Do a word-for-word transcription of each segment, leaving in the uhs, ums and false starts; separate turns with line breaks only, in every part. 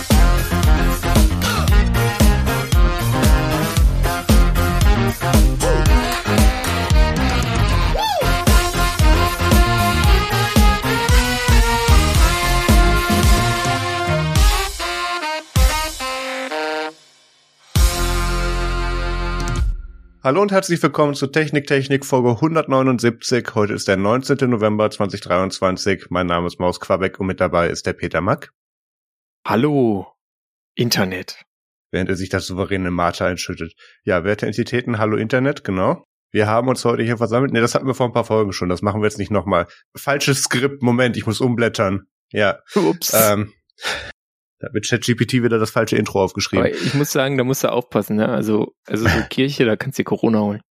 Hallo und herzlich willkommen zu Technik Technik Folge hundertneunundsiebzig. Heute ist der neunzehnten November zweitausenddreiundzwanzig. Mein Name ist Maus Quabeck und mit dabei ist der Peter Mack.
Hallo, Internet.
Während er sich das souveräne Mate einschüttet. Ja, werte Entitäten, hallo Internet, genau. Wir haben uns heute hier versammelt. Ne, das hatten wir vor ein paar Folgen schon. Das machen wir jetzt nicht nochmal. Falsches Skript, Moment, ich muss umblättern. Ja.
Ups.
Ähm, da wird ChatGPT wieder das falsche Intro aufgeschrieben.
Aber ich muss sagen, da musst du aufpassen, ne? Also, also so Kirche, da kannst du dir Corona holen.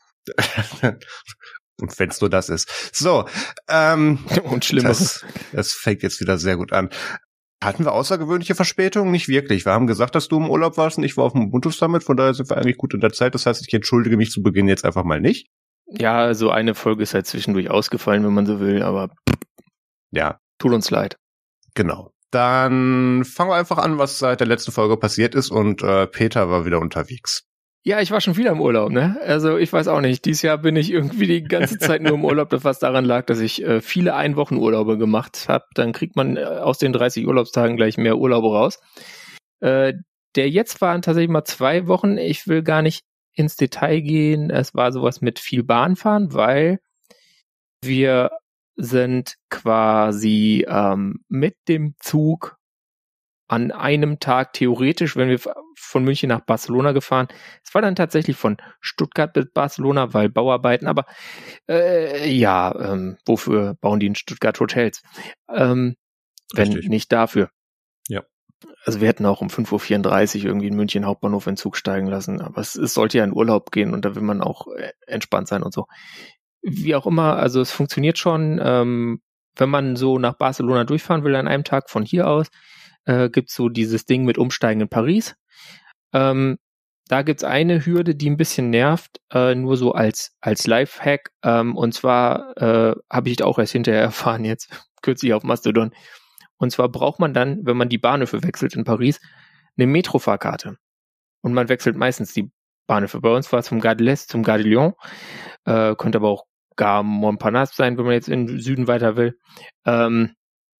Und wenn's nur das ist. So, ähm.
Und Schlimmeres.
Das, das fängt jetzt wieder sehr gut an. Hatten wir außergewöhnliche Verspätungen? Nicht wirklich. Wir haben gesagt, dass du im Urlaub warst und ich war auf dem Ubuntu Summit, von daher sind wir eigentlich gut in der Zeit. Das heißt, ich entschuldige mich zu Beginn jetzt einfach mal nicht.
Ja, so eine Folge ist halt zwischendurch ausgefallen, wenn man so will, aber
ja,
tut uns leid.
Genau. Dann fangen wir einfach an, was seit der letzten Folge passiert ist und äh, Peter war wieder unterwegs.
Ja, ich war schon wieder im Urlaub, ne? Also ich weiß auch nicht, dieses Jahr bin ich irgendwie die ganze Zeit nur im Urlaub, was daran lag, dass ich äh, viele Einwochenurlaube gemacht habe. Dann kriegt man äh, aus den dreißig Urlaubstagen gleich mehr Urlaube raus. Äh, der jetzt waren tatsächlich mal zwei Wochen. Ich will gar nicht ins Detail gehen. Es war sowas mit viel Bahnfahren, weil wir sind quasi ähm, mit dem Zug an einem Tag theoretisch, wenn wir von München nach Barcelona gefahren. Es war dann tatsächlich von Stuttgart bis Barcelona, weil Bauarbeiten, aber äh, ja, ähm, wofür bauen die in Stuttgart Hotels? Ähm, wenn
Richtig.
nicht dafür.
Ja.
Also wir hätten auch um fünf Uhr vierunddreißig irgendwie in München Hauptbahnhof in den Zug steigen lassen, aber es, es sollte ja in Urlaub gehen und da will man auch entspannt sein und so. Wie auch immer, also es funktioniert schon, ähm, wenn man so nach Barcelona durchfahren will an einem Tag von hier aus, äh, gibt's so dieses Ding mit Umsteigen in Paris. Ähm, da gibt's eine Hürde, die ein bisschen nervt, äh, nur so als als Lifehack. Ähm, und zwar äh, habe ich auch erst hinterher erfahren jetzt, kürzlich auf Mastodon. Und zwar braucht man dann, wenn man die Bahnhöfe wechselt in Paris, eine Metrofahrkarte. Und man wechselt meistens die Bahnhöfe. Bei uns war es vom Gare de l'Est zum Gare de Lyon. Äh, könnte aber auch gar Montparnasse sein, wenn man jetzt in den Süden weiter will. Ähm,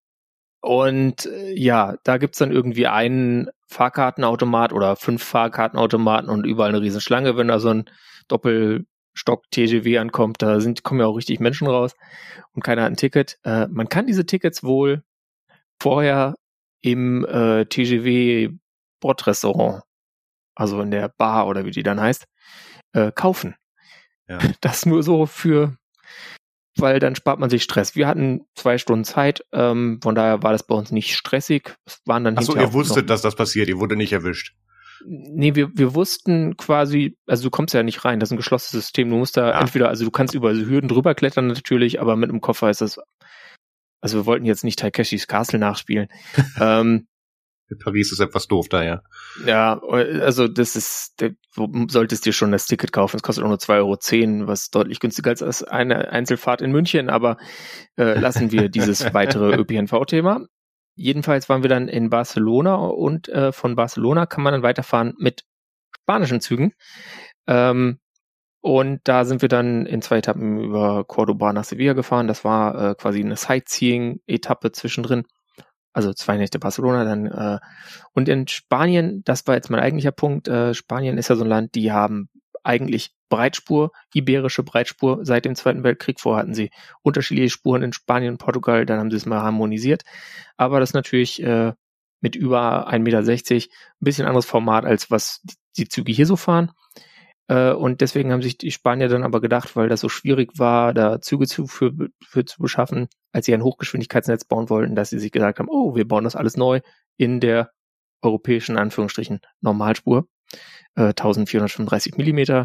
und äh, ja, da gibt's dann irgendwie einen Fahrkartenautomat oder fünf Fahrkartenautomaten und überall eine Riesenschlange, wenn da so ein Doppelstock-T G V ankommt. Da sind kommen ja auch richtig Menschen raus und keiner hat ein Ticket. Äh, man kann diese Tickets wohl vorher im äh, T G V-Bordrestaurant, also in der Bar oder wie die dann heißt, äh, kaufen.
Ja.
Das nur so für, weil dann spart man sich Stress. Wir hatten zwei Stunden Zeit, ähm, von daher war das bei uns nicht stressig. Es waren dann
Achso,
hinterher
ihr
auch
wusstet,
noch,
dass das passiert, ihr wurde nicht erwischt.
Nee, wir, wir wussten quasi, also du kommst ja nicht rein, das ist ein geschlossenes System. Du musst da
Ja.
entweder, also du kannst über so Hürden drüber klettern natürlich, aber mit einem Koffer ist das, also wir wollten jetzt nicht Takeshis Castle nachspielen. ähm,
Paris ist etwas doof daher.
Ja, also das ist, du solltest dir schon das Ticket kaufen. Es kostet auch nur zwei Euro zehn, was deutlich günstiger ist als eine Einzelfahrt in München, aber äh, lassen wir dieses weitere Ö P N V-Thema. Jedenfalls waren wir dann in Barcelona und äh, von Barcelona kann man dann weiterfahren mit spanischen Zügen. Ähm, und da sind wir dann in zwei Etappen über Cordoba nach Sevilla gefahren. Das war äh, quasi eine Sightseeing-Etappe zwischendrin. Also zwei Nächte Barcelona dann. Äh, und in Spanien, das war jetzt mein eigentlicher Punkt, äh, Spanien ist ja so ein Land, die haben eigentlich Breitspur, iberische Breitspur seit dem Zweiten Weltkrieg. Vorher hatten sie unterschiedliche Spuren in Spanien und Portugal, dann haben sie es mal harmonisiert. Aber das ist natürlich äh, mit über ein Meter sechzig ein bisschen anderes Format, als was die, die Züge hier so fahren. Äh, und deswegen haben sich die Spanier dann aber gedacht, weil das so schwierig war, da Züge zu, für, für zu beschaffen, als sie ein Hochgeschwindigkeitsnetz bauen wollten, dass sie sich gesagt haben, oh, wir bauen das alles neu in der europäischen, Anführungsstrichen, Normalspur. Äh, eintausendvierhundertfünfunddreißig Millimeter,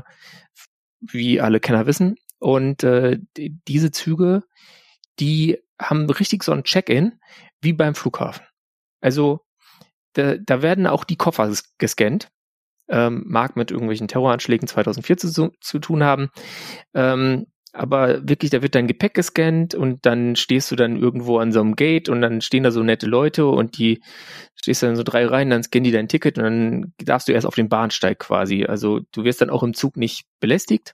wie alle Kenner wissen. Und äh, die, diese Züge, die haben richtig so ein Check-in, wie beim Flughafen. Also da, da werden auch die Koffer gescannt. Ähm, mag mit irgendwelchen Terroranschlägen zweitausendvier zu, zu tun haben. Ähm, aber wirklich, da wird dein Gepäck gescannt und dann stehst du dann irgendwo an so einem Gate und dann stehen da so nette Leute und die stehst dann so drei Reihen, dann scannen die dein Ticket und dann darfst du erst auf den Bahnsteig quasi. Also du wirst dann auch im Zug nicht belästigt,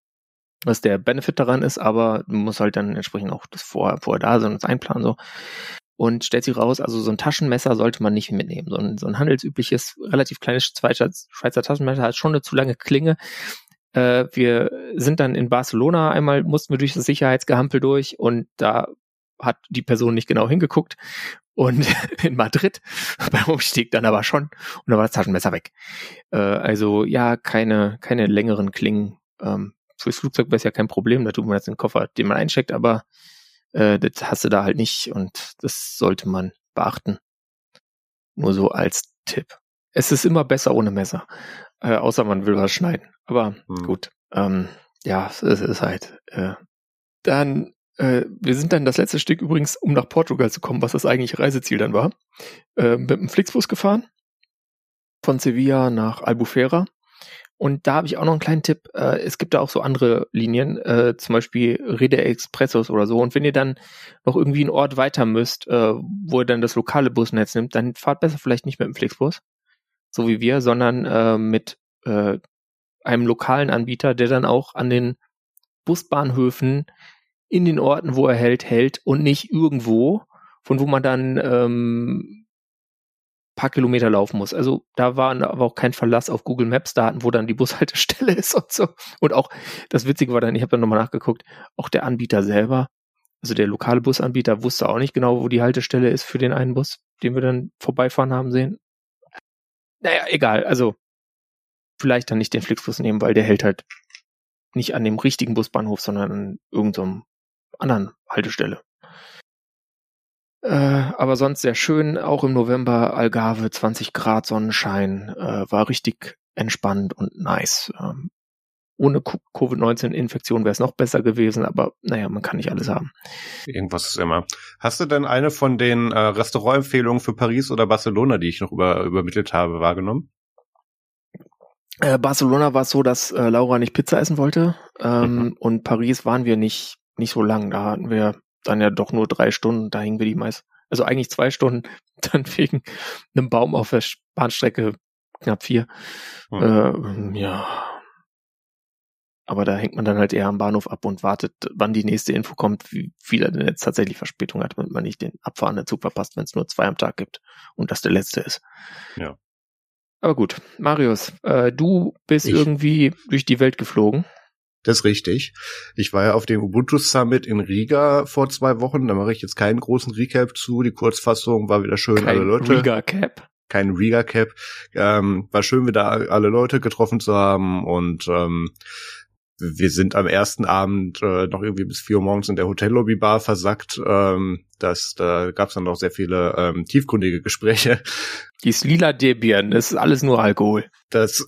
was der Benefit daran ist, aber du musst halt dann entsprechend auch das vorher, vorher da sein und das einplanen so. Und stellt sich raus, also so ein Taschenmesser sollte man nicht mitnehmen. So ein, so ein handelsübliches, relativ kleines Schweizer, Schweizer Taschenmesser hat schon eine zu lange Klinge. Äh, wir sind dann in Barcelona einmal, mussten wir durch das Sicherheitsgehampel durch und da hat die Person nicht genau hingeguckt. Und in Madrid beim Umstieg dann aber schon. Und da war das Taschenmesser weg. Äh, also ja, keine, keine längeren Klingen. Ähm, fürs Flugzeug wäre es ja kein Problem, da tut man jetzt den Koffer, den man eincheckt, aber äh, das hast du da halt nicht und das sollte man beachten. Nur so als Tipp. Es ist immer besser ohne Messer, äh, außer man will was schneiden. Aber hm. gut, ähm, ja, es ist halt. Äh, dann, äh, wir sind dann das letzte Stück übrigens, um nach Portugal zu kommen, was das eigentliche Reiseziel dann war, äh, mit dem Flixbus gefahren, von Sevilla nach Albufeira. Und da habe ich auch noch einen kleinen Tipp. Äh, es gibt da auch so andere Linien, äh, zum Beispiel Rede Expressos oder so. Und wenn ihr dann noch irgendwie einen Ort weiter müsst, äh, wo ihr dann das lokale Busnetz nimmt, dann fahrt besser vielleicht nicht mit dem Flixbus, so wie wir, sondern äh, mit äh, einem lokalen Anbieter, der dann auch an den Busbahnhöfen in den Orten, wo er hält, hält und nicht irgendwo, von wo man dann ähm, paar Kilometer laufen muss. Also da war aber auch kein Verlass auf Google Maps Daten, wo dann die Bushaltestelle ist und so. Und auch, das Witzige war dann, ich habe dann nochmal nachgeguckt, auch der Anbieter selber, also der lokale Busanbieter wusste auch nicht genau, wo die Haltestelle ist für den einen Bus, den wir dann vorbeifahren haben sehen. Naja, egal, also vielleicht dann nicht den Flixbus nehmen, weil der hält halt nicht an dem richtigen Busbahnhof, sondern an irgendeinem anderen Haltestelle. Äh, aber sonst sehr schön, auch im November Algarve, zwanzig Grad Sonnenschein, äh, war richtig entspannt und nice. Ähm, ohne Covid neunzehn Infektion wäre es noch besser gewesen, aber naja, man kann nicht alles haben.
Irgendwas ist immer. Hast du denn eine von den äh, Restaurantempfehlungen für Paris oder Barcelona, die ich noch über, übermittelt habe, wahrgenommen?
Äh, Barcelona war es so, dass äh, Laura nicht Pizza essen wollte ähm, mhm. und Paris waren wir nicht nicht so lang. Da hatten wir dann ja doch nur drei Stunden, da hingen wir die meist, also eigentlich zwei Stunden, dann wegen einem Baum auf der Bahnstrecke knapp vier. Mhm. Äh, ja. Aber da hängt man dann halt eher am Bahnhof ab und wartet, wann die nächste Info kommt, wie viel er denn jetzt tatsächlich Verspätung hat, damit man nicht den abfahrenden Zug verpasst, wenn es nur zwei am Tag gibt und das der letzte ist.
Ja.
Aber gut, Marius, äh, du bist ich. irgendwie durch die Welt geflogen.
Das ist richtig. Ich war ja auf dem Ubuntu Summit in Riga vor zwei Wochen. Da mache ich jetzt keinen großen Recap zu. Die Kurzfassung war wieder schön.
Kein
alle Leute.
Riga Cap.
Kein Riga Cap. Ähm, war schön, wieder alle Leute getroffen zu haben. Und ähm, wir sind am ersten Abend äh, noch irgendwie bis vier Uhr morgens in der Hotellobby-Bar versackt. Ähm, das, da gab es dann noch sehr viele ähm, tiefgründige Gespräche.
Dies lila Debian, das ist alles nur Alkohol.
Das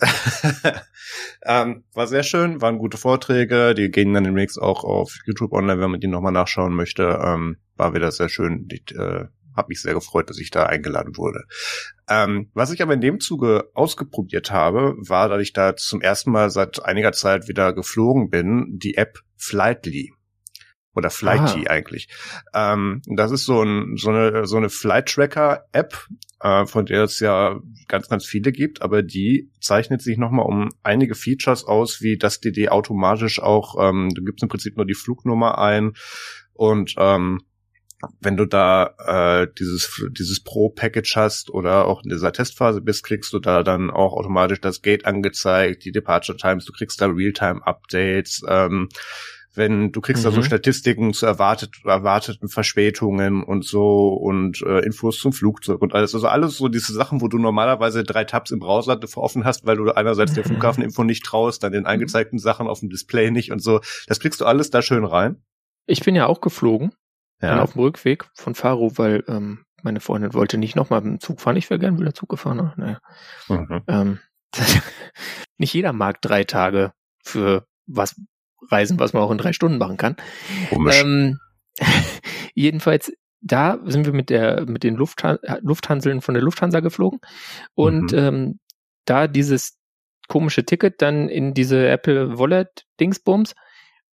ähm, war sehr schön, waren gute Vorträge, die gehen dann demnächst auch auf YouTube online, wenn man die nochmal nachschauen möchte. Ähm, war wieder sehr schön. Ich äh, habe mich sehr gefreut, dass ich da eingeladen wurde. Ähm, was ich aber in dem Zuge ausprobiert habe, war, dass ich da zum ersten Mal seit einiger Zeit wieder geflogen bin, die App Flightly. Oder Flighty ah. eigentlich. Ähm, das ist so, ein, so eine, so eine Flight-Tracker-App, äh, von der es ja ganz, ganz viele gibt, aber die zeichnet sich nochmal um einige Features aus, wie dass die die automatisch auch, ähm, du gibst im Prinzip nur die Flugnummer ein und ähm, wenn du da äh, dieses dieses Pro-Package hast oder auch in dieser Testphase bist, kriegst du da dann auch automatisch das Gate angezeigt, die Departure Times, du kriegst da Realtime-Updates, ähm, wenn du kriegst mhm. da so Statistiken zu erwartet, erwarteten Verspätungen und so und äh, Infos zum Flugzeug und alles. Also alles so diese Sachen, wo du normalerweise drei Tabs im Browser davor offen hast, weil du einerseits der Flughafeninfo nicht traust, dann den eingezeigten Sachen auf dem Display nicht und so. Das kriegst du alles da schön rein.
Ich bin ja auch geflogen,
ja.
dann auf dem Rückweg von Faro, weil ähm, meine Freundin wollte nicht nochmal mit dem Zug fahren. Ich wäre gern wieder Zug gefahren. Ne? Naja. Mhm. Ähm, nicht jeder mag drei Tage für was Reisen, was man auch in drei Stunden machen kann.
Komisch.
Ähm, jedenfalls, da sind wir mit der mit den Lufthan- Lufthanseln von der Lufthansa geflogen und mhm. ähm, da dieses komische Ticket dann in diese Apple Wallet Dingsbums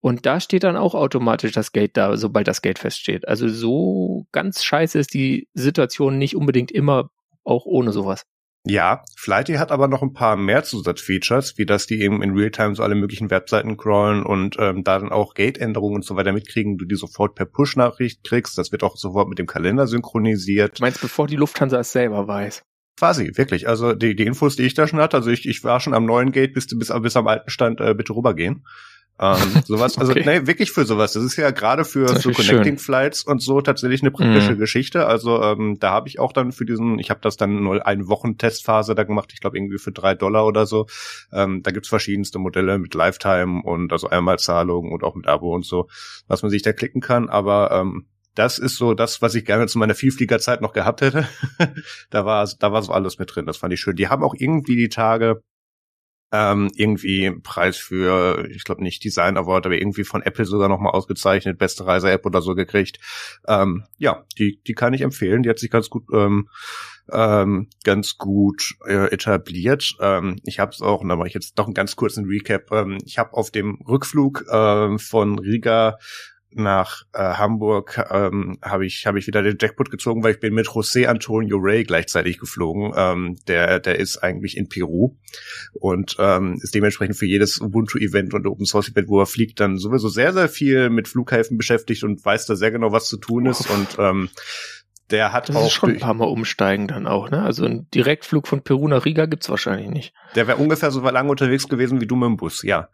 Und da steht dann auch automatisch das Gate da, sobald das Gate feststeht. Also so ganz scheiße ist die Situation nicht unbedingt immer, auch ohne sowas.
Ja, Flighty hat aber noch ein paar mehr Zusatzfeatures, wie dass die eben in Realtime so alle möglichen Webseiten crawlen und ähm, da dann auch Gate-Änderungen und so weiter mitkriegen, du die sofort per Push-Nachricht kriegst. Das wird auch sofort mit dem Kalender synchronisiert.
Du meinst, bevor die Lufthansa es selber weiß?
Quasi, wirklich. Also die die Infos, die ich da schon hatte, also ich ich war schon am neuen Gate, bis bis, bis am alten Stand äh, bitte rübergehen. Ähm, sowas, also
okay.
nee, wirklich für sowas. Das ist ja gerade für so Connecting schön. Flights und so tatsächlich eine praktische mhm. Geschichte. Also ähm, da habe ich auch dann für diesen, ich habe das dann nur eine Wochen Testphase da gemacht, ich glaube irgendwie für drei Dollar oder so. Ähm, da gibt's verschiedenste Modelle mit Lifetime und also Einmalzahlung und auch mit Abo und so, was man sich da klicken kann. Aber ähm, das ist so das, was ich gerne zu meiner Vielfliegerzeit noch gehabt hätte. da war da war so alles mit drin. Das fand ich schön. Die haben auch irgendwie die Tage Ähm, irgendwie Preis für, ich glaube nicht Design Award, aber irgendwie von Apple sogar nochmal ausgezeichnet, beste Reise-App oder so gekriegt. Ähm, ja, die die kann ich empfehlen. Die hat sich ganz gut ähm, ähm, ganz gut äh, etabliert. Ähm, ich habe es auch, und da mache ich jetzt doch einen ganz kurzen Recap. Ähm, ich habe auf dem Rückflug äh, von Riga nach äh, Hamburg ähm, habe ich habe ich wieder den Jackpot gezogen, weil ich bin mit José Antonio Rey gleichzeitig geflogen. Ähm, der der ist eigentlich in Peru und ähm, ist dementsprechend für jedes Ubuntu-Event und Open-Source-Event, wo er fliegt, dann sowieso sehr, sehr viel mit Flughäfen beschäftigt und weiß da sehr genau, was zu tun ist. Und ähm, der hat
das
auch...
Das ist schon ein paar Mal umsteigen dann auch, ne? Also ein Direktflug von Peru nach Riga gibt's wahrscheinlich nicht.
Der wäre ungefähr so lange unterwegs gewesen wie du mit dem Bus, ja.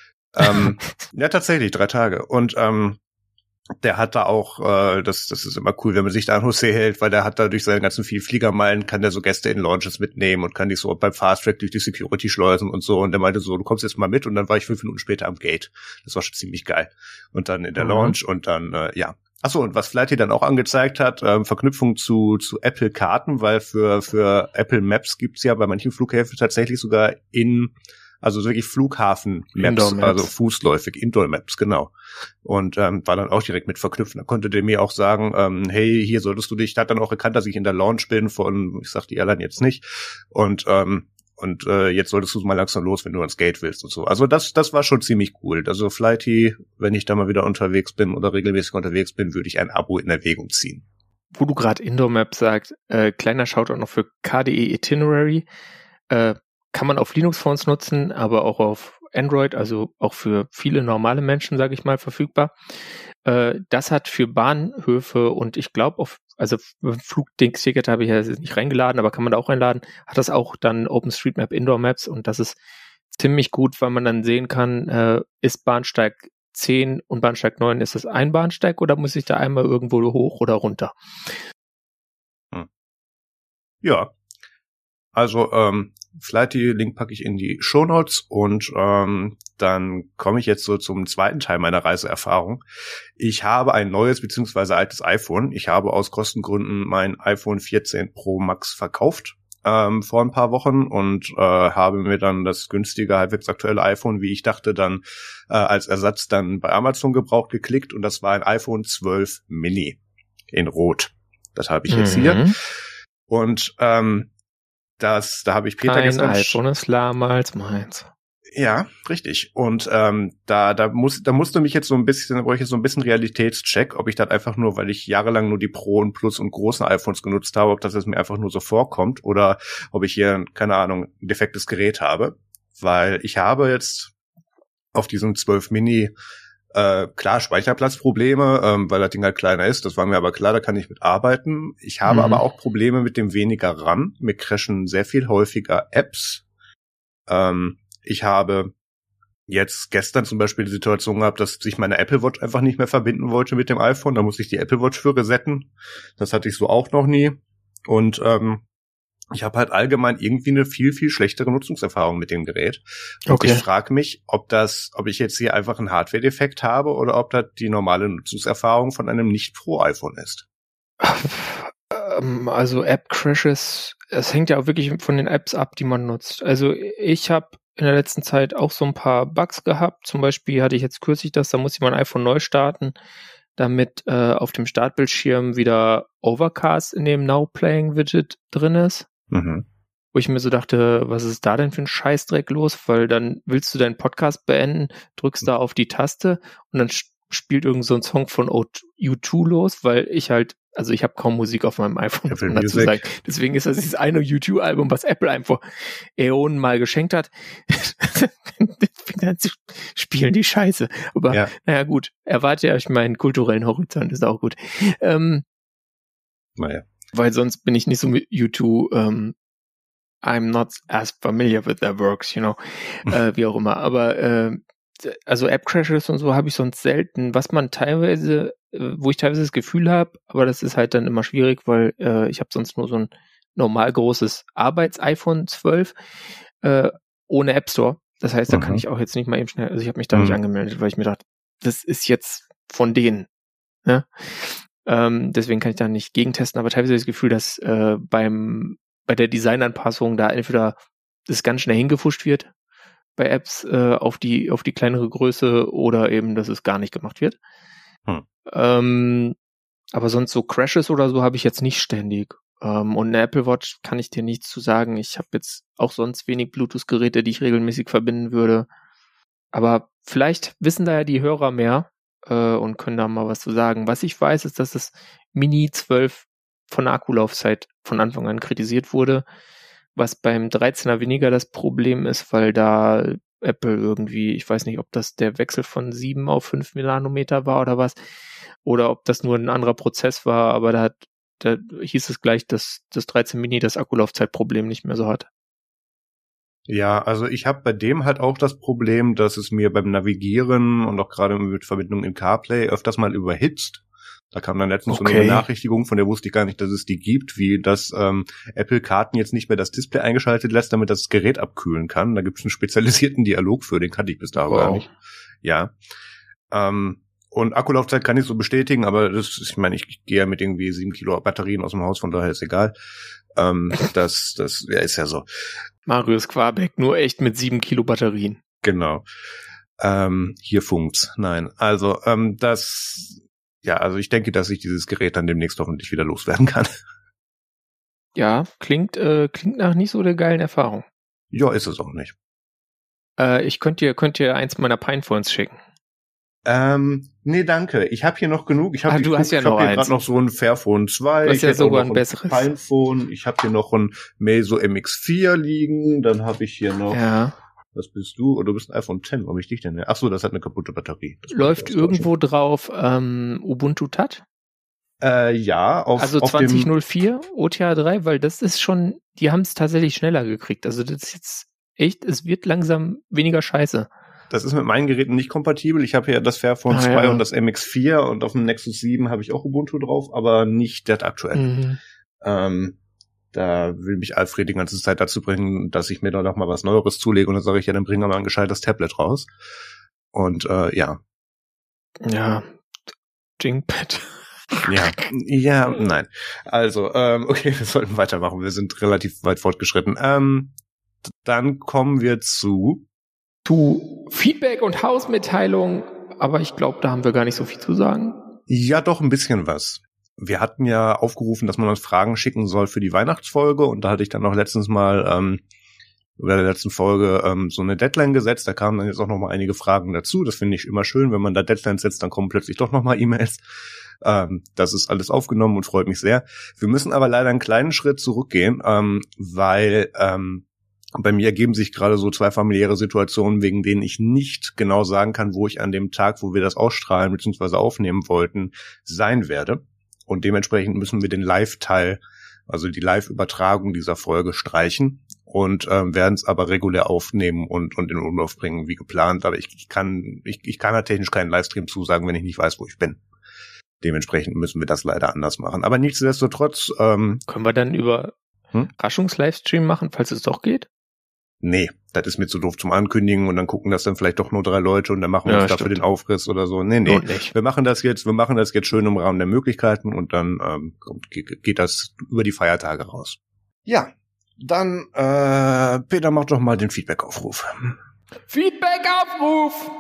ähm, ja, tatsächlich, drei Tage. Und ähm, der hat da auch, äh, das das ist immer cool, wenn man sich da an José hält, weil der hat da durch seine ganzen vielen Fliegermeilen, kann der so Gäste in Launches mitnehmen und kann die so beim Fast Track durch die Security schleusen und so. Und der meinte so, du kommst jetzt mal mit. Und dann war ich fünf Minuten später am Gate. Das war schon ziemlich geil. Und dann in der mhm. Launch und dann, äh, ja. Achso, und was Flighty dann auch angezeigt hat, ähm, Verknüpfung zu zu Apple Karten, weil für für Apple Maps gibt's ja bei manchen Flughäfen tatsächlich sogar in Also wirklich Flughafen-Maps, also fußläufig, Indoor-Maps, genau. Und ähm, war dann auch direkt mit verknüpft. Da konnte der mir auch sagen, ähm, hey, hier solltest du dich, der hat dann auch erkannt, dass ich in der Lounge bin von, ich sag die Airline jetzt nicht. Und ähm, und äh, jetzt solltest du mal langsam los, wenn du ans Gate willst und so. Also das das war schon ziemlich cool. Also Flighty, wenn ich da mal wieder unterwegs bin oder regelmäßig unterwegs bin, würde ich ein Abo in Erwägung ziehen.
Wo du gerade Indoor-Maps sagst, äh, kleiner Shoutout noch für K D E Itinerary. Äh, Kann man auf Linux-Phones nutzen, aber auch auf Android, also auch für viele normale Menschen, sage ich mal, verfügbar. Äh, das hat für Bahnhöfe und ich glaube auf, also Flugdings-Ticket habe ich ja nicht reingeladen, aber kann man da auch reinladen, hat das auch dann OpenStreetMap Indoor Maps und das ist ziemlich gut, weil man dann sehen kann, äh, ist Bahnsteig zehn und Bahnsteig neun, ist das ein Bahnsteig oder muss ich da einmal irgendwo hoch oder runter?
Hm. Ja, also ähm, Flighty, Link packe ich in die Shownotes und ähm, dann komme ich jetzt so zum zweiten Teil meiner Reiseerfahrung. Ich habe ein neues bzw. altes iPhone. Ich habe aus Kostengründen mein iPhone vierzehn Pro Max verkauft ähm, vor ein paar Wochen und äh, habe mir dann das günstige, halbwegs aktuelle iPhone, wie ich dachte, dann äh, als Ersatz dann bei Amazon gebraucht geklickt und das war ein iPhone zwölf Mini in Rot. Das habe ich jetzt mhm. hier. Und ähm, Das, da habe ich Peter
Kein
gestern...
iPhone ist lahmer als meins.
Ja, richtig. Und ähm, da, da muss, da musste mich jetzt so ein bisschen, da brauche ich jetzt so ein bisschen Realitätscheck, ob ich das einfach nur, weil ich jahrelang nur die Pro und Plus und großen iPhones genutzt habe, ob das jetzt mir einfach nur so vorkommt oder ob ich hier, keine Ahnung, ein defektes Gerät habe. Weil ich habe jetzt auf diesem zwölf Mini Äh, klar, Speicherplatzprobleme, ähm, weil das Ding halt kleiner ist, das war mir aber klar, da kann ich mit arbeiten. Ich habe mhm. aber auch Probleme mit dem weniger RAM. Mir crashen sehr viel häufiger Apps. Ähm, ich habe jetzt gestern zum Beispiel die Situation gehabt, dass sich meine Apple Watch einfach nicht mehr verbinden wollte mit dem iPhone. Da musste ich die Apple Watch für resetten. Das hatte ich so auch noch nie. Und ähm, ich habe halt allgemein irgendwie eine viel, viel schlechtere Nutzungserfahrung mit dem Gerät. Und okay. ich frage mich, ob das, ob ich jetzt hier einfach einen Hardware-Defekt habe oder ob das die normale Nutzungserfahrung von einem Nicht-Pro-iPhone ist.
Also App-Crashes, es hängt ja auch wirklich von den Apps ab, die man nutzt. Also ich habe in der letzten Zeit auch so ein paar Bugs gehabt. Zum Beispiel hatte ich jetzt kürzlich das, da musste ich mein iPhone neu starten, damit äh, auf dem Startbildschirm wieder Overcast in dem Now Playing Widget drin ist.
Mhm.
wo ich mir so dachte, was ist da denn für ein Scheißdreck los? Weil dann willst du deinen Podcast beenden, drückst da auf die Taste und dann spielt irgend so ein Song von U zwei los, weil ich halt, also ich habe kaum Musik auf meinem iPhone, muss man dazu sagen. Deswegen ist das dieses eine U zwei Album, was Apple einfach Äonen mal geschenkt hat. Dann spielen die Scheiße. Aber ja. Naja gut, erwarte ja ich meinen kulturellen Horizont, ist auch gut. Ähm,
naja.
Weil sonst bin ich nicht so mit U zwei, ähm, I'm not as familiar with their works, you know, äh, wie auch immer. Aber äh, also App-Crashes und so habe ich sonst selten. Was man teilweise, äh, wo ich teilweise das Gefühl habe, aber das ist halt dann immer schwierig, weil äh, ich habe sonst nur so ein normal großes Arbeits-iPhone zwölf äh, ohne App Store. Das heißt, da mhm. kann ich auch jetzt nicht mal eben schnell, also ich habe mich da mhm. nicht angemeldet, weil ich mir dachte, das ist jetzt von denen. Ne? Ähm, deswegen kann ich da nicht gegentesten, aber teilweise habe ich das Gefühl, dass äh, beim bei der Designanpassung da entweder das ganz schnell hingefuscht wird bei Apps äh, auf die auf die kleinere Größe oder eben, dass es gar nicht gemacht wird. Hm. Ähm, aber sonst so Crashes oder so habe ich jetzt nicht ständig. Ähm, und eine Apple Watch kann ich dir nichts zu sagen. Ich habe jetzt auch sonst wenig Bluetooth-Geräte, die ich regelmäßig verbinden würde. Aber vielleicht wissen da ja die Hörer mehr äh, und können da mal was zu sagen. Was ich weiß, ist, dass das Mini zwölf von der Akkulaufzeit von Anfang an kritisiert wurde, was beim dreizehner weniger das Problem ist, weil da Apple irgendwie, ich weiß nicht, ob das der Wechsel von sieben auf fünf Nanometer war oder was, oder ob das nur ein anderer Prozess war, aber da, hat, da hieß es gleich, dass das dreizehn Mini das Akkulaufzeitproblem nicht mehr so hat.
Ja, also ich habe bei dem halt auch das Problem, dass es mir beim Navigieren und auch gerade mit Verbindung in CarPlay öfters mal überhitzt. Da kam dann letztens okay. so eine Benachrichtigung, von der wusste ich gar nicht, dass es die gibt, wie dass ähm, Apple Karten jetzt nicht mehr das Display eingeschaltet lässt, damit das Gerät abkühlen kann. Da gibt es einen spezialisierten Dialog für, den kannte ich bis dahin wow. gar nicht. Ja. Ähm, und Akkulaufzeit kann ich so bestätigen, aber das, ich meine, ich gehe ja mit irgendwie sieben Kilo Batterien aus dem Haus, von daher ist egal. Ähm, das, das ja, ist ja so.
Marius Quabeck, nur echt mit sieben Kilo Batterien.
Genau. Ähm, hier funkt's. Nein, also ähm, das... Ja, also ich denke, dass ich dieses Gerät dann demnächst hoffentlich wieder loswerden kann.
Ja, klingt äh, klingt nach nicht so der geilen Erfahrung.
Ja, ist es auch nicht.
Äh, ich könnte dir, könnt dir eins meiner Pinephones schicken.
Ähm, nee, danke. Ich habe hier noch genug. Ich habe
ah, du
geguckt,
hast ja
ich
noch
hab hier
eins.
gerade noch so ein Fairphone zwei.
Du hast
ich
ja sogar ein
ein
besseres.
Pinephone. Ich habe hier noch ein Meizu M X vier liegen. Dann habe ich hier noch...
Ja.
Was bist du? Oder du bist ein iPhone X. Warum ich dich denn? Ach so, das hat eine kaputte Batterie. Das
läuft irgendwo drauf ähm, Ubuntu Touch?
Äh, ja. Auf,
also
auf
zwanzig null vier O T A drei, weil das ist schon, die haben es tatsächlich schneller gekriegt. Also das ist jetzt echt, es wird langsam weniger scheiße.
Das ist mit meinen Geräten nicht kompatibel. Ich habe ja das Fairphone ah, zwei ja. und das M X vier und auf dem Nexus sieben habe ich auch Ubuntu drauf, aber nicht das aktuelle. Mhm. Ähm, Da will mich Alfred die ganze Zeit dazu bringen, dass ich mir da noch mal was Neueres zulege und dann sage ich, ja, dann bringen wir mal ein gescheites Tablet raus. Und äh, ja.
Ja, Thinkpad.
Ja, ja, nein. Also, ähm, okay, wir sollten weitermachen. Wir sind relativ weit fortgeschritten. Ähm, dann kommen wir zu
zu Feedback und Hausmitteilung, aber ich glaube, da haben wir gar nicht so viel zu sagen.
Ja, doch ein bisschen was. Wir hatten ja aufgerufen, dass man uns Fragen schicken soll für die Weihnachtsfolge und da hatte ich dann noch letztens mal ähm, bei der letzten Folge ähm, so eine Deadline gesetzt. Da kamen dann jetzt auch noch mal einige Fragen dazu. Das finde ich immer schön, wenn man da Deadlines setzt, dann kommen plötzlich doch noch mal E-Mails. Ähm, das ist alles aufgenommen und freut mich sehr. Wir müssen aber leider einen kleinen Schritt zurückgehen, ähm, weil ähm, bei mir ergeben sich gerade so zwei familiäre Situationen, wegen denen ich nicht genau sagen kann, wo ich an dem Tag, wo wir das ausstrahlen bzw. aufnehmen wollten, sein werde. Und dementsprechend müssen wir den Live-Teil, also die Live-Übertragung dieser Folge streichen und ähm, werden es aber regulär aufnehmen und und in Umlauf bringen wie geplant. Aber ich, ich kann ich, ich kann da technisch keinen Livestream zusagen, wenn ich nicht weiß, wo ich bin. Dementsprechend müssen wir das leider anders machen. Aber nichtsdestotrotz ähm,
können wir dann über hm? Raschungs-Livestream machen, falls es doch geht?
Nee, das ist mir zu doof zum Ankündigen und dann gucken das dann vielleicht doch nur drei Leute und dann machen wir
ja,
uns dafür den Aufriss oder so. Nee, nee. Wir machen das jetzt, wir machen das jetzt schön im Rahmen der Möglichkeiten und dann ähm, kommt, geht das über die Feiertage raus. Ja, dann äh, Peter, mach doch mal den Feedback-Aufruf.
Feedback-Aufruf!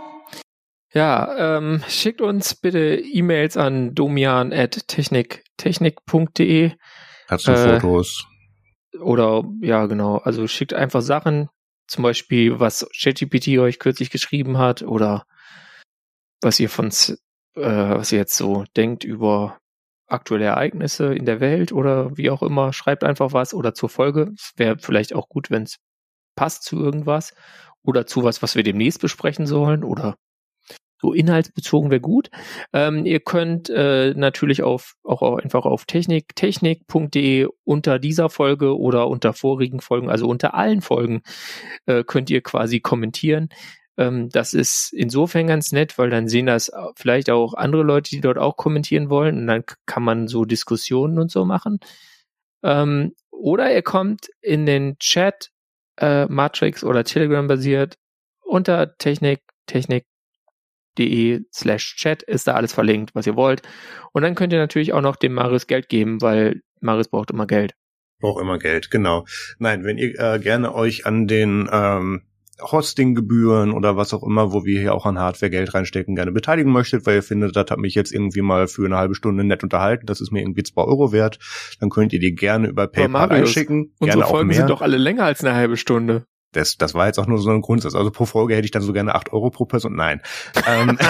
Ja, ähm, schickt uns bitte E-Mails an domian at technik technik punkt de.
Hast du äh, Fotos?
oder, ja, genau, also schickt einfach Sachen, zum Beispiel, was ChatGPT euch kürzlich geschrieben hat oder was ihr von, äh, was ihr jetzt so denkt über aktuelle Ereignisse in der Welt oder wie auch immer. Schreibt einfach was oder zur Folge. Es wäre vielleicht auch gut, wenn es passt zu irgendwas oder zu was, was wir demnächst besprechen sollen oder so inhaltsbezogen wäre gut. Ähm, ihr könnt äh, natürlich auf, auch einfach auf technik, technik punkt de unter dieser Folge oder unter vorigen Folgen, also unter allen Folgen, äh, könnt ihr quasi kommentieren. Ähm, das ist insofern ganz nett, weil dann sehen das vielleicht auch andere Leute, die dort auch kommentieren wollen und dann kann man so Diskussionen und so machen. Ähm, oder ihr kommt in den Chat, äh, Matrix oder Telegram basiert, unter Technik, Technik, de slash chat ist da alles verlinkt, was ihr wollt. Und dann könnt ihr natürlich auch noch dem Marius Geld geben, weil Marius braucht immer Geld.
Braucht immer Geld, genau. Nein, wenn ihr äh, gerne euch an den ähm, Hostinggebühren oder was auch immer, wo wir hier auch an Hardware Geld reinstecken, gerne beteiligen möchtet, weil ihr findet, das hat mich jetzt irgendwie mal für eine halbe Stunde nett unterhalten, das ist mir irgendwie zwei Euro wert, dann könnt ihr die gerne über PayPal
Marius,
einschicken.
Unsere
gerne
Folgen
auch mehr.
sind doch alle länger als eine halbe Stunde.
Das, das war jetzt auch nur so ein Grundsatz. Also pro Folge hätte ich dann so gerne acht Euro pro Person. Nein. ähm,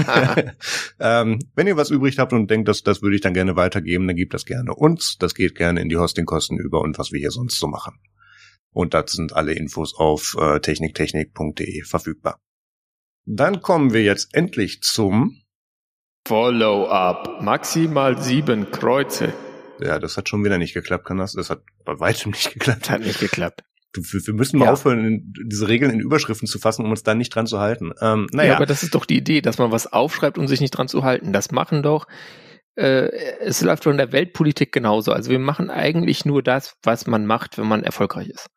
ähm, wenn ihr was übrig habt und denkt, dass das würde ich dann gerne weitergeben, dann gebt das gerne uns. Das geht gerne in die Hostingkosten über und was wir hier sonst so machen. Und da sind alle Infos auf äh, technik technik punkt de verfügbar. Dann kommen wir jetzt endlich zum
Follow-up. Maximal sieben Kreuze.
Ja, das hat schon wieder nicht geklappt, kann das? Das hat bei weitem nicht geklappt.
Hat nicht geklappt.
Wir müssen mal ja. aufhören, diese Regeln in Überschriften zu fassen, um uns da nicht dran zu halten. Ähm, naja.
Ja, aber das ist doch die Idee, dass man was aufschreibt, um sich nicht dran zu halten. Das machen doch, äh, es läuft doch in der Weltpolitik genauso. Also wir machen eigentlich nur das, was man macht, wenn man erfolgreich ist.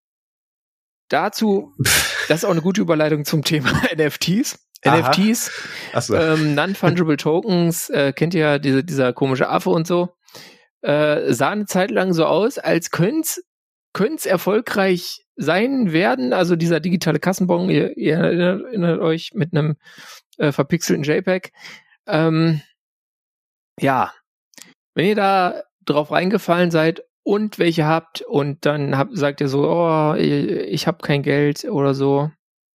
Dazu, das ist auch eine gute Überleitung zum Thema N F Ts. Aha. N F Ts, so. ähm, Non-Fungible Tokens, äh, kennt ihr ja diese, dieser komische Affe und so, äh, sah eine Zeit lang so aus, als könnte es erfolgreich sein werden. Also dieser digitale Kassenbon, ihr, ihr erinnert euch mit einem äh, verpixelten JPEG. Ähm, ja, wenn ihr da drauf reingefallen seid und welche habt und dann habt, sagt ihr so, oh, ich, ich habe kein Geld oder so,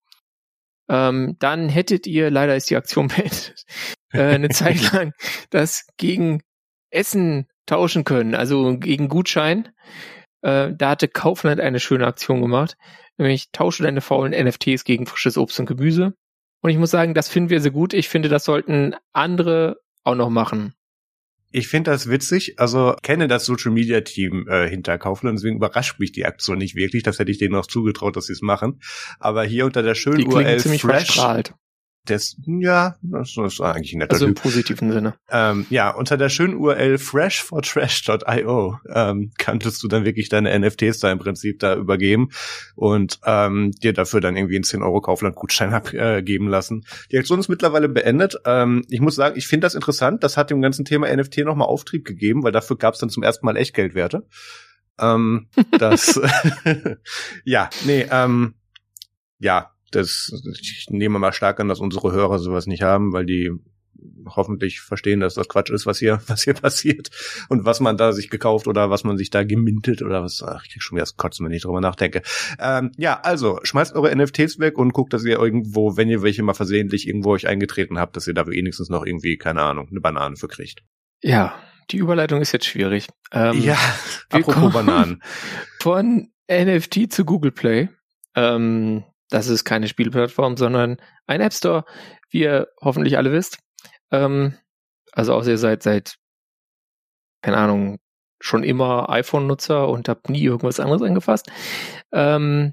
ähm, dann hättet ihr, leider ist die Aktion beendet, äh, eine Zeit lang das gegen Essen tauschen können, also gegen Gutschein. Äh, da hatte Kaufland eine schöne Aktion gemacht, nämlich tausche deine faulen N F Ts gegen frisches Obst und Gemüse. Und ich muss sagen, das finden wir sehr gut. Ich finde, das sollten andere auch noch machen.
Ich finde das witzig, also kenne das Social Media Team äh, hinter Kaufland, deswegen überrascht mich die Aktion nicht wirklich, das hätte ich denen auch zugetraut, dass sie es machen. Aber hier unter der schönen U R L
ziemlich
Fresh,
verstrahlt.
Das, ja, das ist eigentlich ein netter
Also im
Typ.
positiven Sinne.
Ähm, ja, unter der schönen U R L fresh for trash dot io ähm, kanntest du dann wirklich deine N F Ts da im Prinzip da übergeben und ähm, dir dafür dann irgendwie einen zehn Euro Kaufland-Gutschein abgeben äh, lassen. Die Aktion ist mittlerweile beendet. Ähm, ich muss sagen, ich finde das interessant. Das hat dem ganzen Thema N F T nochmal Auftrieb gegeben, weil dafür gab es dann zum ersten Mal Echtgeldwerte. Ähm, das, ja, nee, ähm, ja, das, ich nehme mal stark an, dass unsere Hörer sowas nicht haben, weil die hoffentlich verstehen, dass das Quatsch ist, was hier, was hier passiert und was man da sich gekauft oder was man sich da gemintet oder was. Ach, ich krieg schon wieder das Kotzen, wenn ich drüber nachdenke. Ähm, ja, also schmeißt eure N F Ts weg und guckt, dass ihr irgendwo, wenn ihr welche mal versehentlich irgendwo euch eingetreten habt, dass ihr da wenigstens noch irgendwie, keine Ahnung, eine Banane für kriegt.
Ja, die Überleitung ist jetzt schwierig. Ähm,
ja, apropos Bananen.
Von N F T zu Google Play. Ähm, Das ist keine Spielplattform, sondern ein App Store, wie ihr hoffentlich alle wisst. Ähm, also außer ihr seid seit, keine Ahnung, schon immer iPhone-Nutzer und habt nie irgendwas anderes angefasst. Ähm,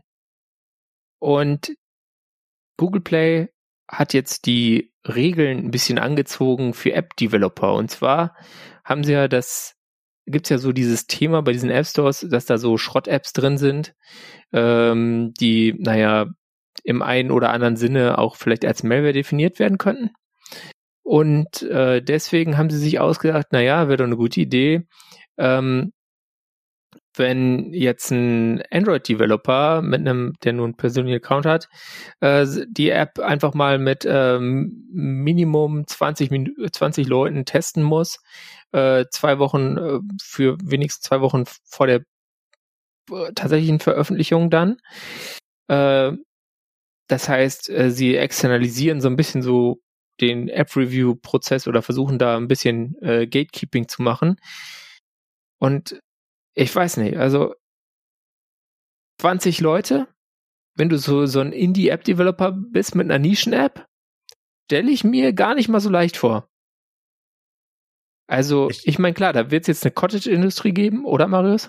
und Google Play hat jetzt die Regeln ein bisschen angezogen für App-Developer. Und zwar haben sie ja das, gibt's ja so dieses Thema bei diesen App Stores, dass da so Schrott-Apps drin sind, ähm, die, naja, im einen oder anderen Sinne auch vielleicht als Malware definiert werden könnten. Und äh, deswegen haben sie sich ausgedacht, naja, wäre doch eine gute Idee, ähm, wenn jetzt ein Android-Developer mit einem, der nur einen persönlichen Account hat, äh, die App einfach mal mit ähm, Minimum zwanzig, Min- zwanzig Leuten testen muss, äh, zwei Wochen äh, für wenigstens zwei Wochen vor der tatsächlichen Veröffentlichungen dann. Äh, das heißt, äh, sie externalisieren so ein bisschen so den App-Review-Prozess oder versuchen da ein bisschen äh, Gatekeeping zu machen. Und ich weiß nicht, also zwanzig Leute, wenn du so, so ein Indie-App-Developer bist mit einer Nischen-App, stelle ich mir gar nicht mal so leicht vor. Also, ich, ich meine, klar, da wird es jetzt eine Cottage-Industrie geben, oder Marius?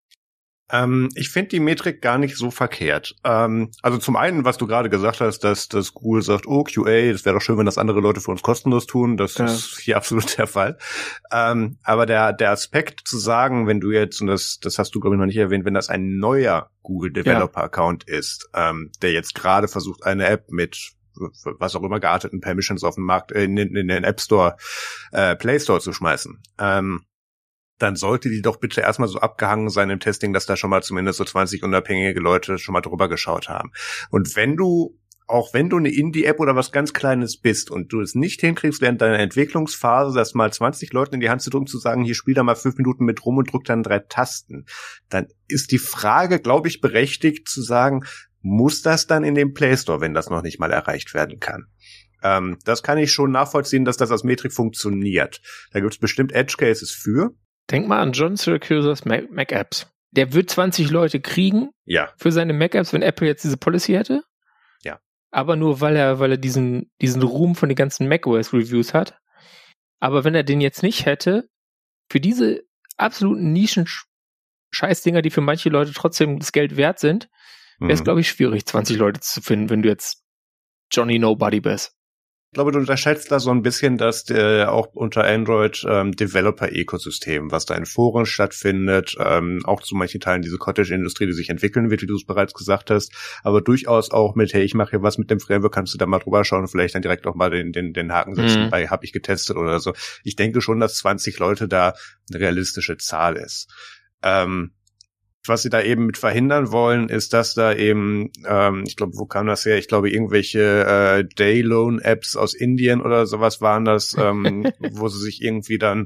Ähm, ich finde die Metrik gar nicht so verkehrt. Ähm, also zum einen, was du gerade gesagt hast, dass, dass Google sagt, oh, Q A, das wäre doch schön, wenn das andere Leute für uns kostenlos tun. Das ja. ist hier absolut der Fall. Ähm, aber der, der Aspekt zu sagen, wenn du jetzt, und das, das hast du, glaube ich, noch nicht erwähnt, wenn das ein neuer Google Developer-Account ja. ist, ähm, der jetzt gerade versucht, eine App mit was auch immer gearteten Permissions auf den Markt, in, in, in den App Store, äh, Play Store zu schmeißen, ähm, dann sollte die doch bitte erstmal so abgehangen sein im Testing, dass da schon mal zumindest so zwanzig unabhängige Leute schon mal drüber geschaut haben. Und wenn du, auch wenn du eine Indie-App oder was ganz Kleines bist und du es nicht hinkriegst, während deiner Entwicklungsphase das mal zwanzig Leuten in die Hand zu drücken, zu sagen, hier spiel da mal fünf Minuten mit rum und drück dann drei Tasten, dann ist die Frage, glaube ich, berechtigt zu sagen, muss das dann in den Play Store, wenn das noch nicht mal erreicht werden kann? Ähm, das kann ich schon nachvollziehen, dass das als Metrik funktioniert. Da gibt es bestimmt Edge Cases für.
Denk mal an John Siracusas Mac-Apps. Der wird zwanzig Leute kriegen
ja.
für seine Mac-Apps, wenn Apple jetzt diese Policy hätte.
Ja.
Aber nur, weil er, weil er diesen, diesen Ruhm von den ganzen macOS-Reviews hat. Aber wenn er den jetzt nicht hätte, für diese absoluten Nischen-Scheißdinger, die für manche Leute trotzdem das Geld wert sind, wäre es, mhm. glaube ich, schwierig, zwanzig Leute zu finden, wenn du jetzt Johnny Nobody bist.
Ich glaube, du unterschätzt da so ein bisschen das äh, auch unter Android ähm, Developer-Ökosystem, was da in Foren stattfindet, ähm, auch zu manchen Teilen diese Cottage-Industrie, die sich entwickeln wird, wie du es bereits gesagt hast, aber durchaus auch mit, hey, ich mache hier was mit dem Framework, kannst du da mal drüber schauen und vielleicht dann direkt auch mal den den, den Haken setzen, mhm. bei habe ich getestet oder so. Ich denke schon, dass zwanzig Leute da eine realistische Zahl ist. Ähm, Was sie da eben mit verhindern wollen, ist, dass da eben, ähm, ich glaube, wo kam das her? Ich glaube, irgendwelche äh, Day-Loan-Apps aus Indien oder sowas waren das, ähm, wo sie sich irgendwie dann,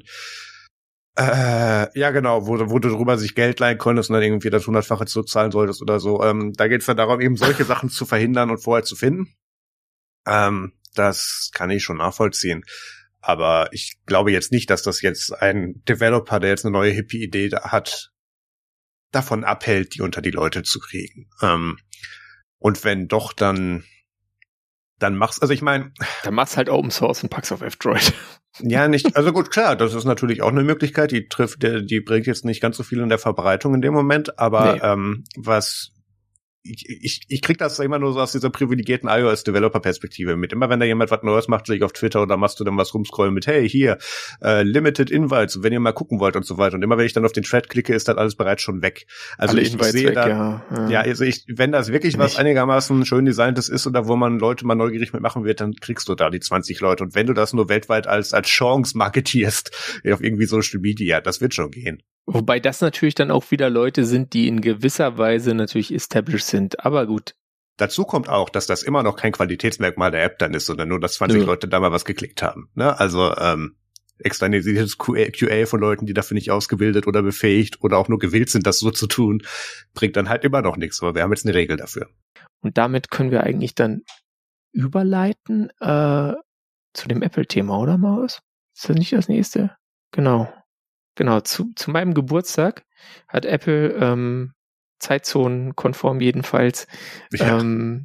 äh, ja genau, wo, wo du darüber sich Geld leihen konntest und dann irgendwie das Hundertfache zurückzahlen solltest oder so. Ähm, da geht es dann darum, eben solche Sachen zu verhindern und vorher zu finden. Ähm, das kann ich schon nachvollziehen. Aber ich glaube jetzt nicht, dass das jetzt ein Developer, der jetzt eine neue Hippie-Idee hat, davon abhält, die unter die Leute zu kriegen. Ähm, und wenn doch, dann dann mach's, also ich meine...
Dann mach's halt Open Source und pack's auf F-Droid.
Ja, nicht, also gut, klar, das ist natürlich auch eine Möglichkeit, die trifft, die, die bringt jetzt nicht ganz so viel in der Verbreitung in dem Moment, aber nee. ähm, was... Ich, ich, ich krieg das immer nur so aus dieser privilegierten iOS-Developer-Perspektive mit. Immer wenn da jemand was Neues macht, stehe ich auf Twitter oder machst du dann was rumscrollen mit, hey, hier, äh, Limited Invites, wenn ihr mal gucken wollt und so weiter. Und immer wenn ich dann auf den Thread klicke, ist das alles bereits schon weg. Also
Alle
ich, ich sehe
weg,
da,
ja. Ja.
ja, also ich, wenn das wirklich Nicht. was einigermaßen schön designtes ist oder wo man Leute mal neugierig mitmachen wird, dann kriegst du da die zwanzig Leute. Und wenn du das nur weltweit als, als Chance marketierst, auf irgendwie Social Media, das wird schon gehen.
Wobei das natürlich dann auch wieder Leute sind, die in gewisser Weise natürlich established sind. Aber gut.
Dazu kommt auch, dass das immer noch kein Qualitätsmerkmal der App dann ist, sondern nur, dass zwanzig Nö. Leute da mal was geklickt haben. Ne? Also ähm, externisiertes Q A von Leuten, die dafür nicht ausgebildet oder befähigt oder auch nur gewillt sind, das so zu tun, bringt dann halt immer noch nichts. Aber wir haben jetzt eine Regel dafür.
Und damit können wir eigentlich dann überleiten äh, zu dem Apple-Thema, oder Marius? Ist das nicht das nächste? Genau. Genau, zu, zu meinem Geburtstag hat Apple ähm, Zeitzonenkonform jedenfalls ja. ähm,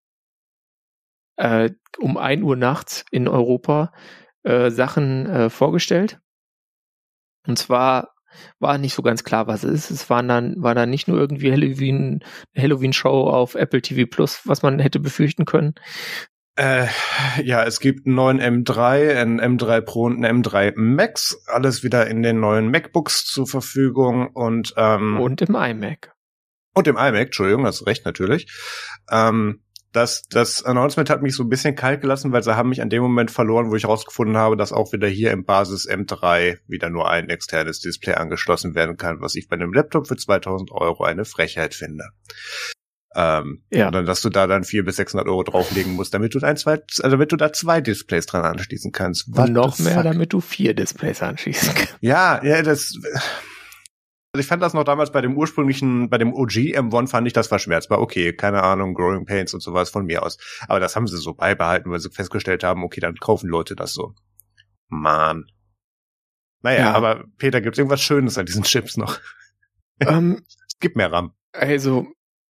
äh, um ein Uhr nachts in Europa äh, Sachen äh, vorgestellt. Und zwar war nicht so ganz klar, was es ist. Es waren dann, war dann nicht nur irgendwie Halloween, Halloween-Show auf Apple T V Plus, was man hätte befürchten können.
Äh, ja, es gibt einen neuen M drei, einen M drei Pro und einen M drei Max, alles wieder in den neuen MacBooks zur Verfügung und ähm,
und im iMac.
Und im iMac, Entschuldigung, hast recht natürlich. Ähm, das, das Announcement hat mich so ein bisschen kalt gelassen, weil sie haben mich an dem Moment verloren, wo ich herausgefunden habe, dass auch wieder hier im Basis M drei wieder nur ein externes Display angeschlossen werden kann, was ich bei einem Laptop für zweitausend Euro eine Frechheit finde. Ähm, ja. Und dann, dass du da dann vierhundert bis sechshundert Euro drauflegen musst, damit du ein zwei, also damit du da zwei Displays dran anschließen kannst.
Und noch mehr, fuck? Damit du vier Displays anschließen kannst.
Ja, ja, das, Also ich fand das noch damals bei dem ursprünglichen, bei dem O G M eins fand ich das verschmerzbar. Okay, keine Ahnung, Growing Pains und sowas von mir aus. Aber das haben sie so beibehalten, weil sie festgestellt haben, okay, dann kaufen Leute das so. Mann. Naja, ja. Aber Peter, gibt's irgendwas Schönes an diesen Chips noch?
Ähm,
Gib mehr RAM.
Also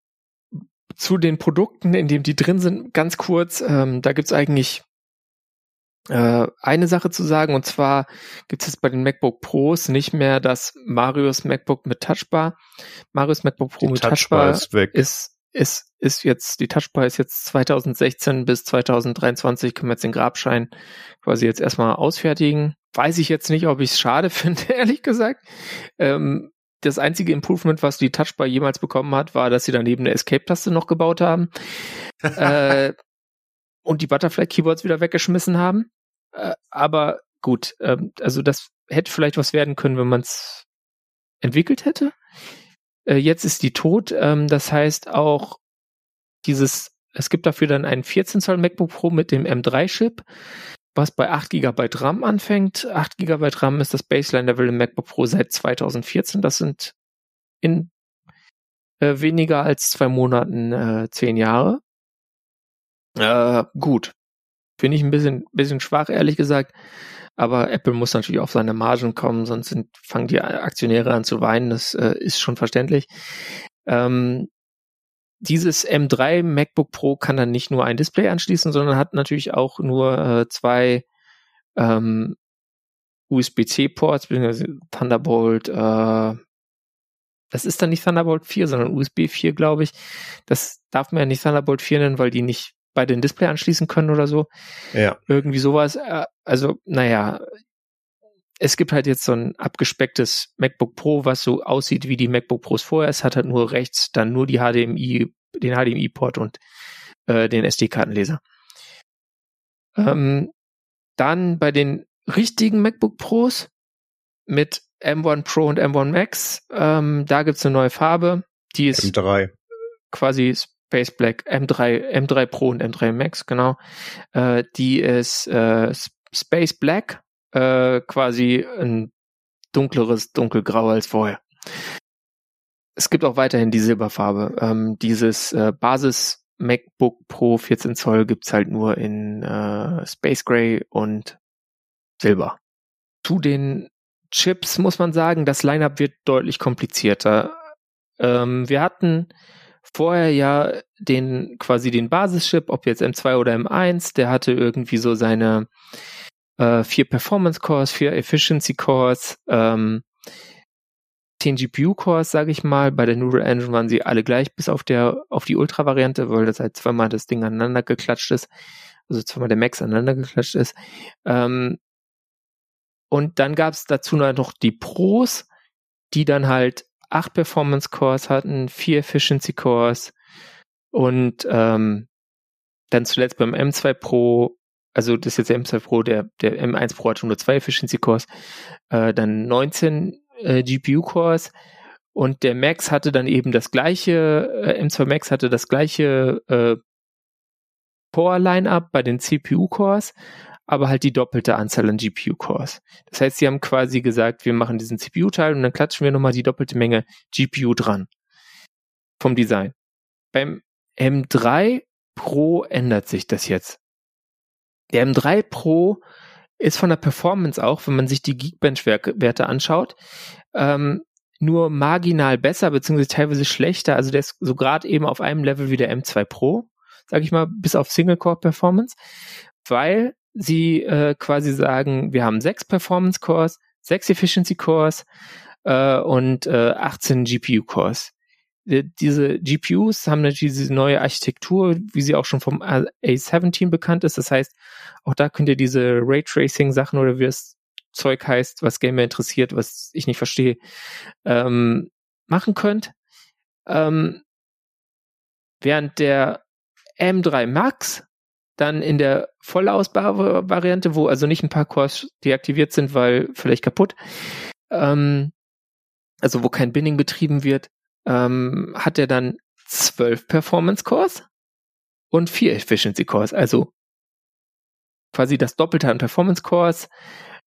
zu den Produkten, in denen die drin sind, ganz kurz, ähm, da gibt's eigentlich äh, eine Sache zu sagen, und zwar gibt es jetzt bei den MacBook Pros nicht mehr das Marius MacBook mit Touchbar. Marius MacBook Pro
die
mit
Touchbar
Touchbar
ist weg.
ist, ist, ist jetzt, die Touchbar ist jetzt zwanzig sechzehn bis zwanzig dreiundzwanzig, können wir jetzt den Grabschein quasi jetzt erstmal ausfertigen. Weiß ich jetzt nicht, ob ich es schade finde, ehrlich gesagt. Ähm, das einzige Improvement, was die Touchbar jemals bekommen hat, war, dass sie daneben eine Escape-Taste noch gebaut haben. äh, und die Butterfly-Keyboards wieder weggeschmissen haben. Äh, aber gut, ähm, also das hätte vielleicht was werden können, wenn man es entwickelt hätte. Äh, jetzt ist die tot. Ähm, das heißt auch dieses, es gibt dafür dann einen vierzehn Zoll MacBook Pro mit dem M drei Chip, was bei acht Gigabyte RAM anfängt. acht Gigabyte RAM ist das Baseline-Level im MacBook Pro seit zwanzig vierzehn. Das sind in äh, weniger als zwei Monaten äh, zehn Jahre. Äh, gut. Finde ich ein bisschen, bisschen schwach, ehrlich gesagt. Aber Apple muss natürlich auf seine Margen kommen, sonst sind, fangen die Aktionäre an zu weinen. Das äh, ist schon verständlich. Ähm, dieses M drei MacBook Pro kann dann nicht nur ein Display anschließen, sondern hat natürlich auch nur äh, zwei ähm, U S B C Ports, beziehungsweise Thunderbolt, äh, das ist dann nicht Thunderbolt vier, sondern U S B vier, glaube ich. Das darf man ja nicht Thunderbolt vier nennen, weil die nicht bei den Display anschließen können oder so.
Ja.
Irgendwie sowas. Also, naja, es gibt halt jetzt so ein abgespecktes MacBook Pro, was so aussieht wie die MacBook Pros vorher. Es hat halt nur rechts dann nur die H D M I, den H D M I-Port und äh, den S D-Kartenleser. Ähm, dann bei den richtigen MacBook Pros mit M eins Pro und M eins Max, ähm, da gibt's eine neue Farbe. Die ist
M drei.
Quasi Space Black, M drei, M drei Pro und M drei Max, genau. Äh, die ist äh, Space Black, äh, quasi ein dunkleres Dunkelgrau als vorher. Es gibt auch weiterhin die Silberfarbe. Ähm, dieses äh, Basis MacBook Pro vierzehn Zoll gibt's halt nur in äh, Space Gray und Silber. Zu den Chips muss man sagen, das Lineup wird deutlich komplizierter. Ähm, wir hatten vorher ja den quasi den Basischip, ob jetzt M zwei oder M eins, der hatte irgendwie so seine äh, vier Performance Cores, vier Efficiency Cores, ähm, zehn G P U Cores, sage ich mal. Bei der Neural Engine waren sie alle gleich, bis auf der auf die Ultra-Variante, weil das halt zweimal das Ding aneinander geklatscht ist, also zweimal der Max aneinander geklatscht ist. Ähm, und dann gab es dazu noch die Pros, die dann halt acht Performance Cores hatten, vier Efficiency Cores und ähm, dann zuletzt beim M zwei Pro, also das ist jetzt der M zwei Pro, der, der M eins Pro hatte nur zwei Efficiency Cores, äh, dann neunzehn äh, G P U Cores und der Max hatte dann eben das gleiche, äh, M zwei Max hatte das gleiche äh, Core-Line-Up bei den C P U Cores, aber halt die doppelte Anzahl an G P U Cores. Das heißt, sie haben quasi gesagt, wir machen diesen C P U-Teil und dann klatschen wir nochmal die doppelte Menge G P U dran. Vom Design. Beim M drei Pro ändert sich das jetzt. Der M drei Pro ist von der Performance auch, wenn man sich die Geekbench-Werte anschaut, ähm, nur marginal besser, beziehungsweise teilweise schlechter. Also der ist so gerade eben auf einem Level wie der M zwei Pro, sag ich mal, bis auf Single-Core-Performance, weil sie äh, quasi sagen, wir haben sechs Performance Cores, sechs Efficiency Cores äh, und äh, achtzehn G P U Cores. Die, diese G P Us haben natürlich diese neue Architektur, wie sie auch schon vom A siebzehn bekannt ist. Das heißt, auch da könnt ihr diese Raytracing-Sachen oder wie das Zeug heißt, was Gamer interessiert, was ich nicht verstehe, ähm, machen könnt. Ähm, während der M drei Max dann in der Vollausbau-Variante, wo also nicht ein paar Cores deaktiviert sind, weil vielleicht kaputt, ähm, also wo kein Binning betrieben wird, ähm, hat er dann zwölf Performance Cores und vier Efficiency Cores, also quasi das Doppelte an Performance Cores,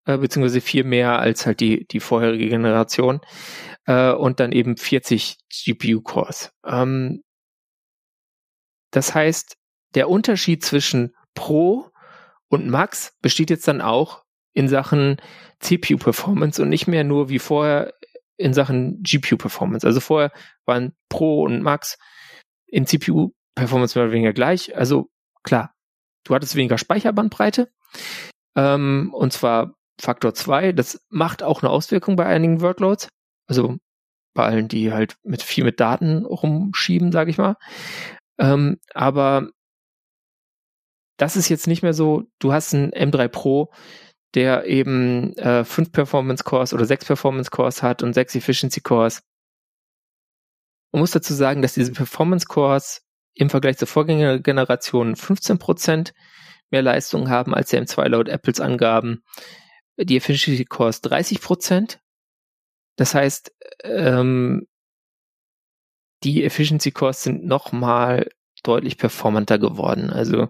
äh, beziehungsweise vier mehr als halt die, die vorherige Generation. Äh, und dann eben vierzig G P U-Cores. Ähm, das heißt, der Unterschied zwischen Pro und Max besteht jetzt dann auch in Sachen C P U-Performance und nicht mehr nur wie vorher in Sachen G P U-Performance. Also vorher waren Pro und Max in C P U-Performance mehr oder weniger gleich. Also klar, du hattest weniger Speicherbandbreite, ähm, und zwar Faktor zwei. Das macht auch eine Auswirkung bei einigen Workloads. Also bei allen, die halt mit viel mit Daten rumschieben, sage ich mal. Ähm, aber das ist jetzt nicht mehr so, du hast einen M drei Pro, der eben äh, fünf Performance Cores oder sechs Performance Cores hat und sechs Efficiency Cores. Man muss dazu sagen, dass diese Performance Cores im Vergleich zur Vorgängergeneration fünfzehn Prozent mehr Leistung haben als der M zwei laut Apples Angaben. Die Efficiency Cores dreißig Prozent. Das heißt, ähm, die Efficiency Cores sind nochmal deutlich performanter geworden. Also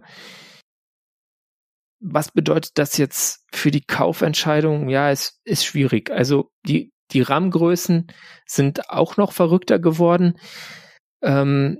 was bedeutet das jetzt für die Kaufentscheidung? Ja, es ist schwierig. Also die, die RAM-Größen sind auch noch verrückter geworden. Ähm,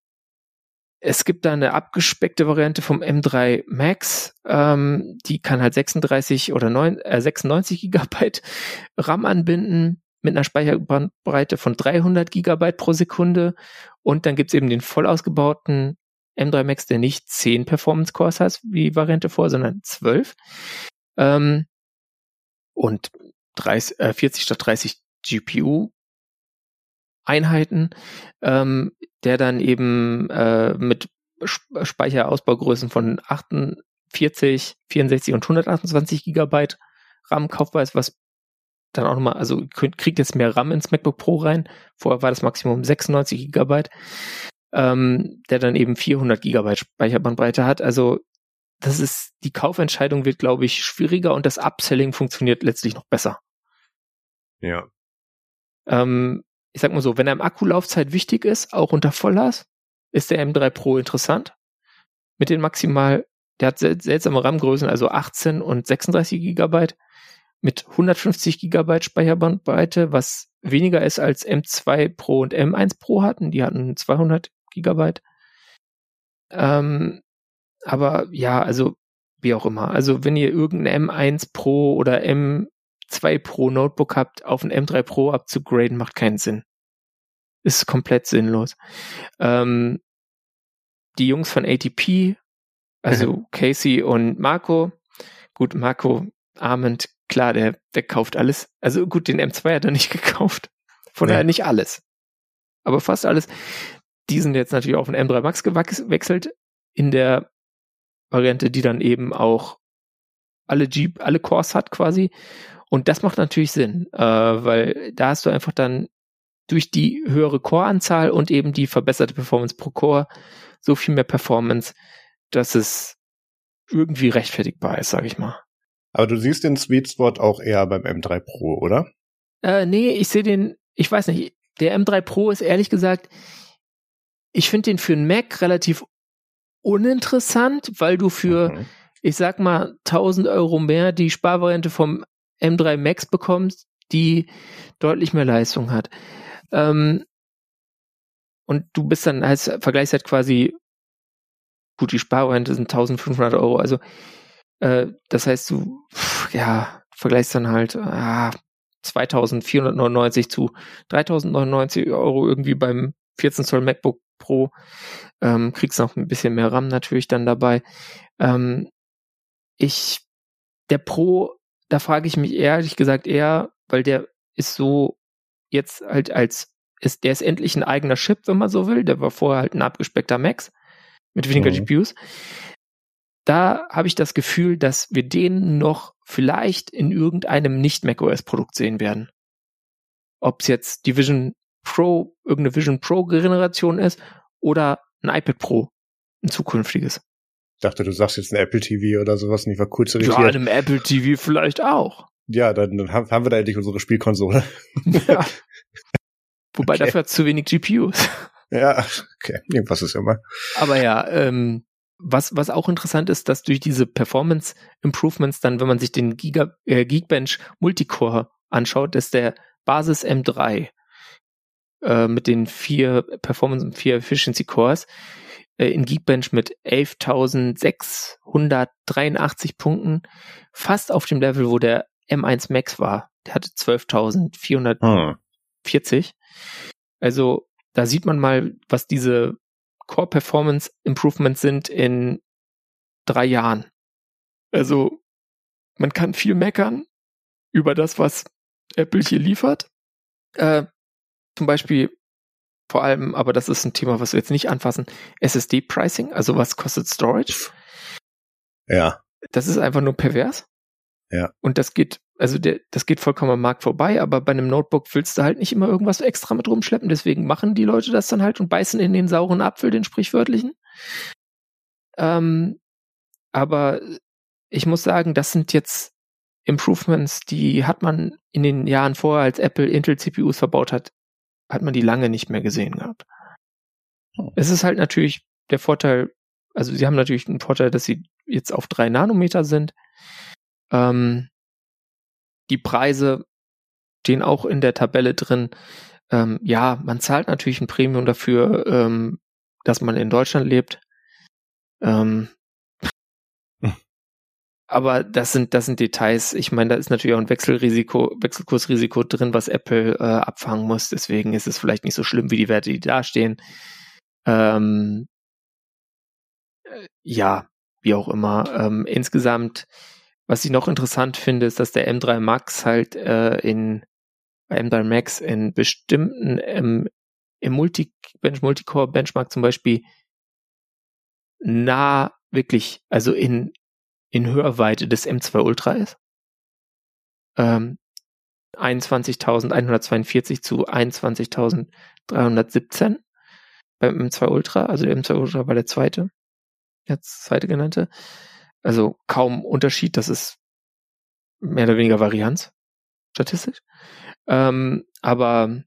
es gibt da eine abgespeckte Variante vom M drei Max. Ähm, die kann halt sechsunddreißig oder neun, äh, sechsundneunzig Gigabyte RAM anbinden mit einer Speicherbandbreite von dreihundert Gigabyte pro Sekunde. Und dann gibt's eben den voll ausgebauten M drei Max, der nicht zehn Performance Cores hat, wie Variante vor, sondern zwölf. Ähm, und dreißig, äh, vierzig statt dreißig G P U Einheiten, ähm, der dann eben äh, mit Sp- Speicherausbaugrößen von achtundvierzig, vierundsechzig und hundertachtundzwanzig Gigabyte RAM kaufbar ist, was dann auch nochmal, also kriegt jetzt mehr RAM ins MacBook Pro rein. Vorher war das Maximum sechsundneunzig Gigabyte. Ähm, der dann eben vierhundert Gigabyte Speicherbandbreite hat. Also das ist, die Kaufentscheidung wird, glaube ich, schwieriger und das Upselling funktioniert letztlich noch besser.
Ja.
Ähm, ich sag mal so, wenn einem Akkulaufzeit wichtig ist, auch unter Volllast, ist der M drei Pro interessant. Mit den maximal, der hat sel- seltsame RAM-Größen, also achtzehn und sechsunddreißig Gigabyte mit hundertfünfzig Gigabyte Speicherbandbreite, was weniger ist als M zwei Pro und M eins Pro hatten. Die hatten zweihundert Gigabyte. Ähm, aber ja, also wie auch immer. Also wenn ihr irgendein M eins Pro oder M zwei Pro Notebook habt, auf ein M drei Pro abzugraden, macht keinen Sinn. Ist komplett sinnlos. Ähm, die Jungs von A T P, also Casey und Marco, gut, Marco Arment, klar, der, der kauft alles. Also gut, den M zwei hat er nicht gekauft. Von
Nee.
daher nicht alles. Aber fast alles. Die sind jetzt natürlich auf den M drei Max gewechselt, in der Variante, die dann eben auch alle G, alle Cores hat quasi. Und das macht natürlich Sinn, äh, weil da hast du einfach dann durch die höhere Core-Anzahl und eben die verbesserte Performance pro Core so viel mehr Performance, dass es irgendwie rechtfertigbar ist, sag ich mal.
Aber du siehst den Sweet Spot auch eher beim M drei Pro, oder?
Äh, nee, ich sehe den, ich weiß nicht, der M drei Pro ist ehrlich gesagt, ich finde den für einen Mac relativ uninteressant, weil du für,
Mhm.
ich sag mal, tausend Euro mehr die Sparvariante vom M drei Max bekommst, die deutlich mehr Leistung hat. Ähm, und du bist dann als Vergleich halt quasi, gut, die Sparvariante sind eintausendfünfhundert Euro, also äh, das heißt, du, pff, ja, vergleichst dann halt ah, zweitausendvierhundertneunundneunzig zu dreitausendneunundneunzig Euro irgendwie beim vierzehn Zoll MacBook Pro, ähm, kriegst noch ein bisschen mehr RAM natürlich dann dabei. Ähm, ich, der Pro, da frage ich mich ehrlich gesagt eher, weil der ist so jetzt halt als, ist, der ist endlich ein eigener Chip, wenn man so will. Der war vorher halt ein abgespeckter Max mit weniger
Mhm.
G P Us. Da habe ich das Gefühl, dass wir den noch vielleicht in irgendeinem Nicht-macOS-Produkt sehen werden. Ob es jetzt die Vision Pro, irgendeine Vision Pro-Generation ist oder ein iPad Pro, ein zukünftiges.
Ich dachte, du sagst jetzt ein Apple T V oder sowas, und ich war kurz
Ja,
irritiert.
einem Apple T V vielleicht auch.
Ja, dann, dann haben haben wir da endlich unsere Spielkonsole.
Ja. Wobei
Okay.
dafür hat es zu wenig G P Us.
Ja, okay, irgendwas ist immer.
Aber ja, ähm, was, was auch interessant ist, dass durch diese Performance Improvements dann, wenn man sich den Giga, äh, Geekbench Multicore anschaut, ist der Basis M drei äh, mit den vier Performance und vier Efficiency Cores äh, in Geekbench mit elftausendsechshundertdreiundachtzig Punkten fast auf dem Level, wo der M eins Max war. Der hatte zwölftausendvierhundertvierzig. Hm. Also da sieht man mal, was diese Core Performance Improvements sind in drei Jahren. Also man kann viel meckern über das, was Apple hier liefert. Äh, zum Beispiel vor allem, aber das ist ein Thema, was wir jetzt nicht anfassen, S S D-Pricing, also was kostet Storage?
Ja.
Das ist einfach nur pervers.
Ja.
Und das geht, also der, das geht vollkommen am Markt vorbei, aber bei einem Notebook willst du halt nicht immer irgendwas extra mit rumschleppen, deswegen machen die Leute das dann halt und beißen in den sauren Apfel, den sprichwörtlichen. Ähm, aber ich muss sagen, das sind jetzt Improvements, die hat man in den Jahren vorher, als Apple Intel-C P Us verbaut hat, hat man die lange nicht mehr gesehen gehabt. Hm. Es ist halt natürlich der Vorteil, also sie haben natürlich einen Vorteil, dass sie jetzt auf drei Nanometer sind. Ähm, die Preise stehen auch in der Tabelle drin. Ähm, ja, man zahlt natürlich ein Premium dafür, ähm, dass man in Deutschland lebt. Ähm, hm. Aber das sind, das sind Details. Ich meine, da ist natürlich auch ein Wechselrisiko, Wechselkursrisiko drin, was Apple äh, abfangen muss. Deswegen ist es vielleicht nicht so schlimm, wie die Werte, die da stehen. Ähm, äh, ja, wie auch immer. Ähm, insgesamt, was ich noch interessant finde, ist, dass der M drei Max halt äh, in bei M drei Max in bestimmten ähm, im Multi Bench Multicore Benchmark zum Beispiel nah wirklich, also in in Hörweite des M zwei Ultra ist. Ähm, einundzwanzigtausendeinhundertzweiundvierzig zu einundzwanzigtausenddreihundertsiebzehn beim M zwei Ultra, also der M zwei Ultra war der zweite, jetzt zweite genannte. Also kaum Unterschied, das ist mehr oder weniger Varianz, statistisch. Ähm, aber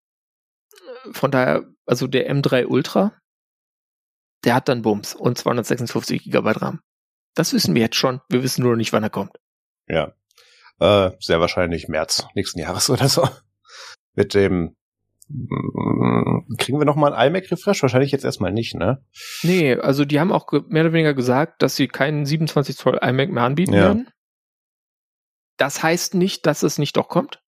von daher, also der M drei Ultra, der hat dann Bums und zweihundertsechsundfünfzig Gigabyte RAM. Das wissen wir jetzt schon. Wir wissen nur nicht, wann er kommt.
Ja. Äh, sehr wahrscheinlich März nächsten Jahres oder so. Mit dem kriegen wir nochmal einen iMac-Refresh? Wahrscheinlich jetzt erstmal nicht, ne?
Nee, also die haben auch mehr oder weniger gesagt, dass sie keinen siebenundzwanzig Zoll iMac mehr anbieten ja. werden. Das heißt nicht, dass es nicht doch kommt.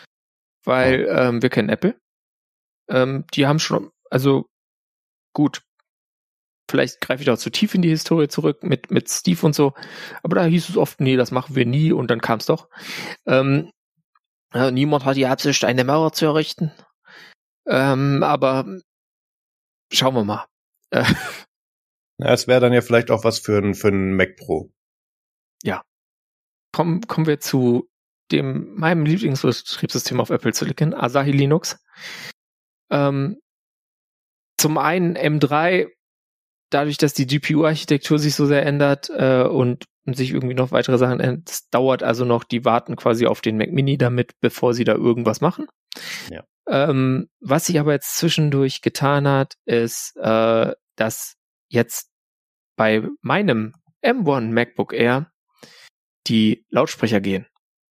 Weil oh. ähm, wir kennen Apple. Ähm, die haben schon, also gut, vielleicht greife ich auch zu tief in die Historie zurück mit mit Steve und so, aber da hieß es oft, nee, das machen wir nie und dann kam es doch. Ähm, äh, niemand hat die Absicht, eine Mauer zu errichten. Ähm, aber schauen wir mal. Äh,
ja, es wäre dann ja vielleicht auch was für ein für ein Mac Pro.
Ja. Kommen, kommen wir zu dem meinem Lieblingsbetriebssystem auf Apple Silicon, Asahi Linux. Ähm, zum einen M drei, dadurch, dass die G P U-Architektur sich so sehr ändert äh, und sich irgendwie noch weitere Sachen ändern, es dauert also noch, die warten quasi auf den Mac Mini damit, bevor sie da irgendwas machen.
Ja.
Ähm, was sich aber jetzt zwischendurch getan hat, ist, äh, dass jetzt bei meinem M eins MacBook Air die Lautsprecher gehen.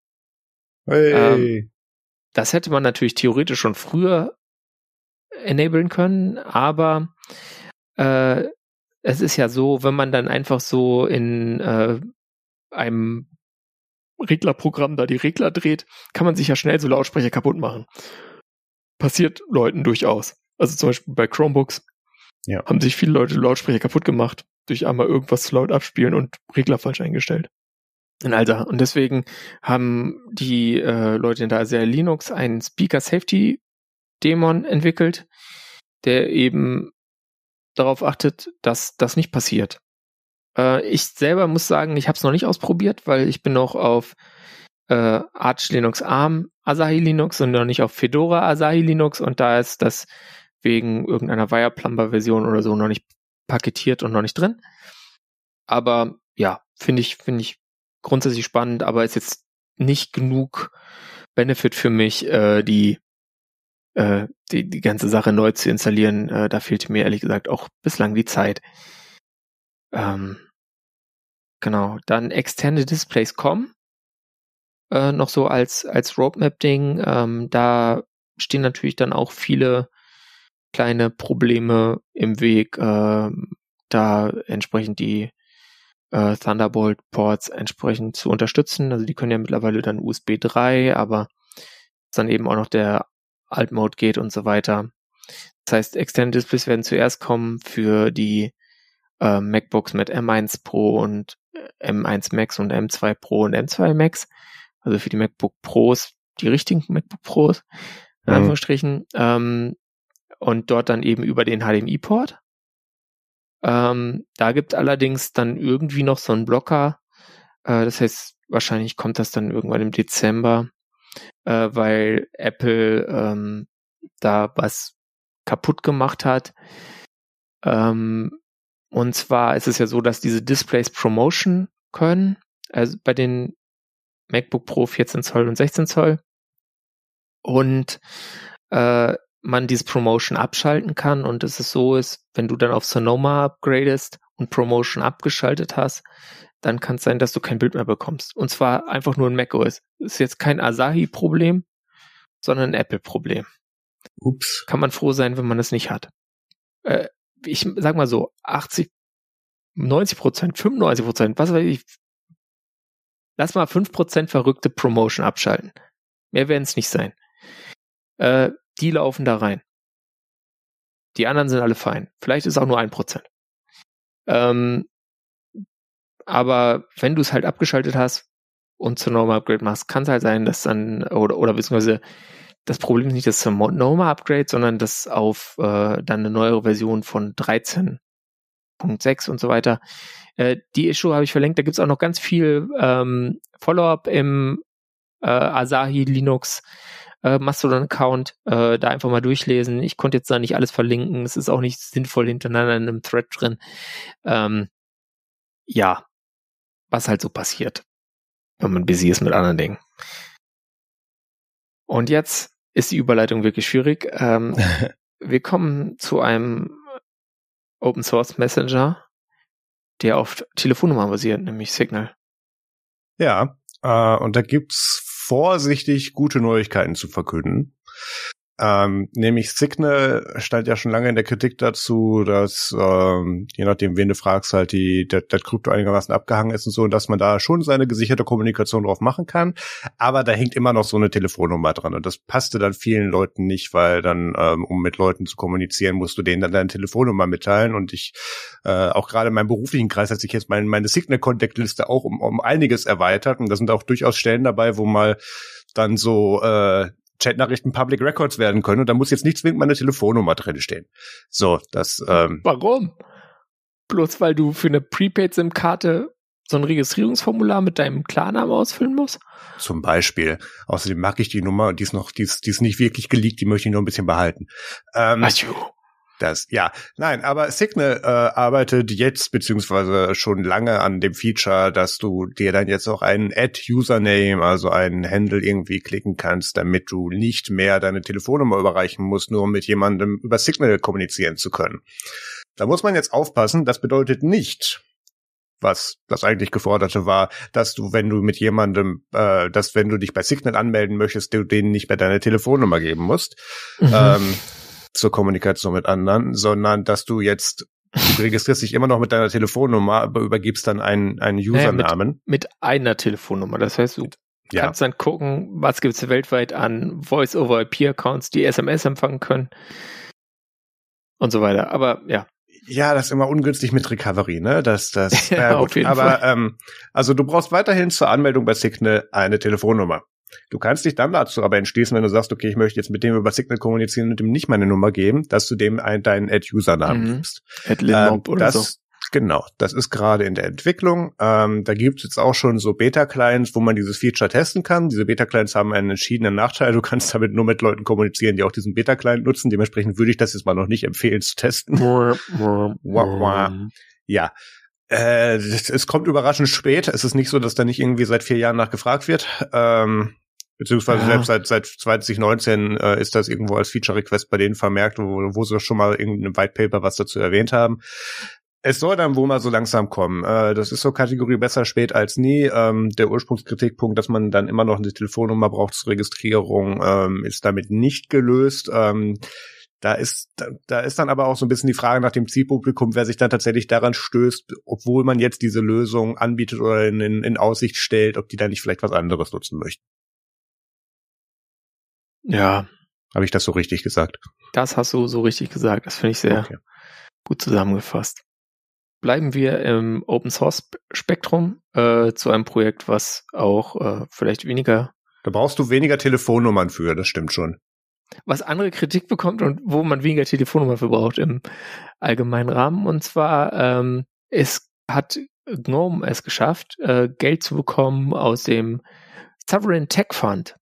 Hey.
Ähm, das hätte man natürlich theoretisch schon früher enablen können, aber äh, es ist ja so, wenn man dann einfach so in äh, einem Reglerprogramm da die Regler dreht, kann man sich ja schnell so Lautsprecher kaputt machen. Passiert Leuten durchaus. Also zum Beispiel bei Chromebooks
ja.
haben sich viele Leute Lautsprecher kaputt gemacht, durch einmal irgendwas zu laut abspielen und Regler falsch eingestellt. Und Alter, und deswegen haben die äh, Leute in der Asahi Linux einen Speaker Safety Daemon entwickelt, der eben darauf achtet, dass das nicht passiert. Äh, ich selber muss sagen, ich habe es noch nicht ausprobiert, weil ich bin noch auf äh, Arch Linux Arm Asahi Linux und noch nicht auf Fedora Asahi Linux und da ist das wegen irgendeiner Wireplumber-Version oder so noch nicht paketiert und noch nicht drin. Aber ja, finde ich, finde ich grundsätzlich spannend, aber ist jetzt nicht genug Benefit für mich, äh, die, äh, die die ganze Sache neu zu installieren. Äh, da fehlte mir ehrlich gesagt auch bislang die Zeit. Ähm, genau, dann externe Displays kommen, äh, noch so als, als Roadmap-Ding. Ähm, da stehen natürlich dann auch viele kleine Probleme im Weg, äh, da entsprechend die äh, Thunderbolt-Ports entsprechend zu unterstützen. Also die können ja mittlerweile dann U S B drei, aber dann eben auch noch der Alt-Mode geht und so weiter. Das heißt, externe Displays werden zuerst kommen für die äh, MacBooks mit M eins Pro und M eins Max und M zwei Pro und M zwei Max. Also für die MacBook Pros, die richtigen MacBook Pros, in Anführungsstrichen. Mhm. Ähm, und dort dann eben über den H D M I-Port. Ähm, da gibt allerdings dann irgendwie noch so einen Blocker. Äh, das heißt, wahrscheinlich kommt das dann irgendwann im Dezember, äh, weil Apple ähm, da was kaputt gemacht hat. Ähm, und zwar ist es ja so, dass diese Displays Promotion können, also bei den MacBook Pro vierzehn Zoll und sechzehn Zoll. Und äh, man diese Promotion abschalten kann und es ist so ist, wenn du dann auf Sonoma upgradest und Promotion abgeschaltet hast, dann kann es sein, dass du kein Bild mehr bekommst. Und zwar einfach nur ein macOS. Das ist jetzt kein Asahi-Problem, sondern ein Apple-Problem.
Ups.
Kann man froh sein, wenn man das nicht hat. Äh, ich sag mal so, achtzig, neunzig Prozent, fünfundneunzig Prozent, was weiß ich, lass mal fünf Prozent verrückte Promotion abschalten. Mehr werden es nicht sein. Äh, die laufen da rein. Die anderen sind alle fein. Vielleicht ist es auch nur ein Prozent. Ähm, aber wenn du es halt abgeschaltet hast und zur Normal Upgrade machst, kann es halt sein, dass dann, oder, oder beziehungsweise das Problem ist nicht das Normal Upgrade, sondern das auf äh, dann eine neuere Version von dreizehn Punkt sechs und so weiter. Äh, die Issue habe ich verlinkt. Da gibt es auch noch ganz viel ähm, Follow-up im äh, Asahi Linux äh, Mastodon-Account. Äh, da einfach mal durchlesen. Ich konnte jetzt da nicht alles verlinken. Es ist auch nicht sinnvoll hintereinander in einem Thread drin. Ähm, ja, was halt so passiert, wenn man busy ist mit anderen Dingen. Und jetzt ist die Überleitung wirklich schwierig. Ähm, wir kommen zu einem Open Source Messenger, der auf Telefonnummer basiert, nämlich Signal.
Ja, äh, und da gibt's vorsichtig gute Neuigkeiten zu verkünden. Ähm, nämlich Signal stand ja schon lange in der Kritik dazu, dass ähm, je nachdem, wen du fragst, halt die der, der Krypto einigermaßen abgehangen ist und so, und dass man da schon seine gesicherte Kommunikation drauf machen kann, aber da hängt immer noch so eine Telefonnummer dran und das passte dann vielen Leuten nicht, weil dann, ähm, um mit Leuten zu kommunizieren, musst du denen dann deine Telefonnummer mitteilen und ich, äh, auch gerade in meinem beruflichen Kreis hat sich jetzt mein, meine Signal-Kontaktliste auch um, um einiges erweitert und da sind auch durchaus Stellen dabei, wo mal dann so äh, Chatnachrichten Public Records werden können und da muss jetzt nicht zwingend meine Telefonnummer drin stehen. So, das, ähm.
Warum? Bloß weil du für eine Prepaid-SIM-Karte so ein Registrierungsformular mit deinem Klarnamen ausfüllen musst?
Zum Beispiel. Außerdem mag ich die Nummer und die ist noch, die ist, die ist nicht wirklich geleakt, die möchte ich noch ein bisschen behalten. Ähm,
Ach jo.
Das, ja, nein, aber Signal äh, arbeitet jetzt beziehungsweise schon lange an dem Feature, dass du dir dann jetzt auch einen Add-Username, also einen Handle irgendwie klicken kannst, damit du nicht mehr deine Telefonnummer überreichen musst, nur um mit jemandem über Signal kommunizieren zu können. Da muss man jetzt aufpassen, das bedeutet nicht, was das eigentlich Geforderte war, dass du, wenn du mit jemandem, äh, dass wenn du dich bei Signal anmelden möchtest, du denen nicht mehr deine Telefonnummer geben musst. Mhm. Ähm, zur Kommunikation mit anderen, sondern dass du jetzt, du registrierst dich immer noch mit deiner Telefonnummer, aber übergibst dann einen, einen Usernamen.
Naja, mit, mit einer Telefonnummer. Das heißt, du ja. kannst dann gucken, was gibt's weltweit an Voice-over-I P-Accounts, die S M S empfangen können und so weiter. Aber ja.
Ja, das ist immer ungünstig mit Recovery, ne? Das, das,
ja,
äh, gut.
Auf jeden
aber
Fall.
Ähm, also du brauchst weiterhin zur Anmeldung bei Signal eine Telefonnummer. Du kannst dich dann dazu aber entschließen, wenn du sagst, okay, ich möchte jetzt mit dem über Signal kommunizieren und ihm nicht meine Nummer geben, dass du dem ein, deinen Ad-Usernamen mhm. gibst.
Ad-Linmob ähm, oder so.
Genau, das ist gerade in der Entwicklung. Ähm, da gibt es jetzt auch schon so Beta-Clients, wo man dieses Feature testen kann. Diese Beta-Clients haben einen entschiedenen Nachteil. Du kannst damit nur mit Leuten kommunizieren, die auch diesen Beta-Client nutzen. Dementsprechend würde ich das jetzt mal noch nicht empfehlen zu testen. Ja. Äh, es kommt überraschend spät. Es ist nicht so, dass da nicht irgendwie seit vier Jahren nachgefragt wird. Ähm, beziehungsweise ja. selbst seit, seit zwanzig neunzehn äh, ist das irgendwo als Feature-Request bei denen vermerkt, wo, wo sie schon mal irgendein White Paper was dazu erwähnt haben. Es soll dann wohl mal so langsam kommen. Äh, das ist so Kategorie besser spät als nie. Ähm, der Ursprungskritikpunkt, dass man dann immer noch eine Telefonnummer braucht zur Registrierung, ähm, ist damit nicht gelöst. Ähm, da ist da, da ist dann aber auch so ein bisschen die Frage nach dem Zielpublikum, wer sich dann tatsächlich daran stößt, obwohl man jetzt diese Lösung anbietet oder in, in, in Aussicht stellt, ob die da nicht vielleicht was anderes nutzen möchten.
Ja.
Habe ich das so richtig gesagt?
Das hast du so richtig gesagt. Das finde ich sehr okay. Gut zusammengefasst. Bleiben wir im Open Source Spektrum äh, zu einem Projekt, was auch äh, vielleicht weniger...
Da brauchst du weniger Telefonnummern für, das stimmt schon.
Was andere Kritik bekommt und wo man weniger Telefonnummern für braucht im allgemeinen Rahmen. Und zwar, ähm, es hat GNOME es geschafft, äh, Geld zu bekommen aus dem Sovereign Tech Fund,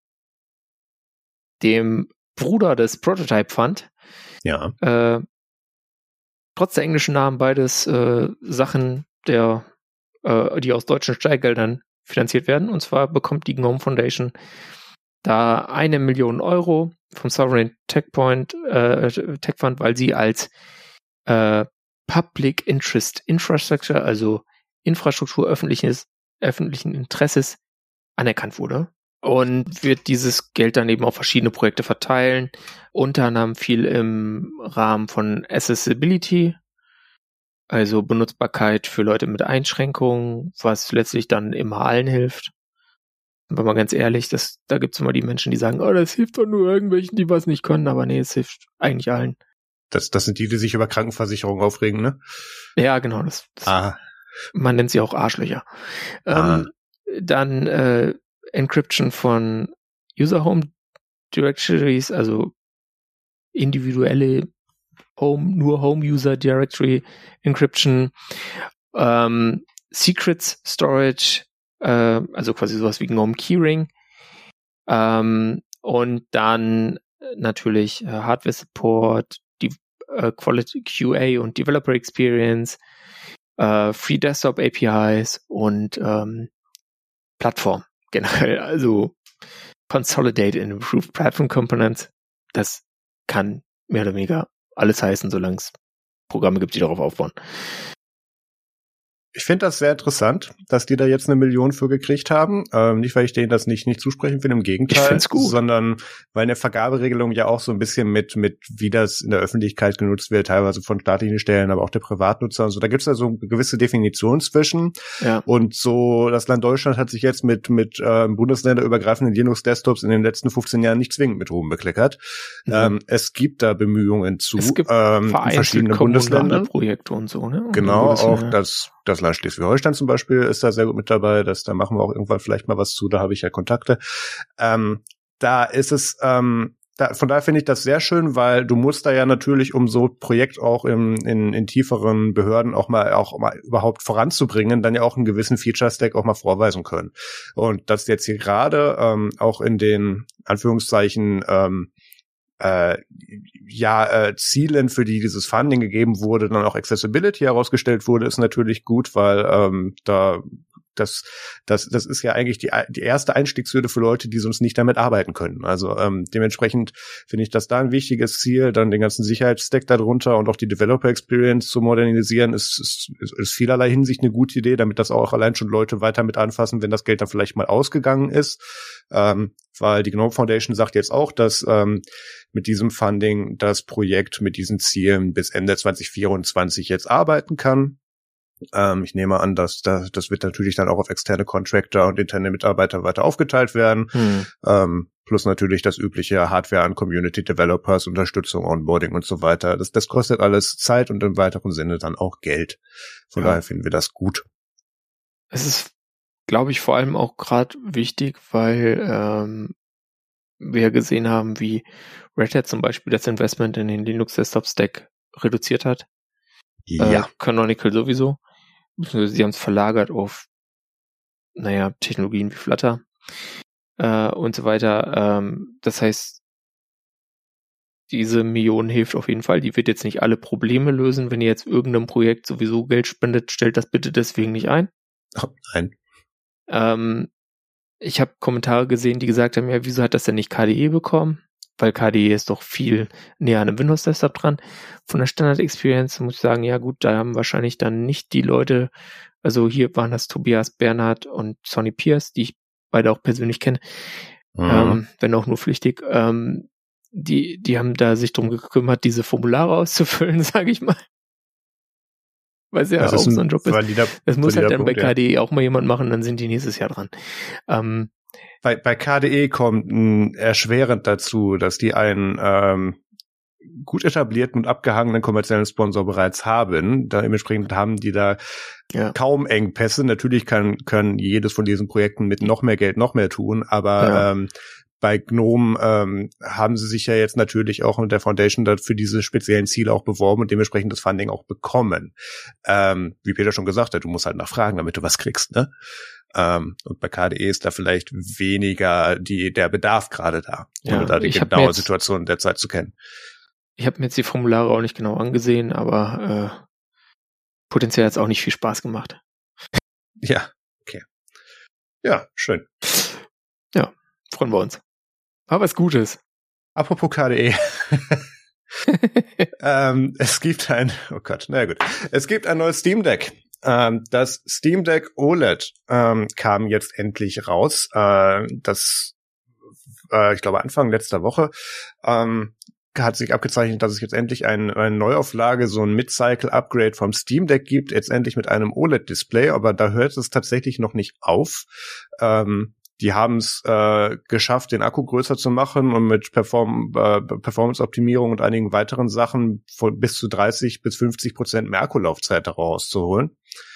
dem Bruder des Prototype Fund.
Ja.
Äh, trotz der englischen Namen beides äh, Sachen, der, äh, die aus deutschen Steuergeldern finanziert werden. Und zwar bekommt die GNOME Foundation da eine Million Euro vom Sovereign Tech Point, äh, Tech Fund, weil sie als äh, Public Interest Infrastructure, also Infrastruktur öffentliches, öffentlichen Interesses, anerkannt wurde. Und wird dieses Geld dann eben auf verschiedene Projekte verteilen. Unter anderem viel im Rahmen von Accessibility, also Benutzbarkeit für Leute mit Einschränkungen, was letztlich dann immer allen hilft. Aber mal ganz ehrlich, das, da gibt's immer die Menschen, die sagen, oh, das hilft doch nur irgendwelchen, die was nicht können, aber nee, es hilft eigentlich allen.
Das, das sind die, die sich über Krankenversicherung aufregen, ne?
Ja, genau. Das, das
ah.
Man nennt sie auch Arschlöcher.
Ah.
Ähm, dann äh, Encryption von User Home Directories, also individuelle Home, nur Home User Directory Encryption, ähm, Secrets Storage, äh, also quasi sowas wie GNOME Keyring, ähm, und dann natürlich äh, Hardware Support, die äh, Quality Q A und Developer Experience, äh, Free Desktop A P Is und ähm, Plattform generell, also Consolidate and Improve Platform Components. Das kann mehr oder weniger alles heißen, solange es Programme gibt, die darauf aufbauen.
Ich finde das sehr interessant, dass die da jetzt eine Million für gekriegt haben. Ähm, nicht, weil ich denen das nicht nicht zusprechen will, im Gegenteil.
Ich find's gut.
Sondern weil eine Vergaberegelung ja auch so ein bisschen mit, mit wie das in der Öffentlichkeit genutzt wird, teilweise von staatlichen Stellen, aber auch der Privatnutzer und so. Da gibt's ja so eine gewisse Definition zwischen.
Ja.
Und so, das Land Deutschland hat sich jetzt mit, mit ähm, bundesländerübergreifenden Linux-Desktops in den letzten fünfzehn Jahren nicht zwingend mit Ruhm bekleckert. Mhm. Ähm, es gibt da Bemühungen zu.
Es gibt
ähm, in verschiedenen Bundesländern.
Projekte und so, ne? Und
genau, auch das Das Land Schleswig-Holstein zum Beispiel ist da sehr gut mit dabei. Das, da machen wir auch irgendwann vielleicht mal was zu. Da habe ich ja Kontakte. Ähm, da ist es, ähm, da, von daher finde ich das sehr schön, weil du musst da ja natürlich, um so ein Projekt auch im, in, in tieferen Behörden auch mal, auch mal überhaupt voranzubringen, dann ja auch einen gewissen Feature-Stack auch mal vorweisen können. Und das jetzt hier gerade ähm, auch in den Anführungszeichen ähm, Äh, ja, äh, Zielen, für die dieses Funding gegeben wurde, dann auch Accessibility herausgestellt wurde, ist natürlich gut, weil ähm, da das das das ist ja eigentlich die die erste Einstiegshürde für Leute, die sonst nicht damit arbeiten können. Also ähm, dementsprechend finde ich das da ein wichtiges Ziel, dann den ganzen Sicherheitsstack darunter und auch die Developer Experience zu modernisieren, ist ist, ist vielerlei Hinsicht eine gute Idee, damit das auch allein schon Leute weiter mit anfassen, wenn das Geld dann vielleicht mal ausgegangen ist. Ähm, weil die GNOME Foundation sagt jetzt auch, dass ähm, mit diesem Funding das Projekt mit diesen Zielen bis Ende zwanzig vierundzwanzig jetzt arbeiten kann. Ähm, ich nehme an, dass das, das wird natürlich dann auch auf externe Contractor und interne Mitarbeiter weiter aufgeteilt werden. Hm. Ähm, plus natürlich das übliche Hardware an Community Developers, Unterstützung, Onboarding und so weiter. Das, das kostet alles Zeit und im weiteren Sinne dann auch Geld. Von ja. daher finden wir das gut.
Es ist, glaube ich, vor allem auch gerade wichtig, weil ähm, wir gesehen haben, wie Red Hat zum Beispiel das Investment in den Linux Desktop Stack reduziert hat.
Ja.
Äh, Canonical sowieso. Sie haben es verlagert auf, naja, Technologien wie Flutter äh, und so weiter. Ähm, das heißt, diese Million hilft auf jeden Fall. Die wird jetzt nicht alle Probleme lösen. Wenn ihr jetzt irgendeinem Projekt sowieso Geld spendet, stellt das bitte deswegen nicht ein.
Oh, nein.
Ähm, ich habe Kommentare gesehen, die gesagt haben, ja, wieso hat das denn nicht K D E bekommen? weil K D E ist doch viel näher an einem Windows-Desktop dran. Von der Standard-Experience muss ich sagen, ja gut, da haben wahrscheinlich dann nicht die Leute, also hier waren das Tobias Bernhard und Sonny Pierce, die ich beide auch persönlich kenne, mhm. ähm, wenn auch nur flüchtig, ähm, die, die haben da sich drum gekümmert, diese Formulare auszufüllen, sage ich mal. Weil es ja das auch so ein Job ist. Valider, das muss halt dann Punkt, bei K D E ja. auch mal jemand machen, dann sind die nächstes Jahr dran. Ähm,
bei, bei K D E kommt ein erschwerend dazu, dass die einen ähm, gut etablierten und abgehangenen kommerziellen Sponsor bereits haben. Dementsprechend haben die da ja. kaum Engpässe. Natürlich kann, können jedes von diesen Projekten mit noch mehr Geld noch mehr tun, aber ja. ähm, bei GNOME ähm, haben sie sich ja jetzt natürlich auch mit der Foundation für diese speziellen Ziele auch beworben und dementsprechend das Funding auch bekommen. Ähm, wie Peter schon gesagt hat, du musst halt nachfragen, damit du was kriegst, ne? Ähm, und bei K D E ist da vielleicht weniger die der Bedarf gerade da, ohne ja, da die genaue Situation der Zeit zu kennen.
Ich habe mir jetzt die Formulare auch nicht genau angesehen, aber äh, potenziell hat es auch nicht viel Spaß gemacht.
Ja, okay. Ja, schön.
Ja, freuen wir uns. War was Gutes.
Apropos K D E. ähm, es gibt ein, oh Gott, na gut. Es gibt ein neues Steam Deck. Ähm, das Steam Deck O L E D ähm, kam jetzt endlich raus. Äh, das, äh, ich glaube, Anfang letzter Woche ähm, hat sich abgezeichnet, dass es jetzt endlich ein, eine Neuauflage, so ein Mid-Cycle-Upgrade vom Steam Deck gibt, jetzt endlich mit einem O L E D-Display, aber da hört es tatsächlich noch nicht auf. Ähm, Die haben es äh, geschafft, den Akku größer zu machen und mit Perform- äh, Performance-Optimierung und einigen weiteren Sachen von bis zu dreißig bis fünfzig Prozent mehr Akkulaufzeit daraus zu holen.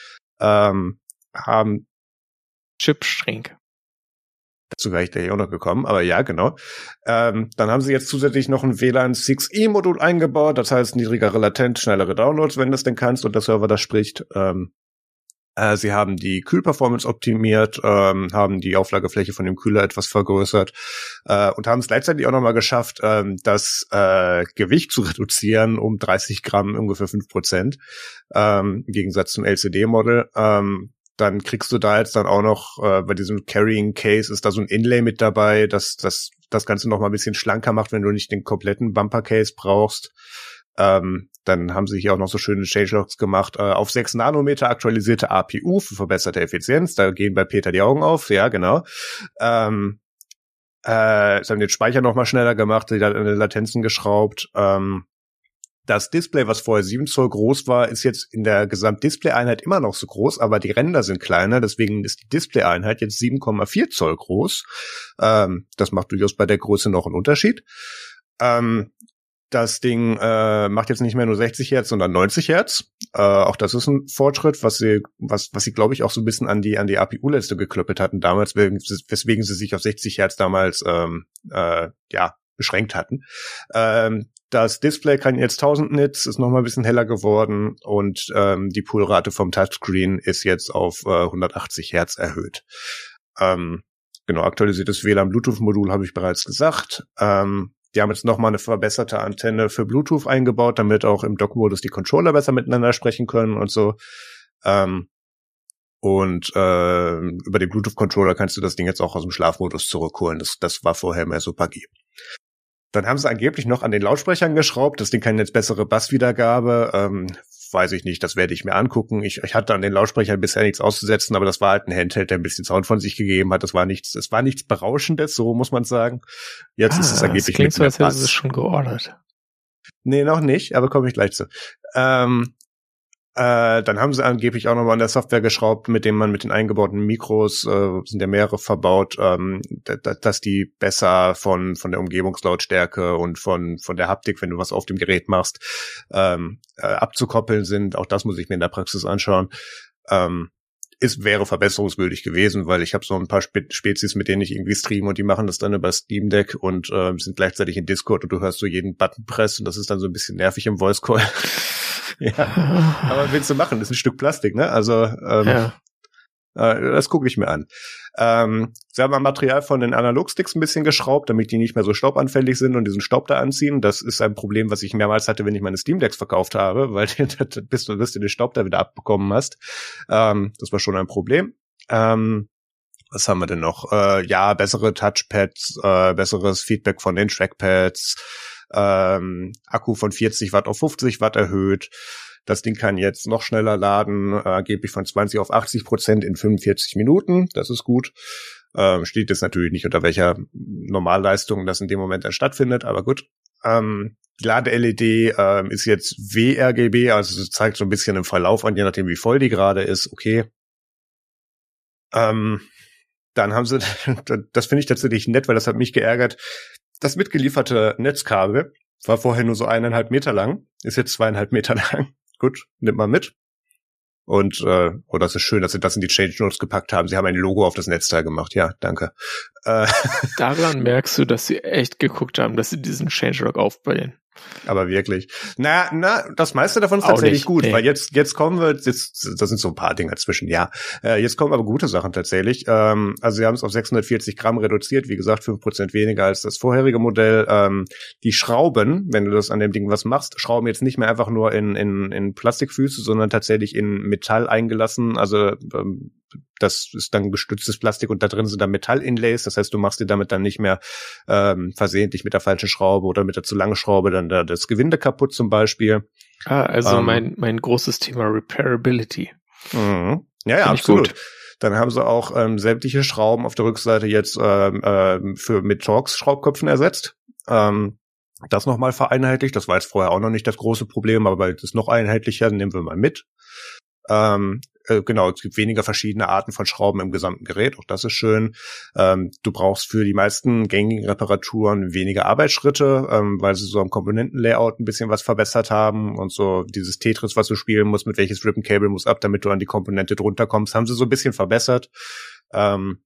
Ähm, haben
Chipschränke.
Dazu wäre ich gleich auch noch gekommen, aber ja, genau. Ähm, dann haben sie jetzt zusätzlich noch ein W L A N six E-Modul eingebaut, das heißt niedrigere Latenz, schnellere Downloads, wenn du es denn kannst und der Server das spricht. Ähm, Äh, sie haben die Kühlperformance optimiert, ähm, haben die Auflagefläche von dem Kühler etwas vergrößert äh, und haben es gleichzeitig auch nochmal geschafft, ähm, das äh, Gewicht zu reduzieren um dreißig Gramm, ungefähr fünf Prozent, ähm, im Gegensatz zum L C D-Model. Ähm, dann kriegst du da jetzt dann auch noch, äh, bei diesem Carrying Case ist da so ein Inlay mit dabei, das das das Ganze noch mal ein bisschen schlanker macht, wenn du nicht den kompletten Bumper-Case brauchst. Ähm, dann haben sie hier auch noch so schöne Changelogs gemacht, äh, auf sechs Nanometer aktualisierte A P U für verbesserte Effizienz. Da gehen bei Peter die Augen auf, ja, genau. Ähm, äh, sie haben den Speicher noch mal schneller gemacht, die Latenzen geschraubt. Ähm, das Display, was vorher sieben Zoll groß war, ist jetzt in der Gesamtdisplay-Einheit immer noch so groß, aber die Ränder sind kleiner, deswegen ist die Display-Einheit jetzt sieben Komma vier Zoll groß. Ähm, das macht durchaus bei der Größe noch einen Unterschied. Ähm, Das Ding äh, macht jetzt nicht mehr nur sechzig Hertz, sondern neunzig Hertz. Äh, auch das ist ein Fortschritt, was sie, was, was sie, glaube ich, auch so ein bisschen an die an die A P U-Leiste geklöppelt hatten damals, weswegen sie sich auf sechzig Hertz damals ähm, äh, ja beschränkt hatten. Ähm, das Display kann jetzt tausend Nits, ist noch mal ein bisschen heller geworden und ähm, die Poolrate vom Touchscreen ist jetzt auf äh, hundertachtzig Hertz erhöht. Ähm, genau, aktualisiertes W L A N-Bluetooth-Modul habe ich bereits gesagt. Ähm, Die haben jetzt nochmal eine verbesserte Antenne für Bluetooth eingebaut, damit auch im Dock-Modus die Controller besser miteinander sprechen können und so. Ähm, und äh, über den Bluetooth-Controller kannst du das Ding jetzt auch aus dem Schlafmodus zurückholen. Das, das war vorher mehr Super G. Dann haben sie angeblich noch an den Lautsprechern geschraubt. Das Ding kann jetzt bessere Basswiedergabe. Ähm, weiß ich nicht, das werde ich mir angucken. Ich, ich hatte an den Lautsprechern bisher nichts auszusetzen, aber das war halt ein Handheld, der ein bisschen Sound von sich gegeben hat. Das war nichts, das war nichts Berauschendes, so muss man sagen. Jetzt ah, ist es angeblich
das klingt so, als hättest du es schon geordert.
Nee, noch nicht, aber komme ich gleich zu. Ähm, äh, dann haben sie angeblich auch nochmal an der Software geschraubt, mit dem man mit den eingebauten Mikros, äh, sind ja mehrere verbaut, ähm, d- dass die besser von von der Umgebungslautstärke und von von der Haptik, wenn du was auf dem Gerät machst, ähm, äh, abzukoppeln sind. Auch das muss ich mir in der Praxis anschauen. Ähm, es wäre verbesserungswürdig gewesen, weil ich habe so ein paar Spe- Spezies, mit denen ich irgendwie streame und die machen das dann über Steam Deck und äh, sind gleichzeitig in Discord und du hörst so jeden Button press und das ist dann so ein bisschen nervig im Voice Call. Ja, aber was willst du machen? Das ist ein Stück Plastik, ne? Also ähm, ja. äh, das gucke ich mir an. Ähm, sie haben am Material von den Analogsticks ein bisschen geschraubt, damit die nicht mehr so staubanfällig sind und diesen Staub da anziehen. Das ist ein Problem, was ich mehrmals hatte, wenn ich meine Steam Decks verkauft habe, weil bis du, bis du den Staub da wieder abbekommen hast. Ähm, das war schon ein Problem. Ähm, Was haben wir denn noch? Äh, ja, bessere Touchpads, äh, besseres Feedback von den Trackpads, ähm, Akku von vierzig Watt auf fünfzig Watt erhöht. Das Ding kann jetzt noch schneller laden, äh, angeblich von zwanzig auf achtzig Prozent in fünfundvierzig Minuten. Das ist gut. Ähm, steht jetzt natürlich nicht, unter welcher Normalleistung das in dem Moment dann stattfindet, aber gut. Ähm, die Lade-L E D ähm, ist jetzt W R G B, also es zeigt so ein bisschen im Verlauf an, je nachdem wie voll die gerade ist. Okay. Ähm, Dann haben sie, das finde ich tatsächlich nett, weil das hat mich geärgert. Das mitgelieferte Netzkabel war vorher nur so eineinhalb Meter lang, ist jetzt zweieinhalb Meter lang. Gut, nimmt man mit. Und, äh, oh, das ist schön, dass sie das in die Change Notes gepackt haben. Sie haben ein Logo auf das Netzteil gemacht. Ja, danke. Äh,
Daran merkst du, dass sie echt geguckt haben, dass sie diesen Changelog aufbauen.
Aber wirklich. Na, na, das meiste davon ist
Auch
tatsächlich
nicht,
gut,
nee.
weil jetzt, jetzt kommen wir, jetzt, das sind so ein paar Dinge dazwischen, ja. Äh, jetzt kommen aber gute Sachen tatsächlich. Ähm, also sie haben es auf sechshundertvierzig Gramm reduziert, wie gesagt, fünf Prozent weniger als das vorherige Modell. Ähm, die Schrauben, wenn du das an dem Ding was machst, schrauben jetzt nicht mehr einfach nur in, in, in Plastikfüße, sondern tatsächlich in Metall eingelassen. Also, ähm, das ist dann gestütztes Plastik und da drin sind dann Metall-Inlays. Das heißt, du machst dir damit dann nicht mehr ähm, versehentlich mit der falschen Schraube oder mit der zu langen Schraube dann da das Gewinde kaputt zum Beispiel.
Ah, also
ähm,
mein mein großes Thema Repairability.
Mhm. Ja, ja,
Find ich
absolut.
gut.
Dann haben sie auch ähm, sämtliche Schrauben auf der Rückseite jetzt ähm, ähm, für mit Torx-Schraubköpfen ersetzt. Ähm, das nochmal vereinheitlicht. Das war jetzt vorher auch noch nicht das große Problem, aber weil es noch einheitlicher, nehmen wir mal mit. Ähm, äh, genau, es gibt weniger verschiedene Arten von Schrauben im gesamten Gerät, auch das ist schön. Ähm, du brauchst für die meisten gängigen Reparaturen weniger Arbeitsschritte, ähm, weil sie so am Komponentenlayout ein bisschen was verbessert haben und so dieses Tetris, was du spielen musst, mit welches Ribbon Cable muss ab, damit du an die Komponente drunter kommst, haben sie so ein bisschen verbessert. Ähm,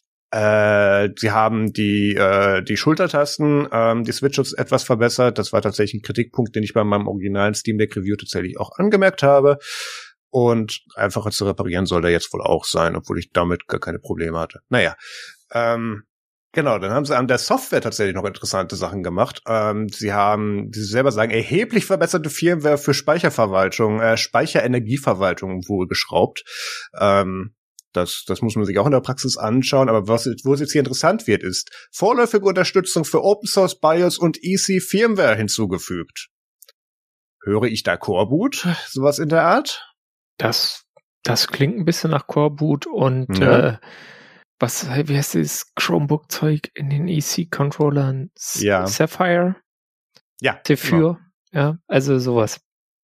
Äh, sie haben die äh, die Schultertasten, ähm, die Switches etwas verbessert. Das war tatsächlich ein Kritikpunkt, den ich bei meinem originalen Steam Deck Review tatsächlich auch angemerkt habe. Und einfacher zu reparieren soll der jetzt wohl auch sein, obwohl ich damit gar keine Probleme hatte. Naja, ähm, genau, dann haben sie an der Software tatsächlich noch interessante Sachen gemacht. Ähm, sie haben, wie sie selber sagen, erheblich verbesserte Firmware für Speicherverwaltung, äh, Speicherenergieverwaltung wohl geschraubt. Ähm, Das, das muss man sich auch in der Praxis anschauen. Aber was, wo es jetzt hier interessant wird, ist vorläufige Unterstützung für Open Source BIOS und E C Firmware hinzugefügt. Höre ich da Coreboot? Sowas in der Art?
Das, das klingt ein bisschen nach Coreboot und
Ja.
äh, was, wie heißt das Chromebook-Zeug in den E C-Controllern? S-
Ja.
Sapphire?
Ja.
Zephyr? Ja, also sowas.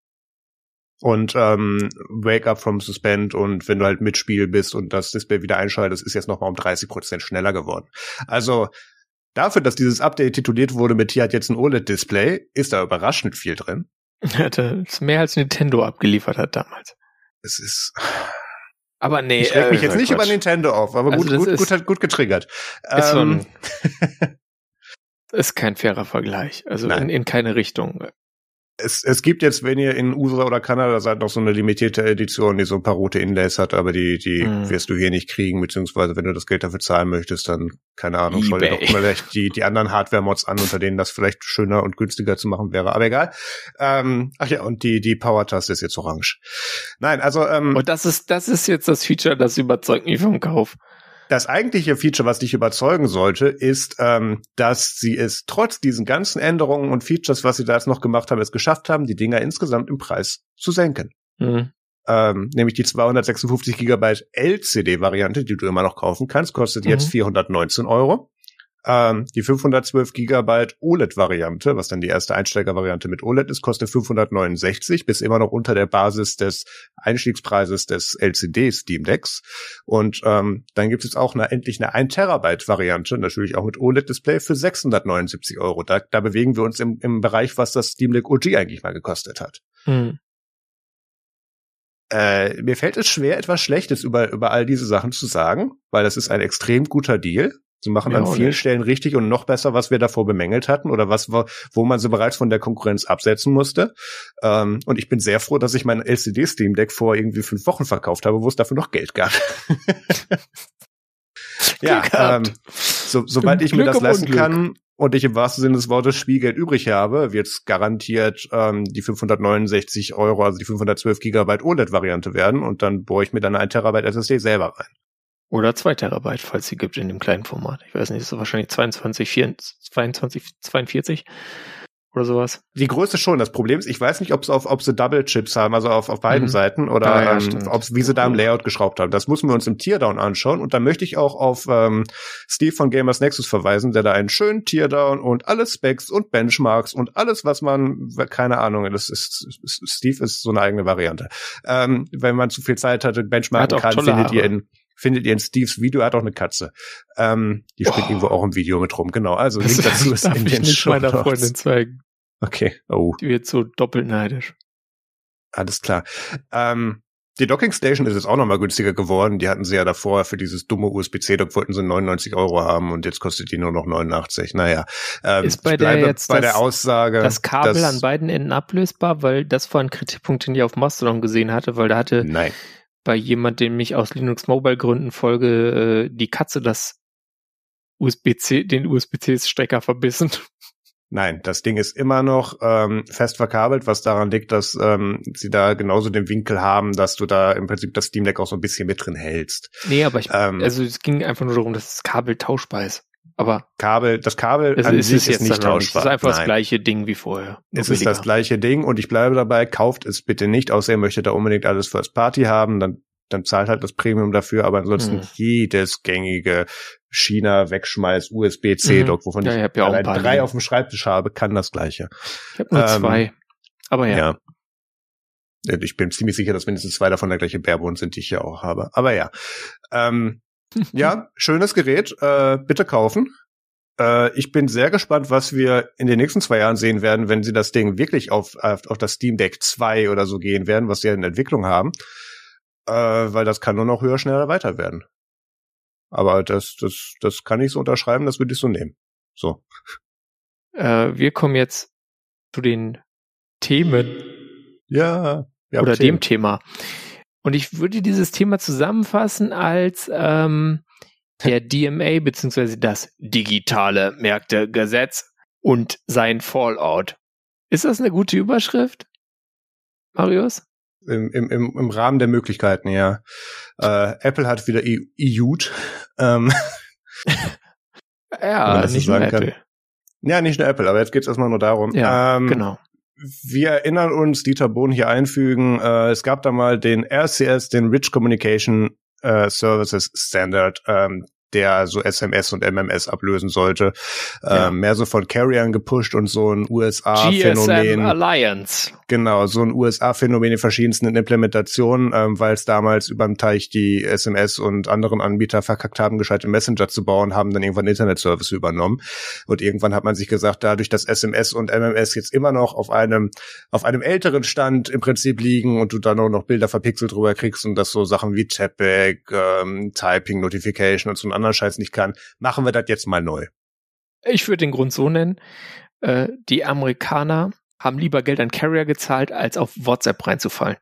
Und ähm, Wake Up from Suspend und wenn du halt Mitspiel bist und das Display wieder einschaltest, ist jetzt nochmal um dreißig Prozent schneller geworden. Also dafür, dass dieses Update tituliert wurde mit hier hat jetzt ein O L E D-Display, ist da überraschend viel drin.
Das ist mehr als Nintendo abgeliefert hat damals.
Es ist...
Aber nee,
Ich schreck mich
äh,
jetzt nicht
Quatsch.
über Nintendo auf, aber
Also
gut,
das
gut,
ist-
gut, gut, gut getriggert.
Ist, so
Ähm,
ein, ist kein fairer Vergleich. Also
Nein.
in, in keine Richtung.
Es, es gibt jetzt, wenn ihr in U S A oder Kanada seid, noch so eine limitierte Edition, die so ein paar rote Inlays hat, aber die, die
Hm.
wirst du hier nicht kriegen, beziehungsweise wenn du das Geld dafür zahlen möchtest, dann, keine Ahnung, schau dir
eBay.
doch vielleicht die, die anderen Hardware-Mods an, unter denen das vielleicht schöner und günstiger zu machen wäre, aber egal. Ähm, ach ja, und die, die Power-Taste ist jetzt orange. Nein, also, ähm,
Und das ist, das ist jetzt das Feature, das überzeugt mich vom Kauf.
das eigentliche Feature, was dich überzeugen sollte, ist, ähm, dass sie es trotz diesen ganzen Änderungen und Features, was sie da jetzt noch gemacht haben, es geschafft haben, die Dinger insgesamt im Preis zu senken.
Hm.
Ähm, nämlich die zweihundertsechsundfünfzig Gigabyte L C D-Variante, die du immer noch kaufen kannst, kostet
Mhm.
jetzt vierhundertneunzehn Euro. Ähm, die fünfhundertzwölf Gigabyte O L E D-Variante, was dann die erste Einsteiger-Variante mit O L E D ist, kostet fünfhundertneunundsechzig, bis immer noch unter der Basis des Einstiegspreises des L C D Steam Decks. Und ähm, dann gibt es auch eine, endlich eine ein Terabyte-Variante, natürlich auch mit O L E D-Display für sechshundertneunundsiebzig Euro. Da, da bewegen wir uns im, im Bereich, was das Steam Deck O G eigentlich mal gekostet hat.
Hm.
Äh, mir fällt es schwer, etwas Schlechtes über, über all diese Sachen zu sagen, weil das ist ein extrem guter Deal. Sie machen
Ja,
an vielen
nicht.
Stellen richtig und noch besser, was wir davor bemängelt hatten oder was wo, wo man sie bereits von der Konkurrenz absetzen musste. Ähm, und ich bin sehr froh, dass ich mein L C D Steam Deck vor irgendwie fünf Wochen verkauft habe, wo es dafür noch Geld gab. ja,
Glück gehabt.
ähm, so, sobald ich mir
Glück
das
um
leisten
Unglück.
kann und ich im wahrsten Sinne des Wortes Spielgeld übrig habe, wird es garantiert ähm, die fünfhundertneunundsechzig Euro, also die fünfhundertzwölf Gigabyte O L E D-Variante werden und dann bohre ich mir dann ein Terabyte S S D selber rein.
Oder zwei Terabyte, falls sie gibt in dem kleinen Format. Ich weiß nicht, ist wahrscheinlich zweiundzwanzig, vierundzwanzig, zweiundzwanzig, zweiundvierzig oder sowas.
Die Größe schon. Das Problem ist, ich weiß nicht, ob, auf, ob sie Double Chips haben, also auf, auf beiden mhm. Seiten, oder
ah, ja,
ähm, ob, wie sie da im Layout geschraubt haben. Das müssen wir uns im Teardown anschauen. Und da möchte ich auch auf ähm, Steve von Gamers Nexus verweisen, der da einen schönen Teardown und alle Specs und Benchmarks und alles, was man, keine Ahnung, das ist, Steve ist so eine eigene Variante. Ähm, wenn man zu viel Zeit hatte, Benchmarken kann, findet Haare. ihr in Findet ihr in Steves Video, er hat auch eine Katze. Ähm, die spielt oh. irgendwo auch im Video mit rum, genau. Also
das
Link dazu ist in den
Show Notes. Meiner Freundin zeigen.
Okay, oh.
Die wird so doppelt neidisch.
Alles klar. Ähm, die Docking Station ist jetzt auch nochmal günstiger geworden. Die hatten sie ja davor für dieses dumme U S B C-Dock, wollten sie neunundneunzig Euro haben und jetzt kostet die nur noch neunundachtzig. Naja, ähm,
ist bei der jetzt
bei
das,
der Aussage,
das Kabel dass, an beiden Enden ablösbar, weil das war ein Kritikpunkt, den ich auf Mastodon gesehen hatte, weil da hatte
Nein.
bei jemand, dem ich aus Linux Mobile Gründen folge, die Katze das U S B C, den U S B C-Stecker verbissen.
Nein, das Ding ist immer noch ähm, fest verkabelt, was daran liegt, dass ähm, sie da genauso den Winkel haben, dass du da im Prinzip das Steam Deck auch so ein bisschen mit drin hältst.
Nee, aber ich, ähm, also es ging einfach nur darum, dass das Kabel tauschbar ist. Aber
Kabel, das Kabel
also
an
ist
sich
es
ist nicht tauschbar.
Nicht. Es ist einfach
Nein.
das gleiche Ding wie vorher.
Es ist das gleiche Ding und ich bleibe dabei, kauft es bitte nicht, außer ihr möchtet da unbedingt alles First Party haben, dann dann zahlt halt das Premium dafür, aber ansonsten hm. jedes gängige China-Wegschmeiß-U S B C-Dock, mhm. wovon
ja,
ich,
ich ja
allein drei Dinge auf dem Schreibtisch habe, kann das Gleiche.
Ich habe nur ähm, zwei, aber ja.
ja. Ich bin ziemlich sicher, dass mindestens zwei davon der gleiche Barebone sind, die ich hier auch habe. Aber ja, ähm, ja, schönes Gerät, äh, bitte kaufen. Äh, ich bin sehr gespannt, was wir in den nächsten zwei Jahren sehen werden, wenn sie das Ding wirklich auf, auf, auf das Steam Deck zwei oder so gehen werden, was sie ja in Entwicklung haben. Äh, weil das kann nur noch höher, schneller, weiter werden. Aber das, das, das kann ich so unterschreiben, das würde ich so nehmen. So.
Äh, wir kommen jetzt zu den Themen.
Ja.
Oder Themen. dem Thema. Und ich würde dieses Thema zusammenfassen als ähm, der D M A beziehungsweise das digitale Märktegesetz und sein Fallout. Ist das eine gute Überschrift, Marius?
Im, im, im Rahmen der Möglichkeiten, ja. Äh, Apple hat wieder E U-t. Ähm,
ja, nicht nur Apple. Kann.
Ja, nicht nur Apple, aber jetzt geht's erstmal nur darum.
Ja,
ähm,
genau.
Wir erinnern uns, Dieter Bohn hier einfügen, äh, es gab da mal den R C S, den Rich Communication äh, Services Standard, ähm, der so S M S und M M S ablösen sollte. Ja. Ähm, mehr so von Carriern gepusht und so ein U S A-Phänomen.
G S M Alliance.
Genau, so ein U S A-Phänomen in verschiedensten Implementationen, ähm, weil es damals überm Teich die S M S und anderen Anbieter verkackt haben, gescheite Messenger zu bauen, haben dann irgendwann Internet-Service übernommen. Und irgendwann hat man sich gesagt, dadurch, dass S M S und M M S jetzt immer noch auf einem auf einem älteren Stand im Prinzip liegen und du dann auch noch Bilder verpixelt drüber kriegst und das so Sachen wie Tapback, ähm, Typing, Notification und so ein anderen Scheiß nicht kann, machen wir das jetzt mal neu.
Ich würde den Grund so nennen, äh, die Amerikaner haben lieber Geld an Carrier gezahlt, als auf WhatsApp reinzufallen.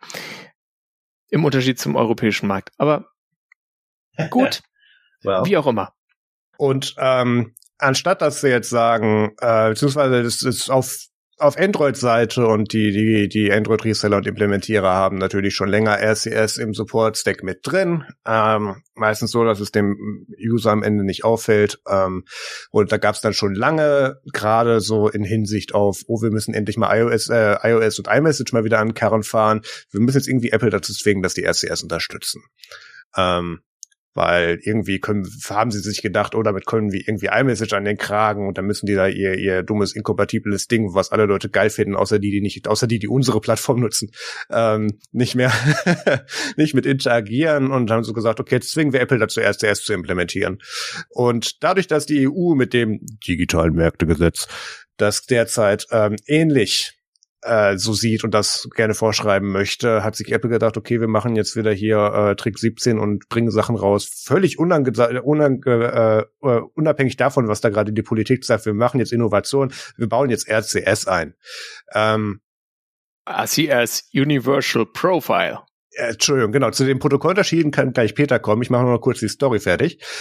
Im Unterschied zum europäischen Markt. Aber gut, well. Wie auch immer.
Und ähm, anstatt dass sie jetzt sagen, äh, beziehungsweise das ist auf auf Android-Seite und die die die Android-Reseller und Implementierer haben natürlich schon länger R C S im Support-Stack mit drin. Ähm, meistens so, dass es dem User am Ende nicht auffällt. Ähm, und da gab es dann schon lange, gerade so in Hinsicht auf, oh, wir müssen endlich mal iOS, äh, iOS und iMessage mal wieder an den Karren fahren. Wir müssen jetzt irgendwie Apple dazu zwingen, dass die R C S unterstützen. Ähm, Weil irgendwie können, haben sie sich gedacht, oh, damit können wir irgendwie iMessage an den Kragen und dann müssen die da ihr, ihr dummes, inkompatibles Ding, was alle Leute geil finden, außer die, die nicht, außer die, die unsere Plattform nutzen, ähm, nicht mehr, nicht mit interagieren und haben so gesagt, okay, jetzt zwingen wir Apple dazu, R C S zu implementieren. Und dadurch, dass die E U mit dem digitalen Märktegesetz das derzeit ähm, ähnlich Äh, so sieht und das gerne vorschreiben möchte, hat sich Apple gedacht, okay, wir machen jetzt wieder hier äh, Trick siebzehn und bringen Sachen raus, völlig unange- unange- äh, unabhängig davon, was da gerade die Politik sagt, wir machen jetzt Innovation, wir bauen jetzt R C S ein. Ähm,
R C S Universal Profile.
Äh, Entschuldigung, genau, zu den Protokollunterschieden kann gleich Peter kommen, ich mache nur noch kurz die Story fertig.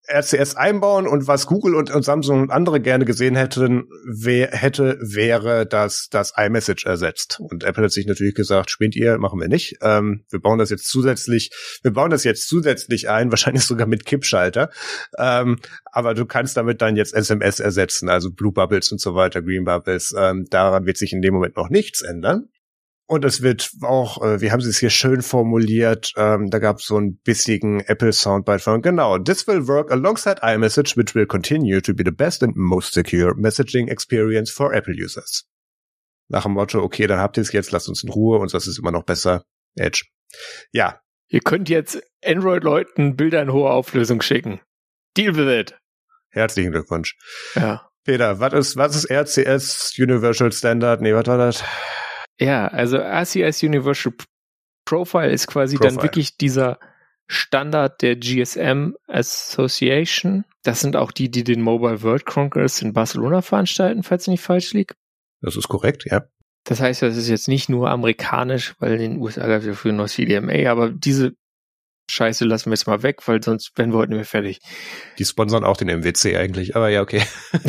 R C S einbauen und was Google und, und Samsung und andere gerne gesehen hätten, wär, hätte, wäre, dass das iMessage ersetzt. Und Apple hat sich natürlich gesagt, spinnt ihr, machen wir nicht. Ähm, wir bauen das jetzt zusätzlich, wir bauen das jetzt zusätzlich ein, wahrscheinlich sogar mit Kippschalter. Ähm, aber du kannst damit dann jetzt S M S ersetzen, also Blue Bubbles und so weiter, Green Bubbles. Ähm, daran wird sich in dem Moment noch nichts ändern. Und es wird auch, äh, wie haben sie es hier schön formuliert, ähm, da gab es so einen bissigen Apple-Soundbite von, genau, this will work alongside iMessage, which will continue to be the best and most secure messaging experience for Apple users. Nach dem Motto, okay, dann habt ihr es jetzt, lasst uns in Ruhe, und das ist immer noch besser. Edge. Ja.
Ihr könnt jetzt Android-Leuten Bilder in hoher Auflösung schicken. Deal with it.
Herzlichen Glückwunsch.
Ja.
Peter, was ist, was ist R C S Universal Standard? Nee, was war das?
Ja, also R C S Universal Profile ist quasi Profile. Dann wirklich dieser Standard der G S M Association. Das sind auch die, die den Mobile World Congress in Barcelona veranstalten, falls ich nicht falsch liege.
Das ist korrekt, ja.
Das heißt, das ist jetzt nicht nur amerikanisch, weil in den U S A gab es ja früher noch C D M A, aber diese Scheiße lassen wir jetzt mal weg, weil sonst werden wir heute nicht mehr fertig.
Die sponsern auch den M W C eigentlich, aber ja, okay.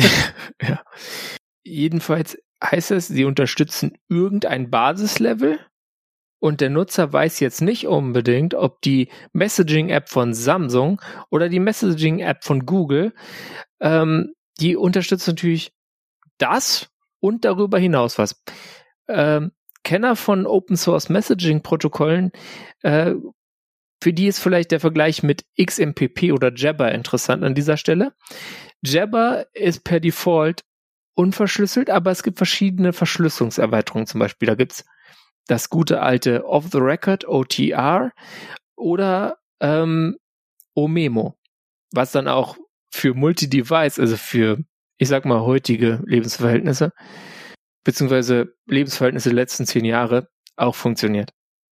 Ja. Jedenfalls heißt es, sie unterstützen irgendein Basislevel und der Nutzer weiß jetzt nicht unbedingt, ob die Messaging-App von Samsung oder die Messaging-App von Google, ähm, die unterstützt natürlich das und darüber hinaus was. Ähm, Kenner von Open-Source-Messaging-Protokollen, äh, für die ist vielleicht der Vergleich mit X M P P oder Jabber interessant an dieser Stelle. Jabber ist per Default unverschlüsselt, aber es gibt verschiedene Verschlüsselungserweiterungen zum Beispiel. Da gibt's das gute alte Off-the-Record, O T R, oder ähm, Omemo, was dann auch für Multi-Device, also für, ich sag mal, heutige Lebensverhältnisse, beziehungsweise Lebensverhältnisse der letzten zehn Jahre auch funktioniert.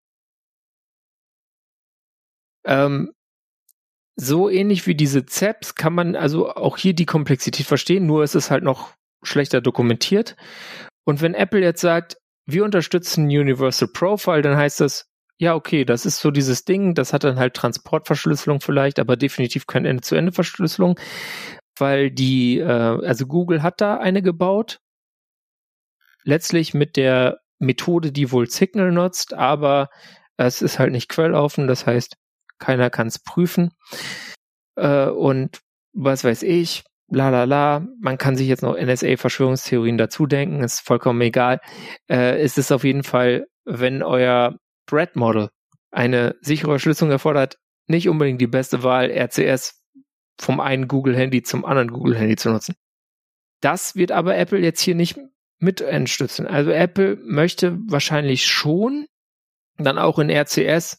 Ähm, so ähnlich wie diese Z E Ps kann man also auch hier die Komplexität verstehen, nur ist es halt noch schlechter dokumentiert. Und wenn Apple jetzt sagt, wir unterstützen Universal Profile, dann heißt das, ja, okay, das ist so dieses Ding, das hat dann halt Transportverschlüsselung vielleicht, aber definitiv keine Ende-zu-Ende-Verschlüsselung, weil die, äh, also Google hat da eine gebaut, letztlich mit der Methode, die wohl Signal nutzt, aber es ist halt nicht quelloffen, das heißt, keiner kann es prüfen. Äh, und was weiß ich, la la la, man kann sich jetzt noch N S A-Verschwörungstheorien dazu denken, ist vollkommen egal. Äh, es ist auf jeden Fall, wenn euer Thread-Model eine sichere Verschlüsselung erfordert, nicht unbedingt die beste Wahl, R C S vom einen Google-Handy zum anderen Google-Handy zu nutzen. Das wird aber Apple jetzt hier nicht mit unterstützen. Also Apple möchte wahrscheinlich schon dann auch in R C S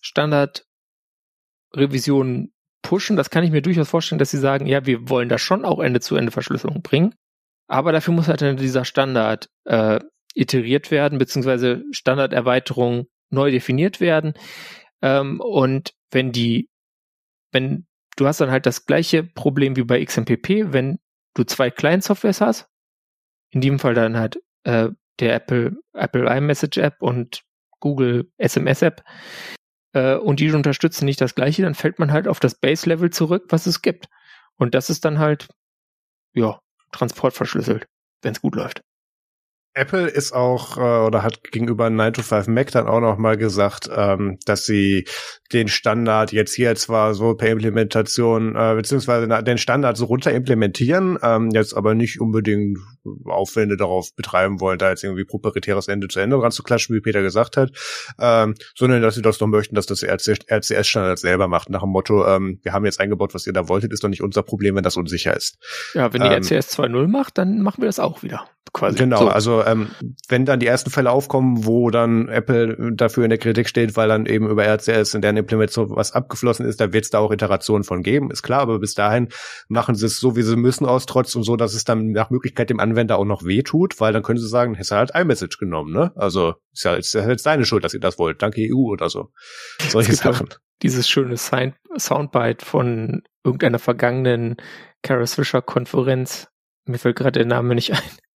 Standard-Revisionen pushen. Das kann ich mir durchaus vorstellen, dass sie sagen, ja, wir wollen da schon auch Ende-zu-Ende-Verschlüsselung bringen. Aber dafür muss halt dann dieser Standard äh, iteriert werden, beziehungsweise Standarderweiterungen neu definiert werden. Ähm, und wenn die, wenn du hast dann halt das gleiche Problem wie bei X M P P, wenn du zwei Client-Softwares hast, in diesem Fall dann halt äh, der Apple, Apple iMessage App und Google S M S App, äh, und die unterstützen nicht das Gleiche, dann fällt man halt auf das Base-Level zurück, was es gibt. Und das ist dann halt, ja, transportverschlüsselt, wenn es gut läuft.
Apple ist auch, äh, oder hat gegenüber nine to five Mac dann auch noch mal gesagt, ähm, dass sie den Standard jetzt hier zwar so per Implementation, äh, beziehungsweise den Standard so runter implementieren, ähm, jetzt aber nicht unbedingt Aufwände darauf betreiben wollen, da jetzt irgendwie proprietäres Ende zu Ende ranzuklatschen, wie Peter gesagt hat, ähm, sondern dass sie das doch möchten, dass das R C S-Standard selber macht, nach dem Motto, ähm, wir haben jetzt eingebaut, was ihr da wolltet, ist doch nicht unser Problem, wenn das unsicher ist.
Ja, wenn die
ähm,
R C S zwei Punkt null macht, dann machen wir das auch wieder, quasi.
Genau,
so.
also ähm, wenn dann die ersten Fälle aufkommen, wo dann Apple dafür in der Kritik steht, weil dann eben über R C S in deren Implementation was abgeflossen ist, da wird es da auch Iterationen von geben, ist klar, aber bis dahin machen sie es so, wie sie müssen, aus Trotz und so, dass es dann nach Möglichkeit dem Anwender auch noch wehtut, weil dann können sie sagen, hast du halt iMessage genommen, ne? Also ist ja jetzt, ist jetzt deine Schuld, dass ihr das wollt, danke E U oder so. Solche Sachen.
Dieses schöne Soundbite von irgendeiner vergangenen Kara Swisher-Konferenz, mir fällt gerade der Name nicht ein.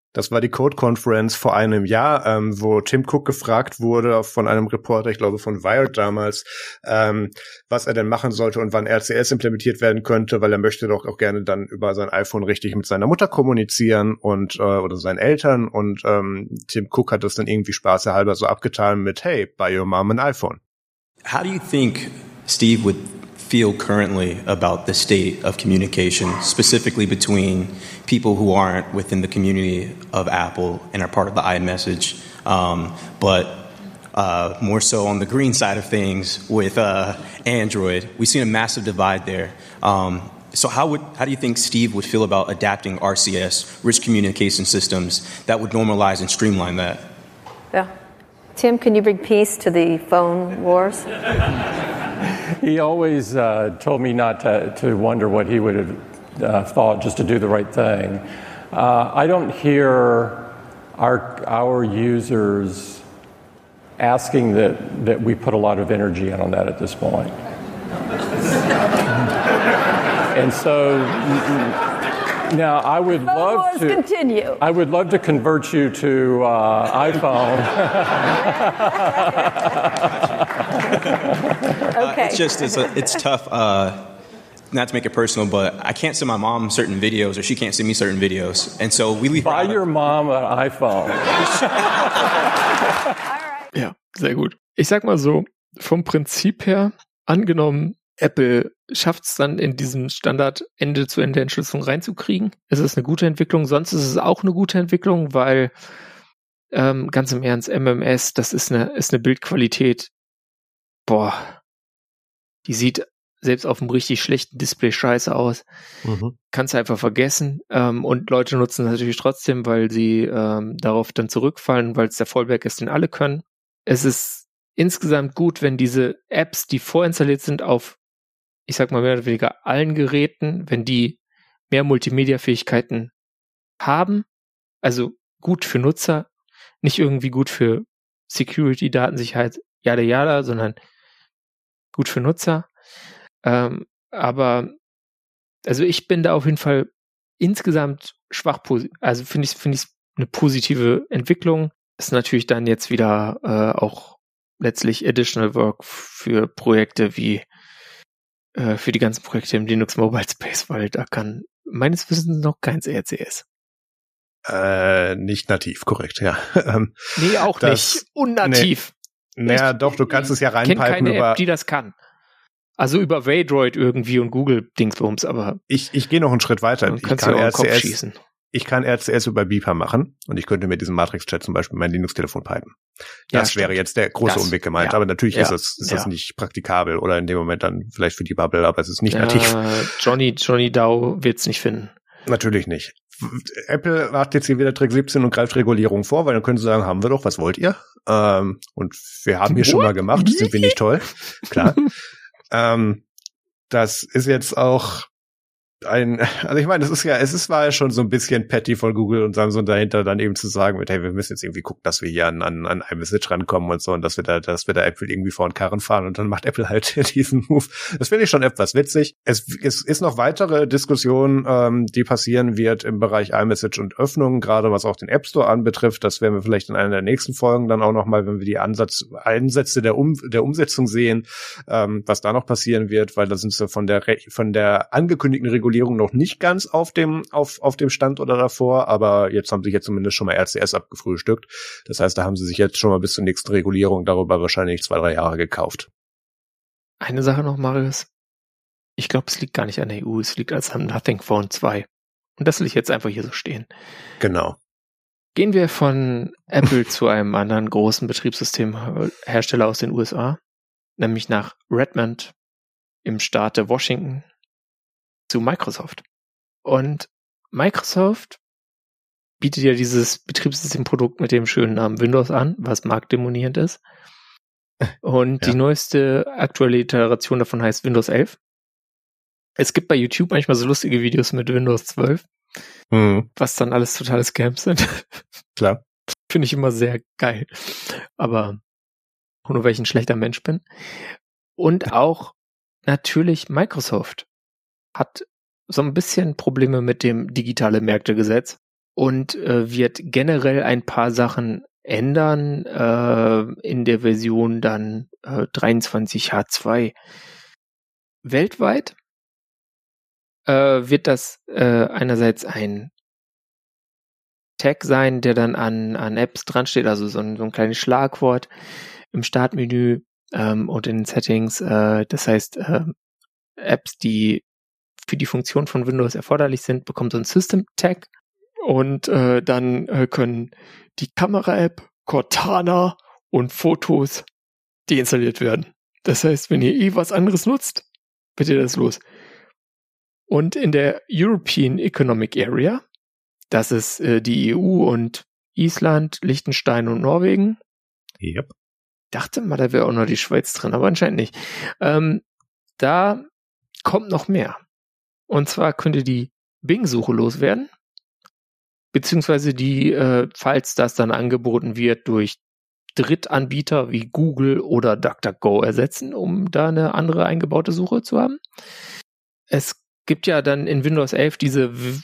Das war die Code Conference vor einem Jahr, ähm, wo Tim Cook gefragt wurde von einem Reporter, ich glaube von Wired damals, ähm, was er denn machen sollte und wann R C S implementiert werden könnte, weil er möchte doch auch gerne dann über sein iPhone richtig mit seiner Mutter kommunizieren und äh, oder seinen Eltern. Und ähm, Tim Cook hat das dann irgendwie spaßeshalber so abgetan mit, hey, buy your mom an iPhone.
How do you think Steve would feel currently about the state of communication, specifically between people who aren't within the community of Apple and are part of the iMessage, um, but uh, more so on the green side of things with uh, Android? We've seen a massive divide there. Um, so how would how do you think Steve would feel about adapting R C S, rich communication systems, that would normalize and streamline that?
Yeah. Tim, can you bring peace to the phone wars?
He always uh, told me not to, to wonder what he would have uh, thought, just to do the right thing. Uh, I don't hear our our users asking that, that we put a lot of energy in on that at this point. And so now I would
Phone
love
wars
to
continue.
I would love to convert you to uh, iPhone.
Okay.
Uh, it's just it's, a, it's tough. Uh, not to make it personal, but I can't send my mom certain videos, or she can't send me certain videos, and so we leave.
Buy your mom an iPhone.
Ja, sehr gut. Ich sag mal so, vom Prinzip her, angenommen, Apple schafft es dann in diesem Standard Ende-zu-Ende-Entschlüsselung reinzukriegen. Es ist eine gute Entwicklung, sonst ist es auch eine gute Entwicklung, weil ähm, ganz im Ernst, M M S, das ist eine, ist eine Bildqualität, boah, die sieht selbst auf einem richtig schlechten Display scheiße aus. Mhm. Kannst du einfach vergessen. Ähm, und Leute nutzen es natürlich trotzdem, weil sie ähm, darauf dann zurückfallen, weil es der Fallback ist, den alle können. Es ist insgesamt gut, wenn diese Apps, die vorinstalliert sind auf, ich sag mal mehr oder weniger allen Geräten, wenn die mehr Multimedia-Fähigkeiten haben, also gut für Nutzer, nicht irgendwie gut für Security, Datensicherheit, jada jada, sondern gut für Nutzer. Ähm, aber also ich bin da auf jeden Fall insgesamt schwach, also finde ich finde ich eine positive Entwicklung. Ist natürlich dann jetzt wieder äh, auch letztlich Additional Work für Projekte wie äh, für die ganzen Projekte im Linux Mobile Space, weil da kann meines Wissens noch keins R C S.
Äh, nicht nativ, korrekt, ja.
Nee, auch das, nicht. Unnativ.
Nee, naja, doch, du kannst es ja reinpipen.
Ich kenne keine
über,
App, die das kann. Also über Waydroid irgendwie und Google-Dingsbums, aber
ich, ich gehe noch einen Schritt weiter. Ich kann,
ja
R C S, ich kann R C S über Beeper machen und ich könnte mir diesen Matrix-Chat zum Beispiel mein Linux-Telefon pipen. Das ja, wäre jetzt der große das, Umweg gemeint, ja, aber natürlich ja, ist, es, ist ja. das nicht praktikabel oder in dem Moment dann vielleicht für die Bubble, aber es ist nicht ja, nativ.
Johnny, Johnny Dow wird's nicht finden.
Natürlich nicht. Apple macht jetzt hier wieder Trick siebzehn und greift Regulierung vor, weil dann können sie sagen, haben wir doch, was wollt ihr? Ähm, und wir haben hier What? schon mal gemacht, sind wir nicht toll? Klar. ähm, das ist jetzt auch ein, also ich meine, das ist ja, es ist, war ja schon so ein bisschen petty von Google und Samsung dahinter dann eben zu sagen, mit, hey, wir müssen jetzt irgendwie gucken, dass wir hier an, an, an iMessage rankommen und so und dass wir da, dass wir da Apple irgendwie vor den Karren fahren und dann macht Apple halt diesen Move. Das finde ich schon etwas witzig. Es, es ist noch weitere Diskussion, ähm, die passieren wird im Bereich iMessage und Öffnung, gerade was auch den App Store anbetrifft. Das werden wir vielleicht in einer der nächsten Folgen dann auch nochmal, wenn wir die Ansatz, Einsätze der um, der Umsetzung sehen, ähm, was da noch passieren wird, weil da sind sie von der, von der angekündigten Regulierung noch nicht ganz auf dem auf auf dem Stand oder davor, aber jetzt haben sie jetzt zumindest schon mal R C S abgefrühstückt. Das heißt, da haben sie sich jetzt schon mal bis zur nächsten Regulierung darüber wahrscheinlich zwei, drei Jahre gekauft.
Eine Sache noch, Marius. Ich glaube, es liegt gar nicht an der E U, es liegt als am Nothing Phone zwei. Und das will ich jetzt einfach hier so stehen.
Genau.
Gehen wir von Apple zu einem anderen großen Betriebssystemhersteller aus den U S A, nämlich nach Redmond im Staate Washington, zu Microsoft. Und Microsoft bietet ja dieses Betriebssystemprodukt mit dem schönen Namen Windows an, was marktdominierend ist. Und ja. die neueste aktuelle Iteration davon heißt Windows elf. Es gibt bei YouTube manchmal so lustige Videos mit Windows zwölf, mhm. was dann alles totale Scams sind.
Klar.
Finde ich immer sehr geil. Aber nur weil ich ein schlechter Mensch bin. Und auch natürlich Microsoft hat so ein bisschen Probleme mit dem digitale Märkte-Gesetz und äh, wird generell ein paar Sachen ändern äh, in der Version dann äh, dreiundzwanzig H zwei. Weltweit äh, wird das äh, einerseits ein Tag sein, der dann an, an Apps dran steht, also so ein, so ein kleines Schlagwort im Startmenü ähm, und in den Settings. Äh, das heißt, äh, Apps, die für die Funktion von Windows erforderlich sind, bekommen so ein System-Tag und äh, dann äh, können die Kamera-App, Cortana und Fotos deinstalliert werden. Das heißt, wenn ihr eh was anderes nutzt, bitte das los. Und in der European Economic Area, das ist äh, die E U und Island, Liechtenstein und Norwegen.
Yep.
Dachte mal, da wäre auch noch die Schweiz drin, aber anscheinend nicht. Ähm, da kommt noch mehr. Und zwar könnte die Bing-Suche loswerden, beziehungsweise die, äh, falls das dann angeboten wird, durch Drittanbieter wie Google oder DuckDuckGo ersetzen, um da eine andere eingebaute Suche zu haben. Es gibt ja dann in Windows elf diese w-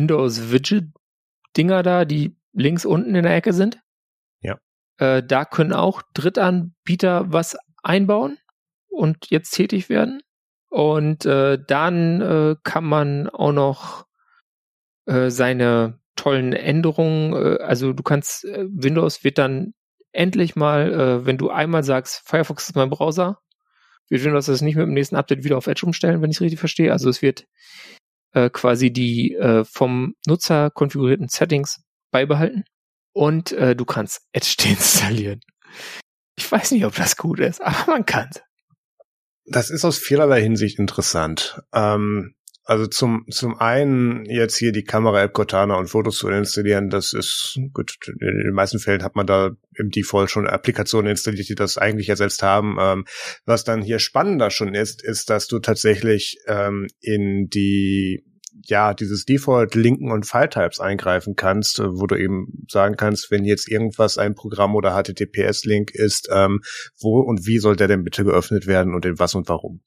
Windows-Widget-Dinger da, die links unten in der Ecke sind.
Ja.
Äh, da können auch Drittanbieter was einbauen und jetzt tätig werden. Und äh, dann äh, kann man auch noch äh, seine tollen Änderungen, äh, also du kannst, äh, Windows wird dann endlich mal, äh, wenn du einmal sagst, Firefox ist mein Browser, wird Windows das nicht mit dem nächsten Update wieder auf Edge umstellen, wenn ich es richtig verstehe. Also es wird äh, quasi die äh, vom Nutzer konfigurierten Settings beibehalten und äh, du kannst Edge deinstallieren. Ich weiß nicht, ob das gut ist, aber man kann es.
Das ist aus vielerlei Hinsicht interessant. Ähm, also zum zum einen jetzt hier die Kamera-App Cortana und Fotos zu installieren, das ist gut. In den meisten Fällen hat man da im Default schon Applikationen installiert, die das eigentlich ersetzt haben. Ähm, was dann hier spannender schon ist, ist, dass du tatsächlich ähm, in die ja, dieses Default-Linken und File-Types eingreifen kannst, wo du eben sagen kannst, wenn jetzt irgendwas ein Programm oder H T T P S-Link ist, ähm, wo und wie soll der denn bitte geöffnet werden und in was und warum?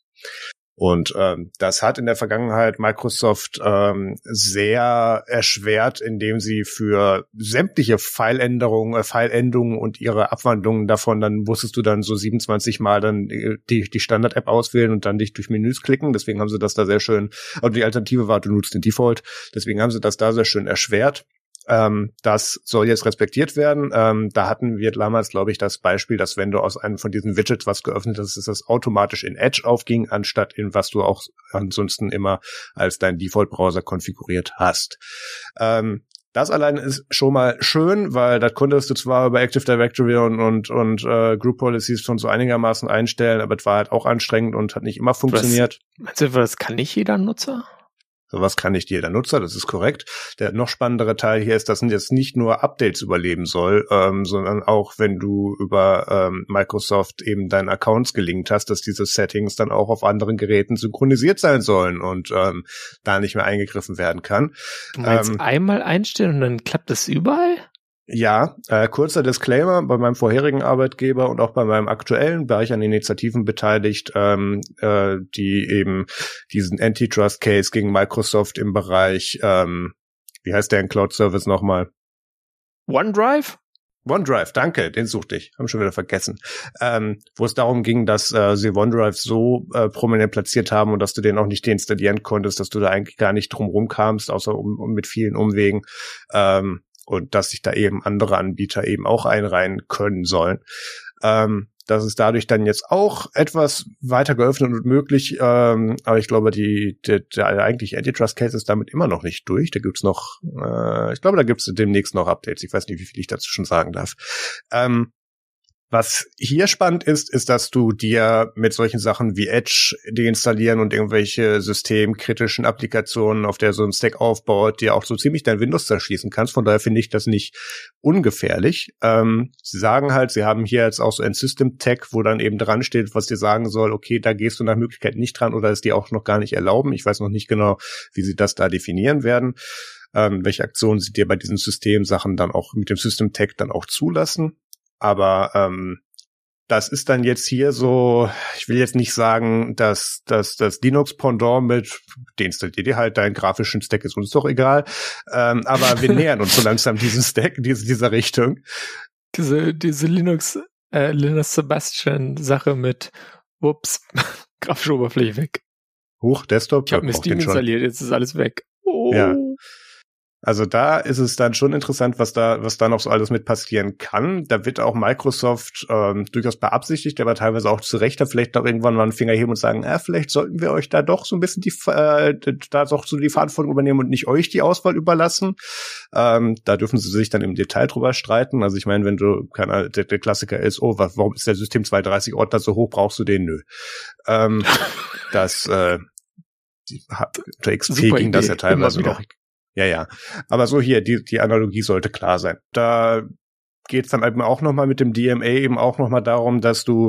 Und ähm, das hat in der Vergangenheit Microsoft ähm, sehr erschwert, indem sie für sämtliche Fileänderungen, äh, Fileendungen und ihre Abwandlungen davon, dann musstest du dann so siebenundzwanzig Mal dann die, die Standard-App auswählen und dann dich durch Menüs klicken. Deswegen haben sie das da sehr schön, und die Alternative war, du nutzt den Default. Deswegen haben sie das da sehr schön erschwert. Ähm, das soll jetzt respektiert werden. Ähm, da hatten wir damals, glaube ich, das Beispiel, dass wenn du aus einem von diesen Widgets was geöffnet hast, dass das automatisch in Edge aufging, anstatt in was du auch ansonsten immer als dein Default-Browser konfiguriert hast. Ähm, das allein ist schon mal schön, weil das konntest du zwar über Active Directory und und, und äh, Group Policies schon so einigermaßen einstellen, aber es war halt auch anstrengend und hat nicht immer funktioniert.
Was, meinst du, das kann nicht jeder Nutzer?
Sowas kann nicht jeder Nutzer, das ist korrekt. Der noch spannendere Teil hier ist, dass jetzt nicht nur Updates überleben soll, ähm, sondern auch, wenn du über ähm, Microsoft eben deine Accounts gelinkt hast, dass diese Settings dann auch auf anderen Geräten synchronisiert sein sollen und ähm, da nicht mehr eingegriffen werden kann.
Du meinst
ähm,
einmal einstellen und dann klappt das überall?
Ja, äh, kurzer Disclaimer, bei meinem vorherigen Arbeitgeber und auch bei meinem aktuellen war ich an Initiativen beteiligt, ähm, äh, die eben diesen Antitrust-Case gegen Microsoft im Bereich, ähm, wie heißt der in Cloud-Service nochmal?
OneDrive?
OneDrive, danke, den suchte ich, haben schon wieder vergessen. Ähm, wo es darum ging, dass äh, sie OneDrive so äh, prominent platziert haben und dass du den auch nicht deinstallieren konntest, dass du da eigentlich gar nicht drum rumkamst, außer um, um mit vielen Umwegen. Ähm, und dass sich da eben andere Anbieter eben auch einreihen können sollen. Ähm, das ist dadurch dann jetzt auch etwas weiter geöffnet und möglich, ähm, aber ich glaube, die, der, der eigentliche Antitrust-Case ist damit immer noch nicht durch. Da gibt's noch, äh, ich glaube, da gibt's demnächst noch Updates. Ich weiß nicht, wie viel ich dazu schon sagen darf. Ähm, Was hier spannend ist, ist, dass du dir mit solchen Sachen wie Edge deinstallieren und irgendwelche systemkritischen Applikationen, auf der so ein Stack aufbaut, dir auch so ziemlich dein Windows zerschießen kannst. Von daher finde ich das nicht ungefährlich. Ähm, sie sagen halt, sie haben hier jetzt auch so ein System-Tag, wo dann eben dran steht, was dir sagen soll, okay, da gehst du nach Möglichkeit nicht dran oder es dir auch noch gar nicht erlauben. Ich weiß noch nicht genau, wie sie das da definieren werden, ähm, welche Aktionen sie dir bei diesen Systemsachen dann auch mit dem System-Tag dann auch zulassen. Aber ähm, das ist dann jetzt hier so, ich will jetzt nicht sagen, dass dass das Linux-Pendant mit, deinstallier dir halt deinen grafischen Stack, ist uns doch egal, ähm, aber wir nähern uns so langsam diesen Stack, diese, dieser Richtung.
Diese, diese Linux, äh, Linus Sebastian-Sache mit, ups, grafische Oberfläche weg.
Hoch, Desktop.
Ich habe mir Steam installiert, jetzt ist alles weg. Oh.
Ja. Also da ist es dann schon interessant, was da was da noch so alles mit passieren kann. Da wird auch Microsoft ähm, durchaus beabsichtigt, aber teilweise auch zu Recht, da vielleicht noch irgendwann mal einen Finger heben und sagen, äh, vielleicht sollten wir euch da doch so ein bisschen die äh, da doch so die Verantwortung übernehmen und nicht euch die Auswahl überlassen. Ähm, da dürfen sie sich dann im Detail drüber streiten. Also ich meine, wenn du keine, der, der Klassiker ist, oh, was, warum ist der System zweihundertdreißig Ordner so hoch, brauchst du den? Nö. Ähm, das äh, die, unter X P ging das ja teilweise noch. Ja, ja. Aber so hier, die, die Analogie sollte klar sein. Da geht's dann eben auch nochmal mit dem D M A eben auch nochmal darum, dass du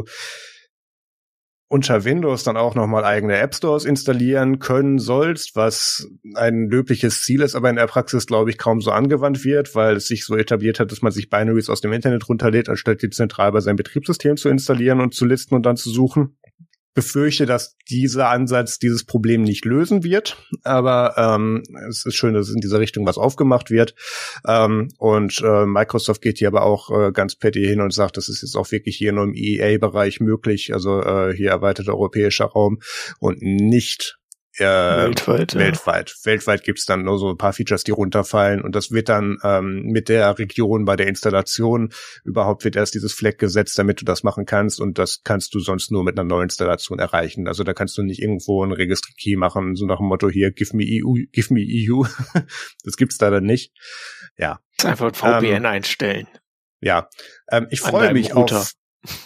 unter Windows dann auch nochmal eigene App Stores installieren können sollst, was ein löbliches Ziel ist, aber in der Praxis, glaube ich, kaum so angewandt wird, weil es sich so etabliert hat, dass man sich Binaries aus dem Internet runterlädt, anstatt die zentral bei seinem Betriebssystem zu installieren und zu listen und dann zu suchen. Befürchte, dass dieser Ansatz dieses Problem nicht lösen wird, aber ähm, es ist schön, dass in dieser Richtung was aufgemacht wird, ähm, und äh, Microsoft geht hier aber auch äh, ganz petty hin und sagt, das ist jetzt auch wirklich hier nur im E A bereich möglich, also äh, hier erweiterter europäischer Raum und nicht Äh, weltweit, ja. weltweit. Weltweit gibt's dann nur so ein paar Features, die runterfallen und das wird dann ähm, mit der Region bei der Installation überhaupt wird erst dieses Flag gesetzt, damit du das machen kannst und das kannst du sonst nur mit einer Neuinstallation erreichen. Also da kannst du nicht irgendwo ein Registry-Key machen, so nach dem Motto hier, give me E U, give me E U. Das gibt's da dann nicht. Ja.
Einfach ein V P N ähm, einstellen.
Ja. Ähm, ich freue mich Router. auf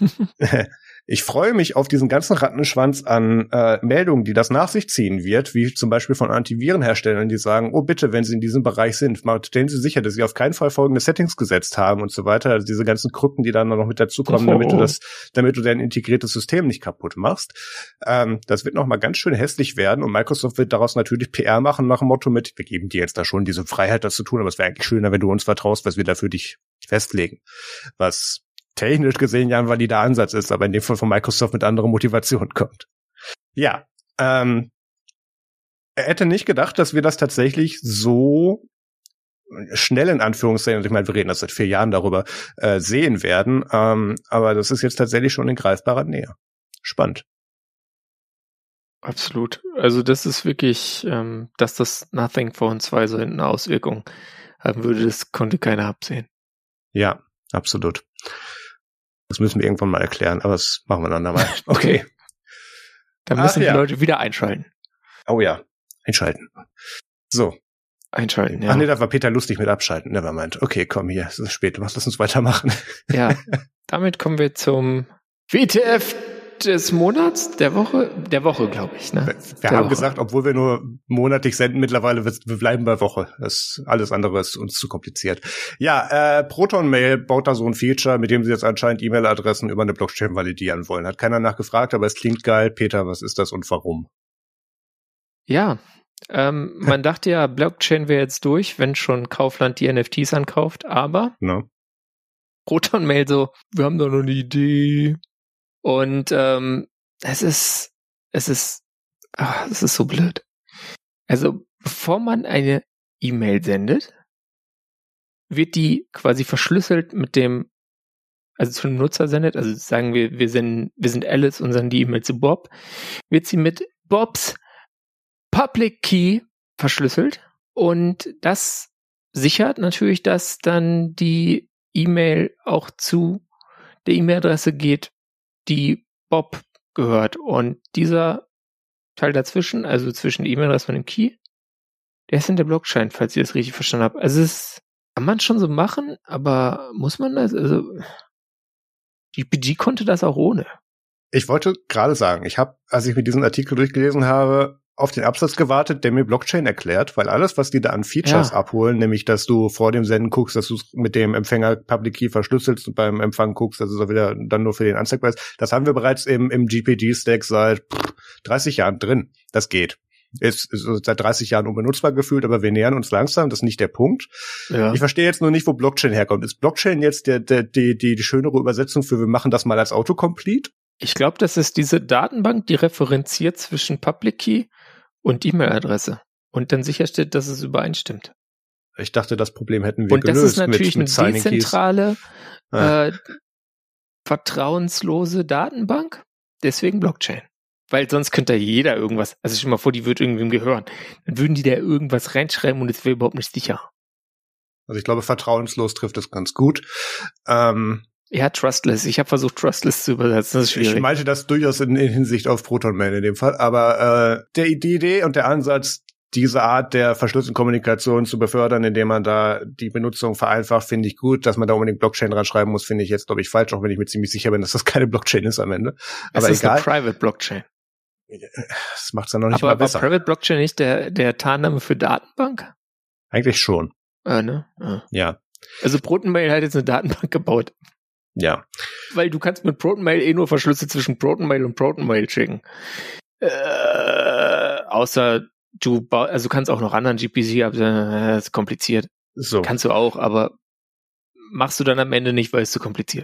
Ich freue mich auf diesen ganzen Rattenschwanz an äh, Meldungen, die das nach sich ziehen wird, wie zum Beispiel von Antivirenherstellern, die sagen, oh bitte, wenn Sie in diesem Bereich sind, stellen Sie sicher, dass Sie auf keinen Fall folgende Settings gesetzt haben und so weiter. Also diese ganzen Krypten, die dann noch mit dazukommen, oh. damit du das, damit du dein integriertes System nicht kaputt machst. Ähm, das wird noch mal ganz schön hässlich werden und Microsoft wird daraus natürlich P R machen nach dem Motto mit, wir geben dir jetzt da schon diese Freiheit, das zu tun, aber es wäre eigentlich schöner, wenn du uns vertraust, was wir da für dich festlegen. Was technisch gesehen ja ein valider Ansatz ist, aber in dem Fall von Microsoft mit anderer Motivation kommt. Ja, ähm, er hätte nicht gedacht, dass wir das tatsächlich so schnell in Anführungszeichen, ich meine, wir reden das seit vier Jahren darüber, äh, sehen werden, ähm, aber das ist jetzt tatsächlich schon in greifbarer Nähe. Spannend.
Absolut. Also das ist wirklich, ähm, dass das Nothing Phone zwei so eine Auswirkung haben würde, das konnte keiner absehen.
Ja, absolut. Das müssen wir irgendwann mal erklären, aber das machen wir dann mal. Okay.
Dann müssen Ach, die ja. Leute wieder einschalten.
Oh ja, einschalten. So.
Einschalten, ja.
Ach nee, da war Peter lustig mit abschalten. Nevermind. Okay, komm hier, es ist spät, lass uns weitermachen.
Ja, damit kommen wir zum W T F des Monats, der Woche, der Woche, glaube ich. Ne?
Wir, wir
der
haben
Woche.
gesagt, obwohl wir nur monatlich senden, mittlerweile wir, wir bleiben bei Woche. Das alles andere ist uns zu kompliziert. Ja, äh, Proton Mail baut da so ein Feature, mit dem sie jetzt anscheinend E-Mail-Adressen über eine Blockchain validieren wollen. Hat keiner nachgefragt, aber es klingt geil. Peter, was ist das und warum?
Ja, ähm, man dachte ja, Blockchain wäre jetzt durch, wenn schon Kaufland die N F Ts ankauft, aber
no.
Proton Mail so, wir haben da noch eine Idee. Und ähm, es ist, es ist, ach, es ist so blöd. Also bevor man eine E-Mail sendet, wird die quasi verschlüsselt mit dem, also zu einem Nutzer sendet, also sagen wir, wir senden, wir sind Alice und senden die E-Mail zu Bob, wird sie mit Bobs Public Key verschlüsselt und das sichert natürlich, dass dann die E-Mail auch zu der E-Mail-Adresse geht, die Bob gehört. Und dieser Teil dazwischen, also zwischen der E-Mail-Adresse und dem Key, der ist in der Blockchain, falls ich das richtig verstanden habe. Also es kann man schon so machen, aber muss man das? Also G P G konnte das auch ohne.
Ich wollte gerade sagen, ich habe, als ich mir diesen Artikel durchgelesen habe, auf den Absatz gewartet, der mir Blockchain erklärt, weil alles, was die da an Features ja. abholen, nämlich, dass du vor dem Senden guckst, dass du mit dem Empfänger Public Key verschlüsselst und beim Empfang guckst, dass es auch wieder dann nur für den anzeigbar ist, das haben wir bereits im, im G P G-Stack seit pff, dreißig Jahren drin. Das geht. Ist, ist seit dreißig Jahren unbenutzbar gefühlt, aber wir nähern uns langsam, das ist nicht der Punkt.
Ja.
Ich verstehe jetzt nur nicht, wo Blockchain herkommt. Ist Blockchain jetzt der, der, die, die, die schönere Übersetzung für wir machen das mal als Autocomplete?
Ich glaube, das ist diese Datenbank, die referenziert zwischen Public Key und E-Mail-Adresse und dann sicherstellt, dass es übereinstimmt.
Ich dachte, das Problem hätten wir
und
gelöst.
Und das ist natürlich
mit, mit
eine dezentrale,
ah.
äh, vertrauenslose Datenbank, deswegen Blockchain. Weil sonst könnte da jeder irgendwas, also stell dir mal vor, die würde irgendwem gehören. Dann würden die da irgendwas reinschreiben und es wäre überhaupt nicht sicher.
Also ich glaube, vertrauenslos trifft es ganz gut. Ähm,
ja, trustless. Ich habe versucht, trustless zu übersetzen. Das ist schwierig.
Ich meinte das durchaus in, in Hinsicht auf Proton-Mail in dem Fall. Aber äh, der, die Idee und der Ansatz, diese Art der verschlüsselten Kommunikation zu befördern, indem man da die Benutzung vereinfacht, finde ich gut. Dass man da unbedingt Blockchain dran schreiben muss, finde ich jetzt, glaube ich, falsch, auch wenn ich mir ziemlich sicher bin, dass das keine Blockchain ist am Ende.
Aber es ist
egal.
eine Private Blockchain.
Das macht's dann noch nicht
aber
mal besser.
Aber Private Blockchain nicht der, der Tarnname für Datenbank?
Eigentlich schon.
Äh, ne? Ja.
ja.
Also Protonmail hat jetzt eine Datenbank gebaut.
Ja.
Weil du kannst mit Protonmail eh nur verschlüsselt zwischen Protonmail und Protonmail schicken. Äh, außer du baust, also du kannst auch noch anderen G P C, aber äh, das ist kompliziert.
So.
Kannst du auch, aber machst du dann am Ende nicht, weil es zu kompliziert.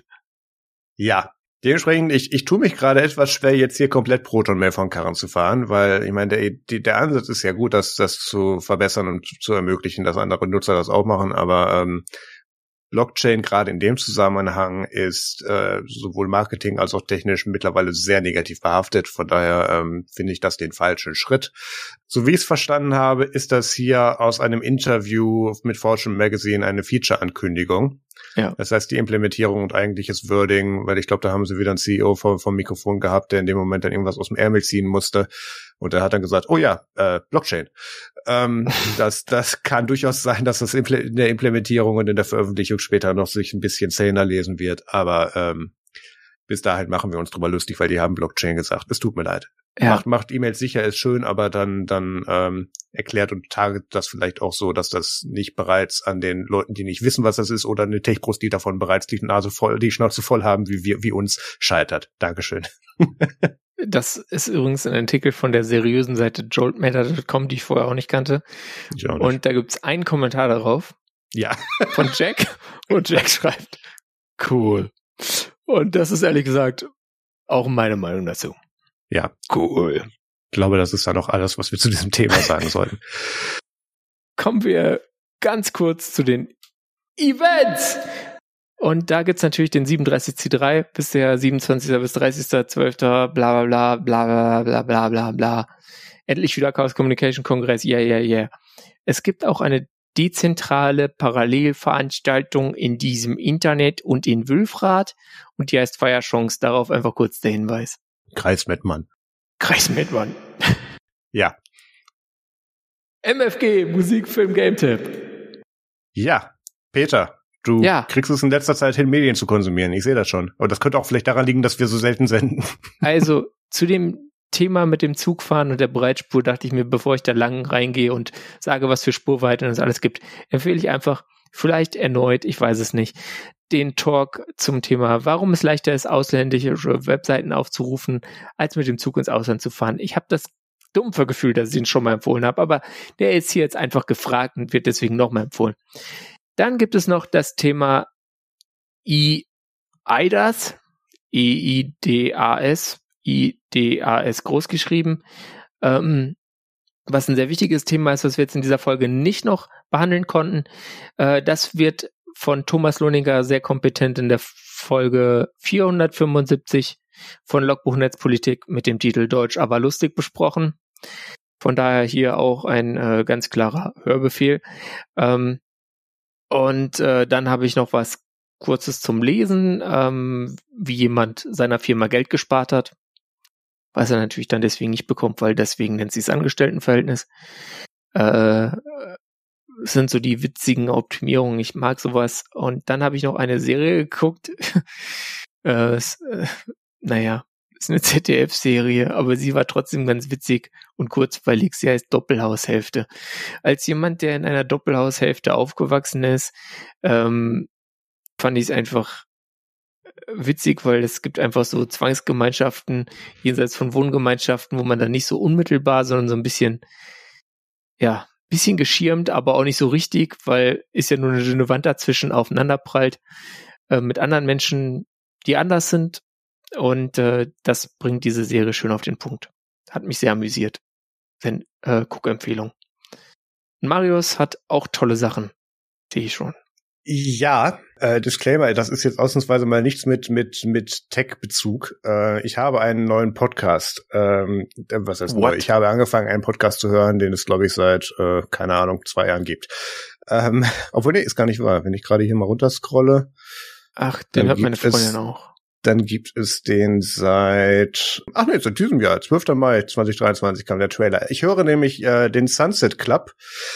Ja. Dementsprechend, ich, ich tue mich gerade etwas schwer, jetzt hier komplett Proton-Mail von Karren zu fahren, weil ich meine, der, die, der Ansatz ist ja gut, das, das zu verbessern und zu ermöglichen, dass andere Nutzer das auch machen, aber ähm, Blockchain gerade in dem Zusammenhang ist äh, sowohl Marketing als auch technisch mittlerweile sehr negativ behaftet. Von daher ähm, finde ich das den falschen Schritt. So wie ich es verstanden habe, ist das hier aus einem Interview mit Fortune Magazine eine Feature-Ankündigung.
Ja.
Das heißt, die Implementierung und eigentliches Wording, weil ich glaube, da haben sie wieder einen C E O vom, vom Mikrofon gehabt, der in dem Moment dann irgendwas aus dem Ärmel ziehen musste. Und er hat dann gesagt, oh ja, äh, Blockchain. Ähm, das, das kann durchaus sein, dass das in der Implementierung und in der Veröffentlichung später noch sich ein bisschen zähner lesen wird. Aber ähm, bis dahin machen wir uns drüber lustig, weil die haben Blockchain gesagt. Es tut mir leid. Ja. Macht, macht E-Mails sicher, ist schön, aber dann, dann ähm, erklärt und target das vielleicht auch so, dass das nicht bereits an den Leuten, die nicht wissen, was das ist, oder eine Tech-Pros, die davon bereits die Nase voll, die Schnauze voll haben, wie wir, wie uns, scheitert. Dankeschön.
Das ist übrigens ein Artikel von der seriösen Seite joltmatter Punkt com, die ich vorher auch nicht kannte.
Ich auch nicht.
Und da gibt's einen Kommentar darauf.
Ja.
Von Jack. Und Jack schreibt, cool. Und das ist ehrlich gesagt auch meine Meinung dazu.
Ja.
Cool.
Ich glaube, das ist dann auch alles, was wir zu diesem Thema sagen sollten.
Kommen wir ganz kurz zu den Events. Und da gibt's natürlich den siebenunddreißig C drei bis der siebenundzwanzigsten bis dreißigsten zwölften bla bla bla bla bla bla bla bla. Endlich wieder Chaos Communication Kongress, yeah, yeah, yeah. Es gibt auch eine dezentrale Parallelveranstaltung in diesem Internet und in Wülfrath und die heißt Feierchance, darauf einfach kurz der Hinweis.
Kreis Mettmann.
Kreis Mettmann.
Ja.
M F G, Musik, Film, Game-Tipp.
Ja, Peter, du
ja.
kriegst es in letzter Zeit hin, Medien zu konsumieren, ich sehe das schon. Aber das könnte auch vielleicht daran liegen, dass wir so selten senden.
Also, zu dem Thema mit dem Zugfahren und der Breitspur dachte ich mir, bevor ich da lang reingehe und sage, was für Spurweite es alles gibt, empfehle ich einfach, vielleicht erneut, ich weiß es nicht, den Talk zum Thema, warum es leichter ist, ausländische Webseiten aufzurufen, als mit dem Zug ins Ausland zu fahren. Ich habe das dumpfe Gefühl, dass ich ihn schon mal empfohlen habe, aber der ist hier jetzt einfach gefragt und wird deswegen nochmal empfohlen. Dann gibt es noch das Thema E I D A S, E I D A S, I D A S groß geschrieben, ähm, was ein sehr wichtiges Thema ist, was wir jetzt in dieser Folge nicht noch behandeln konnten. Äh, das wird von Thomas Lohninger sehr kompetent in der Folge vierhundertfünfundsiebzig von Logbuch Netzpolitik mit dem Titel Deutsch, aber lustig besprochen. Von daher hier auch ein äh, ganz klarer Hörbefehl. Ähm, und äh, dann habe ich noch was Kurzes zum Lesen, ähm, wie jemand seiner Firma Geld gespart hat. Was er natürlich dann deswegen nicht bekommt, weil deswegen nennt sie es Angestelltenverhältnis. Äh, sind so die witzigen Optimierungen. Ich mag sowas. Und dann habe ich noch eine Serie geguckt. äh, es, äh, naja, ist eine Z D F-Serie, aber sie war trotzdem ganz witzig und kurzweilig. Sie heißt Doppelhaushälfte. Als jemand, der in einer Doppelhaushälfte aufgewachsen ist, ähm, fand ich es einfach witzig, weil es gibt einfach so Zwangsgemeinschaften jenseits von Wohngemeinschaften, wo man dann nicht so unmittelbar, sondern so ein bisschen, ja, bisschen geschirmt, aber auch nicht so richtig, weil ist ja nur eine dünne Wand dazwischen aufeinanderprallt äh, mit anderen Menschen, die anders sind. Und äh, das bringt diese Serie schön auf den Punkt. Hat mich sehr amüsiert. Wenn, äh, Guckempfehlung. Marius hat auch tolle Sachen, sehe ich schon.
Ja, äh, Disclaimer, das ist jetzt ausnahmsweise mal nichts mit mit mit Tech-Bezug. Äh, ich habe einen neuen Podcast. Ähm, was heißt neu? Ich habe angefangen, einen Podcast zu hören, den es, glaube ich, seit, äh, keine Ahnung, zwei Jahren gibt. Ähm, obwohl, nee, ist gar nicht wahr. Wenn ich gerade hier mal runterscrolle.
Ach, den hat meine Freundin auch.
Dann gibt es den seit, ach nee, seit diesem Jahr, zwölfter Mai zweitausenddreiundzwanzig kam der Trailer. Ich höre nämlich äh, den Sunset Club,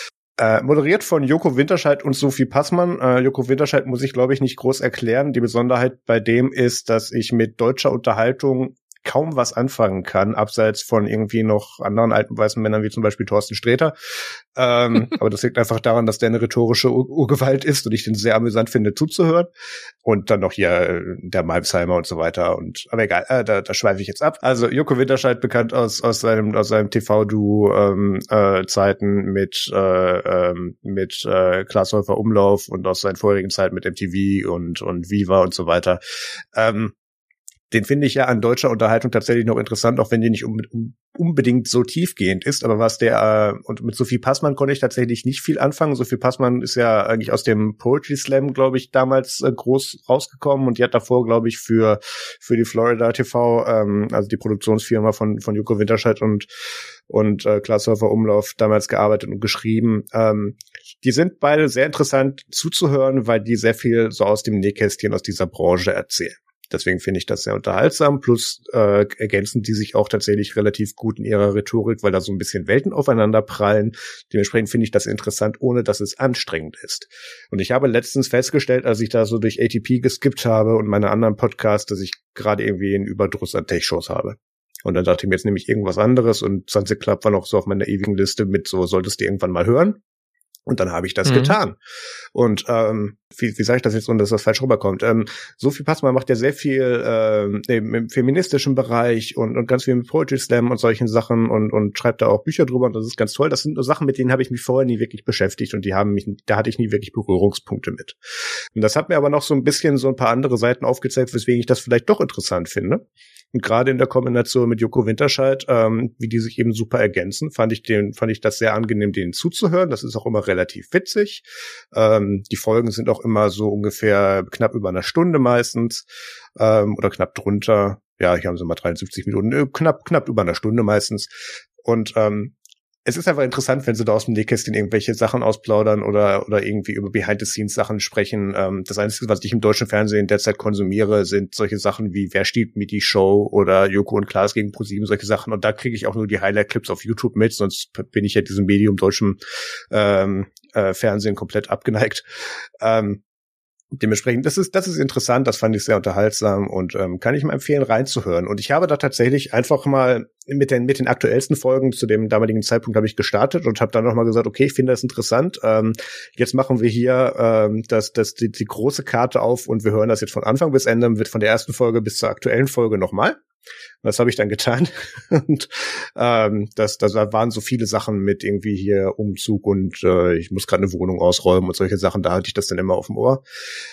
äh, moderiert von Joko Winterscheid und Sophie Passmann. Äh, Joko Winterscheid muss ich, glaube ich, nicht groß erklären. Die Besonderheit bei dem ist, dass ich mit deutscher Unterhaltung kaum was anfangen kann, abseits von irgendwie noch anderen alten weißen Männern, wie zum Beispiel Thorsten Sträter. Ähm, aber das liegt einfach daran, dass der eine rhetorische Ur- Urgewalt ist und ich den sehr amüsant finde, zuzuhören. Und dann noch hier äh, der Malmsheimer und so weiter. Und aber egal, äh, da, da schweife ich jetzt ab. Also Joko Winterscheid, bekannt aus aus seinem aus seinem T V-Duo ähm, äh, Zeiten mit äh, ähm, mit äh, Klaas Häufer Umlauf und aus seinen vorherigen Zeiten mit M T V und und Viva und so weiter. Ähm, Den finde ich ja an deutscher Unterhaltung tatsächlich noch interessant, auch wenn die nicht um, um, unbedingt so tiefgehend ist. Aber was der, äh, und mit Sophie Passmann konnte ich tatsächlich nicht viel anfangen. Sophie Passmann ist ja eigentlich aus dem Poetry Slam, glaube ich, damals äh, groß rausgekommen und die hat davor, glaube ich, für für die Florida T V, ähm, also die Produktionsfirma von von Joko Winterscheid und und äh, Klaas Häufer Umlauf damals gearbeitet und geschrieben. Ähm, die sind beide sehr interessant zuzuhören, weil die sehr viel so aus dem Nähkästchen aus dieser Branche erzählen. Deswegen finde ich das sehr unterhaltsam, plus äh, ergänzen die sich auch tatsächlich relativ gut in ihrer Rhetorik, weil da so ein bisschen Welten aufeinander prallen. Dementsprechend finde ich das interessant, ohne dass es anstrengend ist. Und ich habe letztens festgestellt, als ich da so durch A T P geskippt habe und meine anderen Podcasts, dass ich gerade irgendwie einen Überdruss an Tech-Shows habe. Und dann dachte ich mir, jetzt nehme ich irgendwas anderes und Sunset Club war noch so auf meiner ewigen Liste mit so, solltest du irgendwann mal hören. Und dann habe ich das mhm. getan. Und ähm, wie, wie sage ich das jetzt, ohne dass das falsch rüberkommt? Ähm, Sophie Passmann macht ja sehr viel ähm, im feministischen Bereich und, und ganz viel mit Poetry Slam und solchen Sachen und, und schreibt da auch Bücher drüber und das ist ganz toll. Das sind nur Sachen, mit denen habe ich mich vorher nie wirklich beschäftigt und die haben mich, da hatte ich nie wirklich Berührungspunkte mit. Und das hat mir aber noch so ein bisschen so ein paar andere Seiten aufgezeigt, weswegen ich das vielleicht doch interessant finde. Und gerade in der Kombination mit Joko Winterscheid, ähm, wie die sich eben super ergänzen, fand ich den, fand ich das sehr angenehm, denen zuzuhören. Das ist auch immer relativ witzig. Ähm, die Folgen sind auch immer so ungefähr knapp über einer Stunde meistens, ähm, oder knapp drunter. Ja, hier haben sie mal dreiundsiebzig Minuten, äh, knapp, knapp über einer Stunde meistens. Und, ähm, es ist einfach interessant, wenn sie da aus dem Nähkästchen irgendwelche Sachen ausplaudern oder oder irgendwie über Behind-the-Scenes-Sachen sprechen. Ähm, das Einzige, was ich im deutschen Fernsehen derzeit konsumiere, sind solche Sachen wie Wer stiehlt mir die Show oder Joko und Klaas gegen ProSieben, solche Sachen. Und da kriege ich auch nur die Highlight-Clips auf YouTube mit, sonst bin ich ja diesem Medium deutschem ähm, äh, Fernsehen komplett abgeneigt. Ähm, Dementsprechend, das ist, das ist interessant, das fand ich sehr unterhaltsam und ähm, kann ich mal empfehlen, reinzuhören. Und ich habe da tatsächlich einfach mal mit den, mit den aktuellsten Folgen zu dem damaligen Zeitpunkt habe ich gestartet und habe dann nochmal gesagt, okay, ich finde das interessant. Ähm, jetzt machen wir hier ähm, das, das, die, die große Karte auf und wir hören das jetzt von Anfang bis Ende, wird von der ersten Folge bis zur aktuellen Folge nochmal. Das habe ich dann getan. Und ähm, das, das waren so viele Sachen mit irgendwie hier Umzug und äh, ich muss gerade eine Wohnung ausräumen und solche Sachen, da hatte ich das dann immer auf dem Ohr.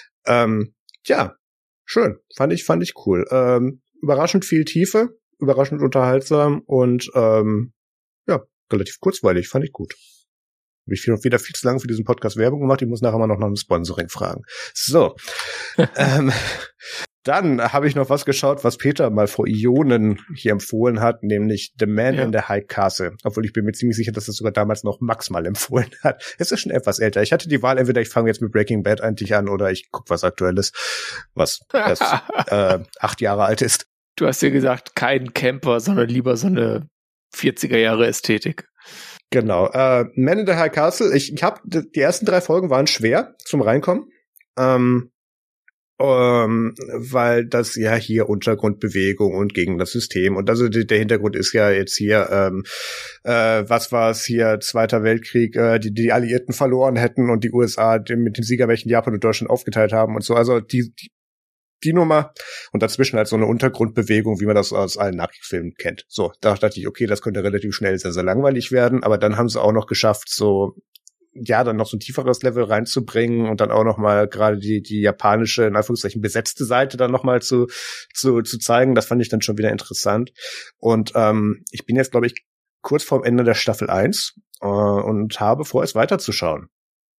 Ähm, ja, schön. Fand ich, fand ich cool. Ähm, überraschend viel Tiefe, überraschend unterhaltsam und ähm, ja, relativ kurzweilig, fand ich gut. Habe ich wieder viel zu lange für diesen Podcast Werbung gemacht. Ich muss nachher mal noch nach einem Sponsoring fragen. So. ähm, Dann habe ich noch was geschaut, was Peter mal vor Ionen hier empfohlen hat, nämlich The Man ja. in the High Castle. Obwohl ich bin mir ziemlich sicher, dass das sogar damals noch Max mal empfohlen hat. Es ist schon etwas älter. Ich hatte die Wahl, entweder ich fange jetzt mit Breaking Bad eigentlich an oder ich gucke was Aktuelles, was erst äh, acht Jahre alt ist.
Du hast ja gesagt, kein Camper, sondern lieber so eine vierziger Jahre Ästhetik.
Genau. Äh, Man in the High Castle. Ich, ich habe die ersten drei Folgen waren schwer zum Reinkommen. Ähm, Um, weil das ja hier Untergrundbewegung und gegen das System und also die, der Hintergrund ist ja jetzt hier ähm, äh, was war es hier Zweiter Weltkrieg, äh, die die Alliierten verloren hätten und die U S A mit den Siegermächten Japan und Deutschland aufgeteilt haben und so, also die, die die Nummer und dazwischen halt so eine Untergrundbewegung, wie man das aus allen Nachkriegsfilmen kennt. So, da dachte ich, okay, das könnte relativ schnell sehr, sehr langweilig werden, aber dann haben sie auch noch geschafft, so, ja, dann noch so ein tieferes Level reinzubringen und dann auch noch mal gerade die die japanische, in Anführungszeichen, besetzte Seite dann noch mal zu zu zu zeigen. Das fand ich dann schon wieder interessant. Und ähm, ich bin jetzt, glaube ich, kurz vorm Ende der Staffel eins äh, und habe vor, es weiterzuschauen.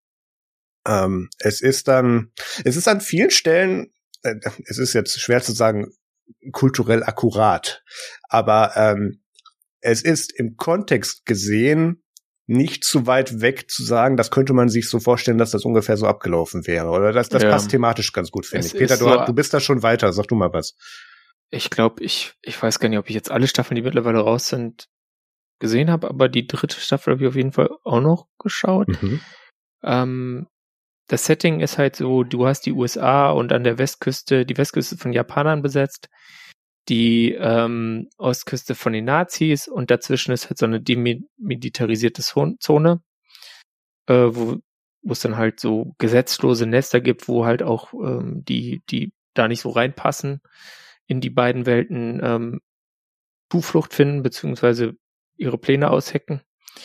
Ähm, es ist dann, es ist an vielen Stellen, äh, es ist jetzt schwer zu sagen, kulturell akkurat, aber ähm, es ist im Kontext gesehen nicht zu weit weg zu sagen, das könnte man sich so vorstellen, dass das ungefähr so abgelaufen wäre. Oder das, das ja. passt thematisch ganz gut, finde ich. Peter, du, so, du bist da schon weiter. Sag du mal was.
Ich glaube, ich ich weiß gar nicht, ob ich jetzt alle Staffeln, die mittlerweile raus sind, gesehen habe, aber die dritte Staffel habe ich auf jeden Fall auch noch geschaut. Mhm. Ähm, das Setting ist halt so, du hast die U S A und an der Westküste, die Westküste von Japanern besetzt, die ähm, Ostküste von den Nazis und dazwischen ist halt so eine demilitarisierte Zone, äh, wo wo es dann halt so gesetzlose Nester gibt, wo halt auch ähm, die die da nicht so reinpassen in die beiden Welten ähm, Zuflucht finden beziehungsweise ihre Pläne aushecken.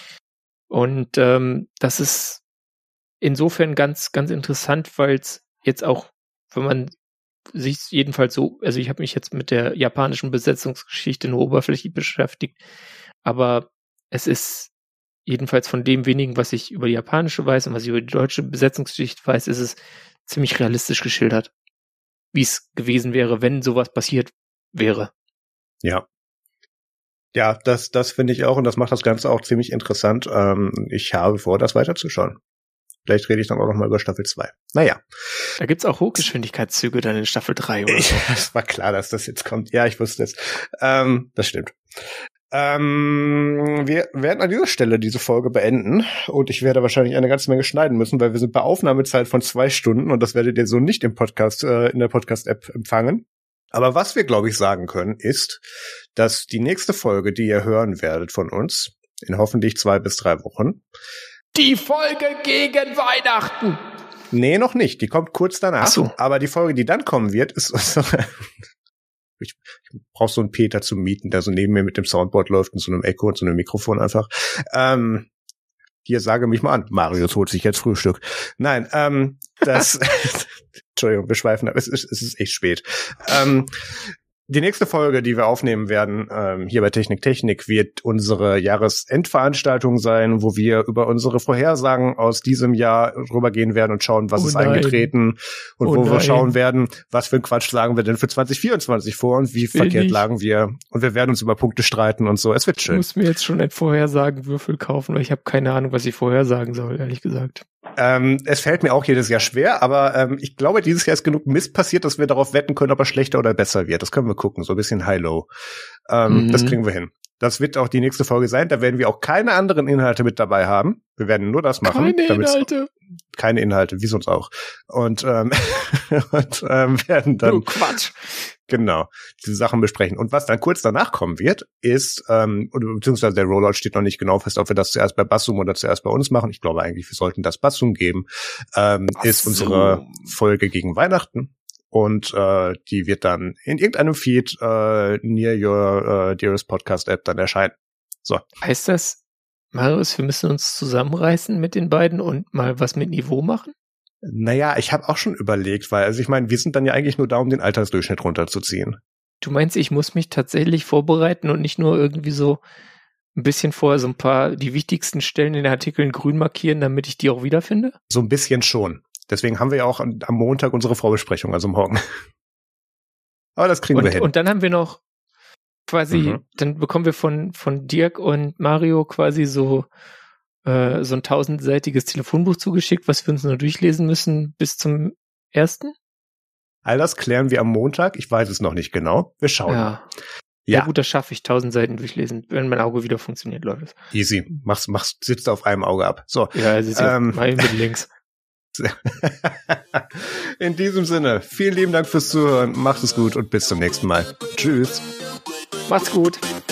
Und ähm, das ist insofern ganz ganz interessant, weil es jetzt auch, wenn man sich jedenfalls so, also ich habe mich jetzt mit der japanischen Besetzungsgeschichte nur oberflächlich beschäftigt, aber es ist jedenfalls von dem wenigen, was ich über die japanische weiß und was ich über die deutsche Besetzungsgeschichte weiß, ist es ziemlich realistisch geschildert, wie es gewesen wäre, wenn sowas passiert wäre.
Ja. Ja, das, das finde ich auch und das macht das Ganze auch ziemlich interessant. Ähm, ich habe vor, das weiterzuschauen. Vielleicht rede ich dann auch noch mal über Staffel zwei. Naja.
Da gibt's auch Hochgeschwindigkeitszüge dann in Staffel drei, oder so.
Es war klar, dass das jetzt kommt. Ja, ich wusste es. Ähm, das stimmt. Ähm, wir werden an dieser Stelle diese Folge beenden und ich werde wahrscheinlich eine ganze Menge schneiden müssen, weil wir sind bei Aufnahmezeit von zwei Stunden und das werdet ihr so nicht im Podcast, äh, in der Podcast-App empfangen. Aber was wir, glaube ich, sagen können, ist, dass die nächste Folge, die ihr hören werdet von uns, in hoffentlich zwei bis drei Wochen,
die Folge gegen Weihnachten.
Nee, noch nicht. Die kommt kurz danach.
Ach so.
Aber die Folge, die dann kommen wird, ist ich, ich brauche so einen Peter zum Mieten, der so neben mir mit dem Soundboard läuft und so einem Echo und so einem Mikrofon einfach. Ähm, hier, sage mich mal an. Marius holt sich jetzt Frühstück. Nein, ähm, das Entschuldigung, wir schweifen ab. Es ist, es ist echt spät. Ähm, Die nächste Folge, die wir aufnehmen werden, ähm, hier bei Technik Technik, wird unsere Jahresendveranstaltung sein, wo wir über unsere Vorhersagen aus diesem Jahr drüber gehen werden und schauen, was
oh
ist
nein.
eingetreten und
oh
wo
nein.
wir schauen werden, was für ein Quatsch sagen wir denn für zwanzig vierundzwanzig vor und wie
Will
verkehrt
nicht.
lagen wir. Und wir werden uns über Punkte streiten und so. Es wird schön.
Ich muss mir jetzt schon ein Vorhersagenwürfel kaufen, weil ich habe keine Ahnung, was ich vorhersagen soll, ehrlich gesagt.
Ähm, es fällt mir auch jedes Jahr schwer, aber ähm, ich glaube, dieses Jahr ist genug Mist passiert, dass wir darauf wetten können, ob er schlechter oder besser wird. Das können wir gucken, so ein bisschen High-Low. Ähm, mhm. Das kriegen wir hin. Das wird auch die nächste Folge sein. Da werden wir auch keine anderen Inhalte mit dabei haben. Wir werden nur das machen.
Keine Inhalte.
Keine Inhalte, wie sonst auch. Und, ähm, und ähm, werden dann...
Oh, Quatsch.
Genau, diese Sachen besprechen. Und was dann kurz danach kommen wird, ist, ähm, beziehungsweise der Rollout steht noch nicht genau fest, ob wir das zuerst bei Bassum oder zuerst bei uns machen. Ich glaube eigentlich, wir sollten das Bassum geben. Ähm, ist unsere Folge gegen Weihnachten. Und äh, die wird dann in irgendeinem Feed äh, near your uh, dearest Podcast App dann erscheinen. So.
Heißt das, Marius, wir müssen uns zusammenreißen mit den beiden und mal was mit Niveau machen?
Naja, ich habe auch schon überlegt, weil, also ich meine, wir sind dann ja eigentlich nur da, um den Altersdurchschnitt runterzuziehen.
Du meinst, ich muss mich tatsächlich vorbereiten und nicht nur irgendwie so ein bisschen vorher so ein paar, die wichtigsten Stellen in den Artikeln grün markieren, damit ich die auch wiederfinde?
So ein bisschen schon. Deswegen haben wir ja auch am Montag unsere Vorbesprechung, also morgen. Aber das kriegen
und,
wir hin.
Und dann haben wir noch quasi, mhm. dann bekommen wir von, von Dirk und Mario quasi so äh, so ein tausendseitiges Telefonbuch zugeschickt, was wir uns nur durchlesen müssen bis zum ersten.
All das klären wir am Montag. Ich weiß es noch nicht genau. Wir schauen.
Ja. Ja. ja gut, das schaffe ich. Tausend Seiten durchlesen. Wenn mein Auge wieder funktioniert, läuft es.
Easy. Mach's, mach's, sitzt auf einem Auge ab. So.
Ja, es ist ja ähm, mal mit links.
In diesem Sinne, vielen lieben Dank fürs Zuhören. Macht es gut und bis zum nächsten Mal. Tschüss.
Macht's gut.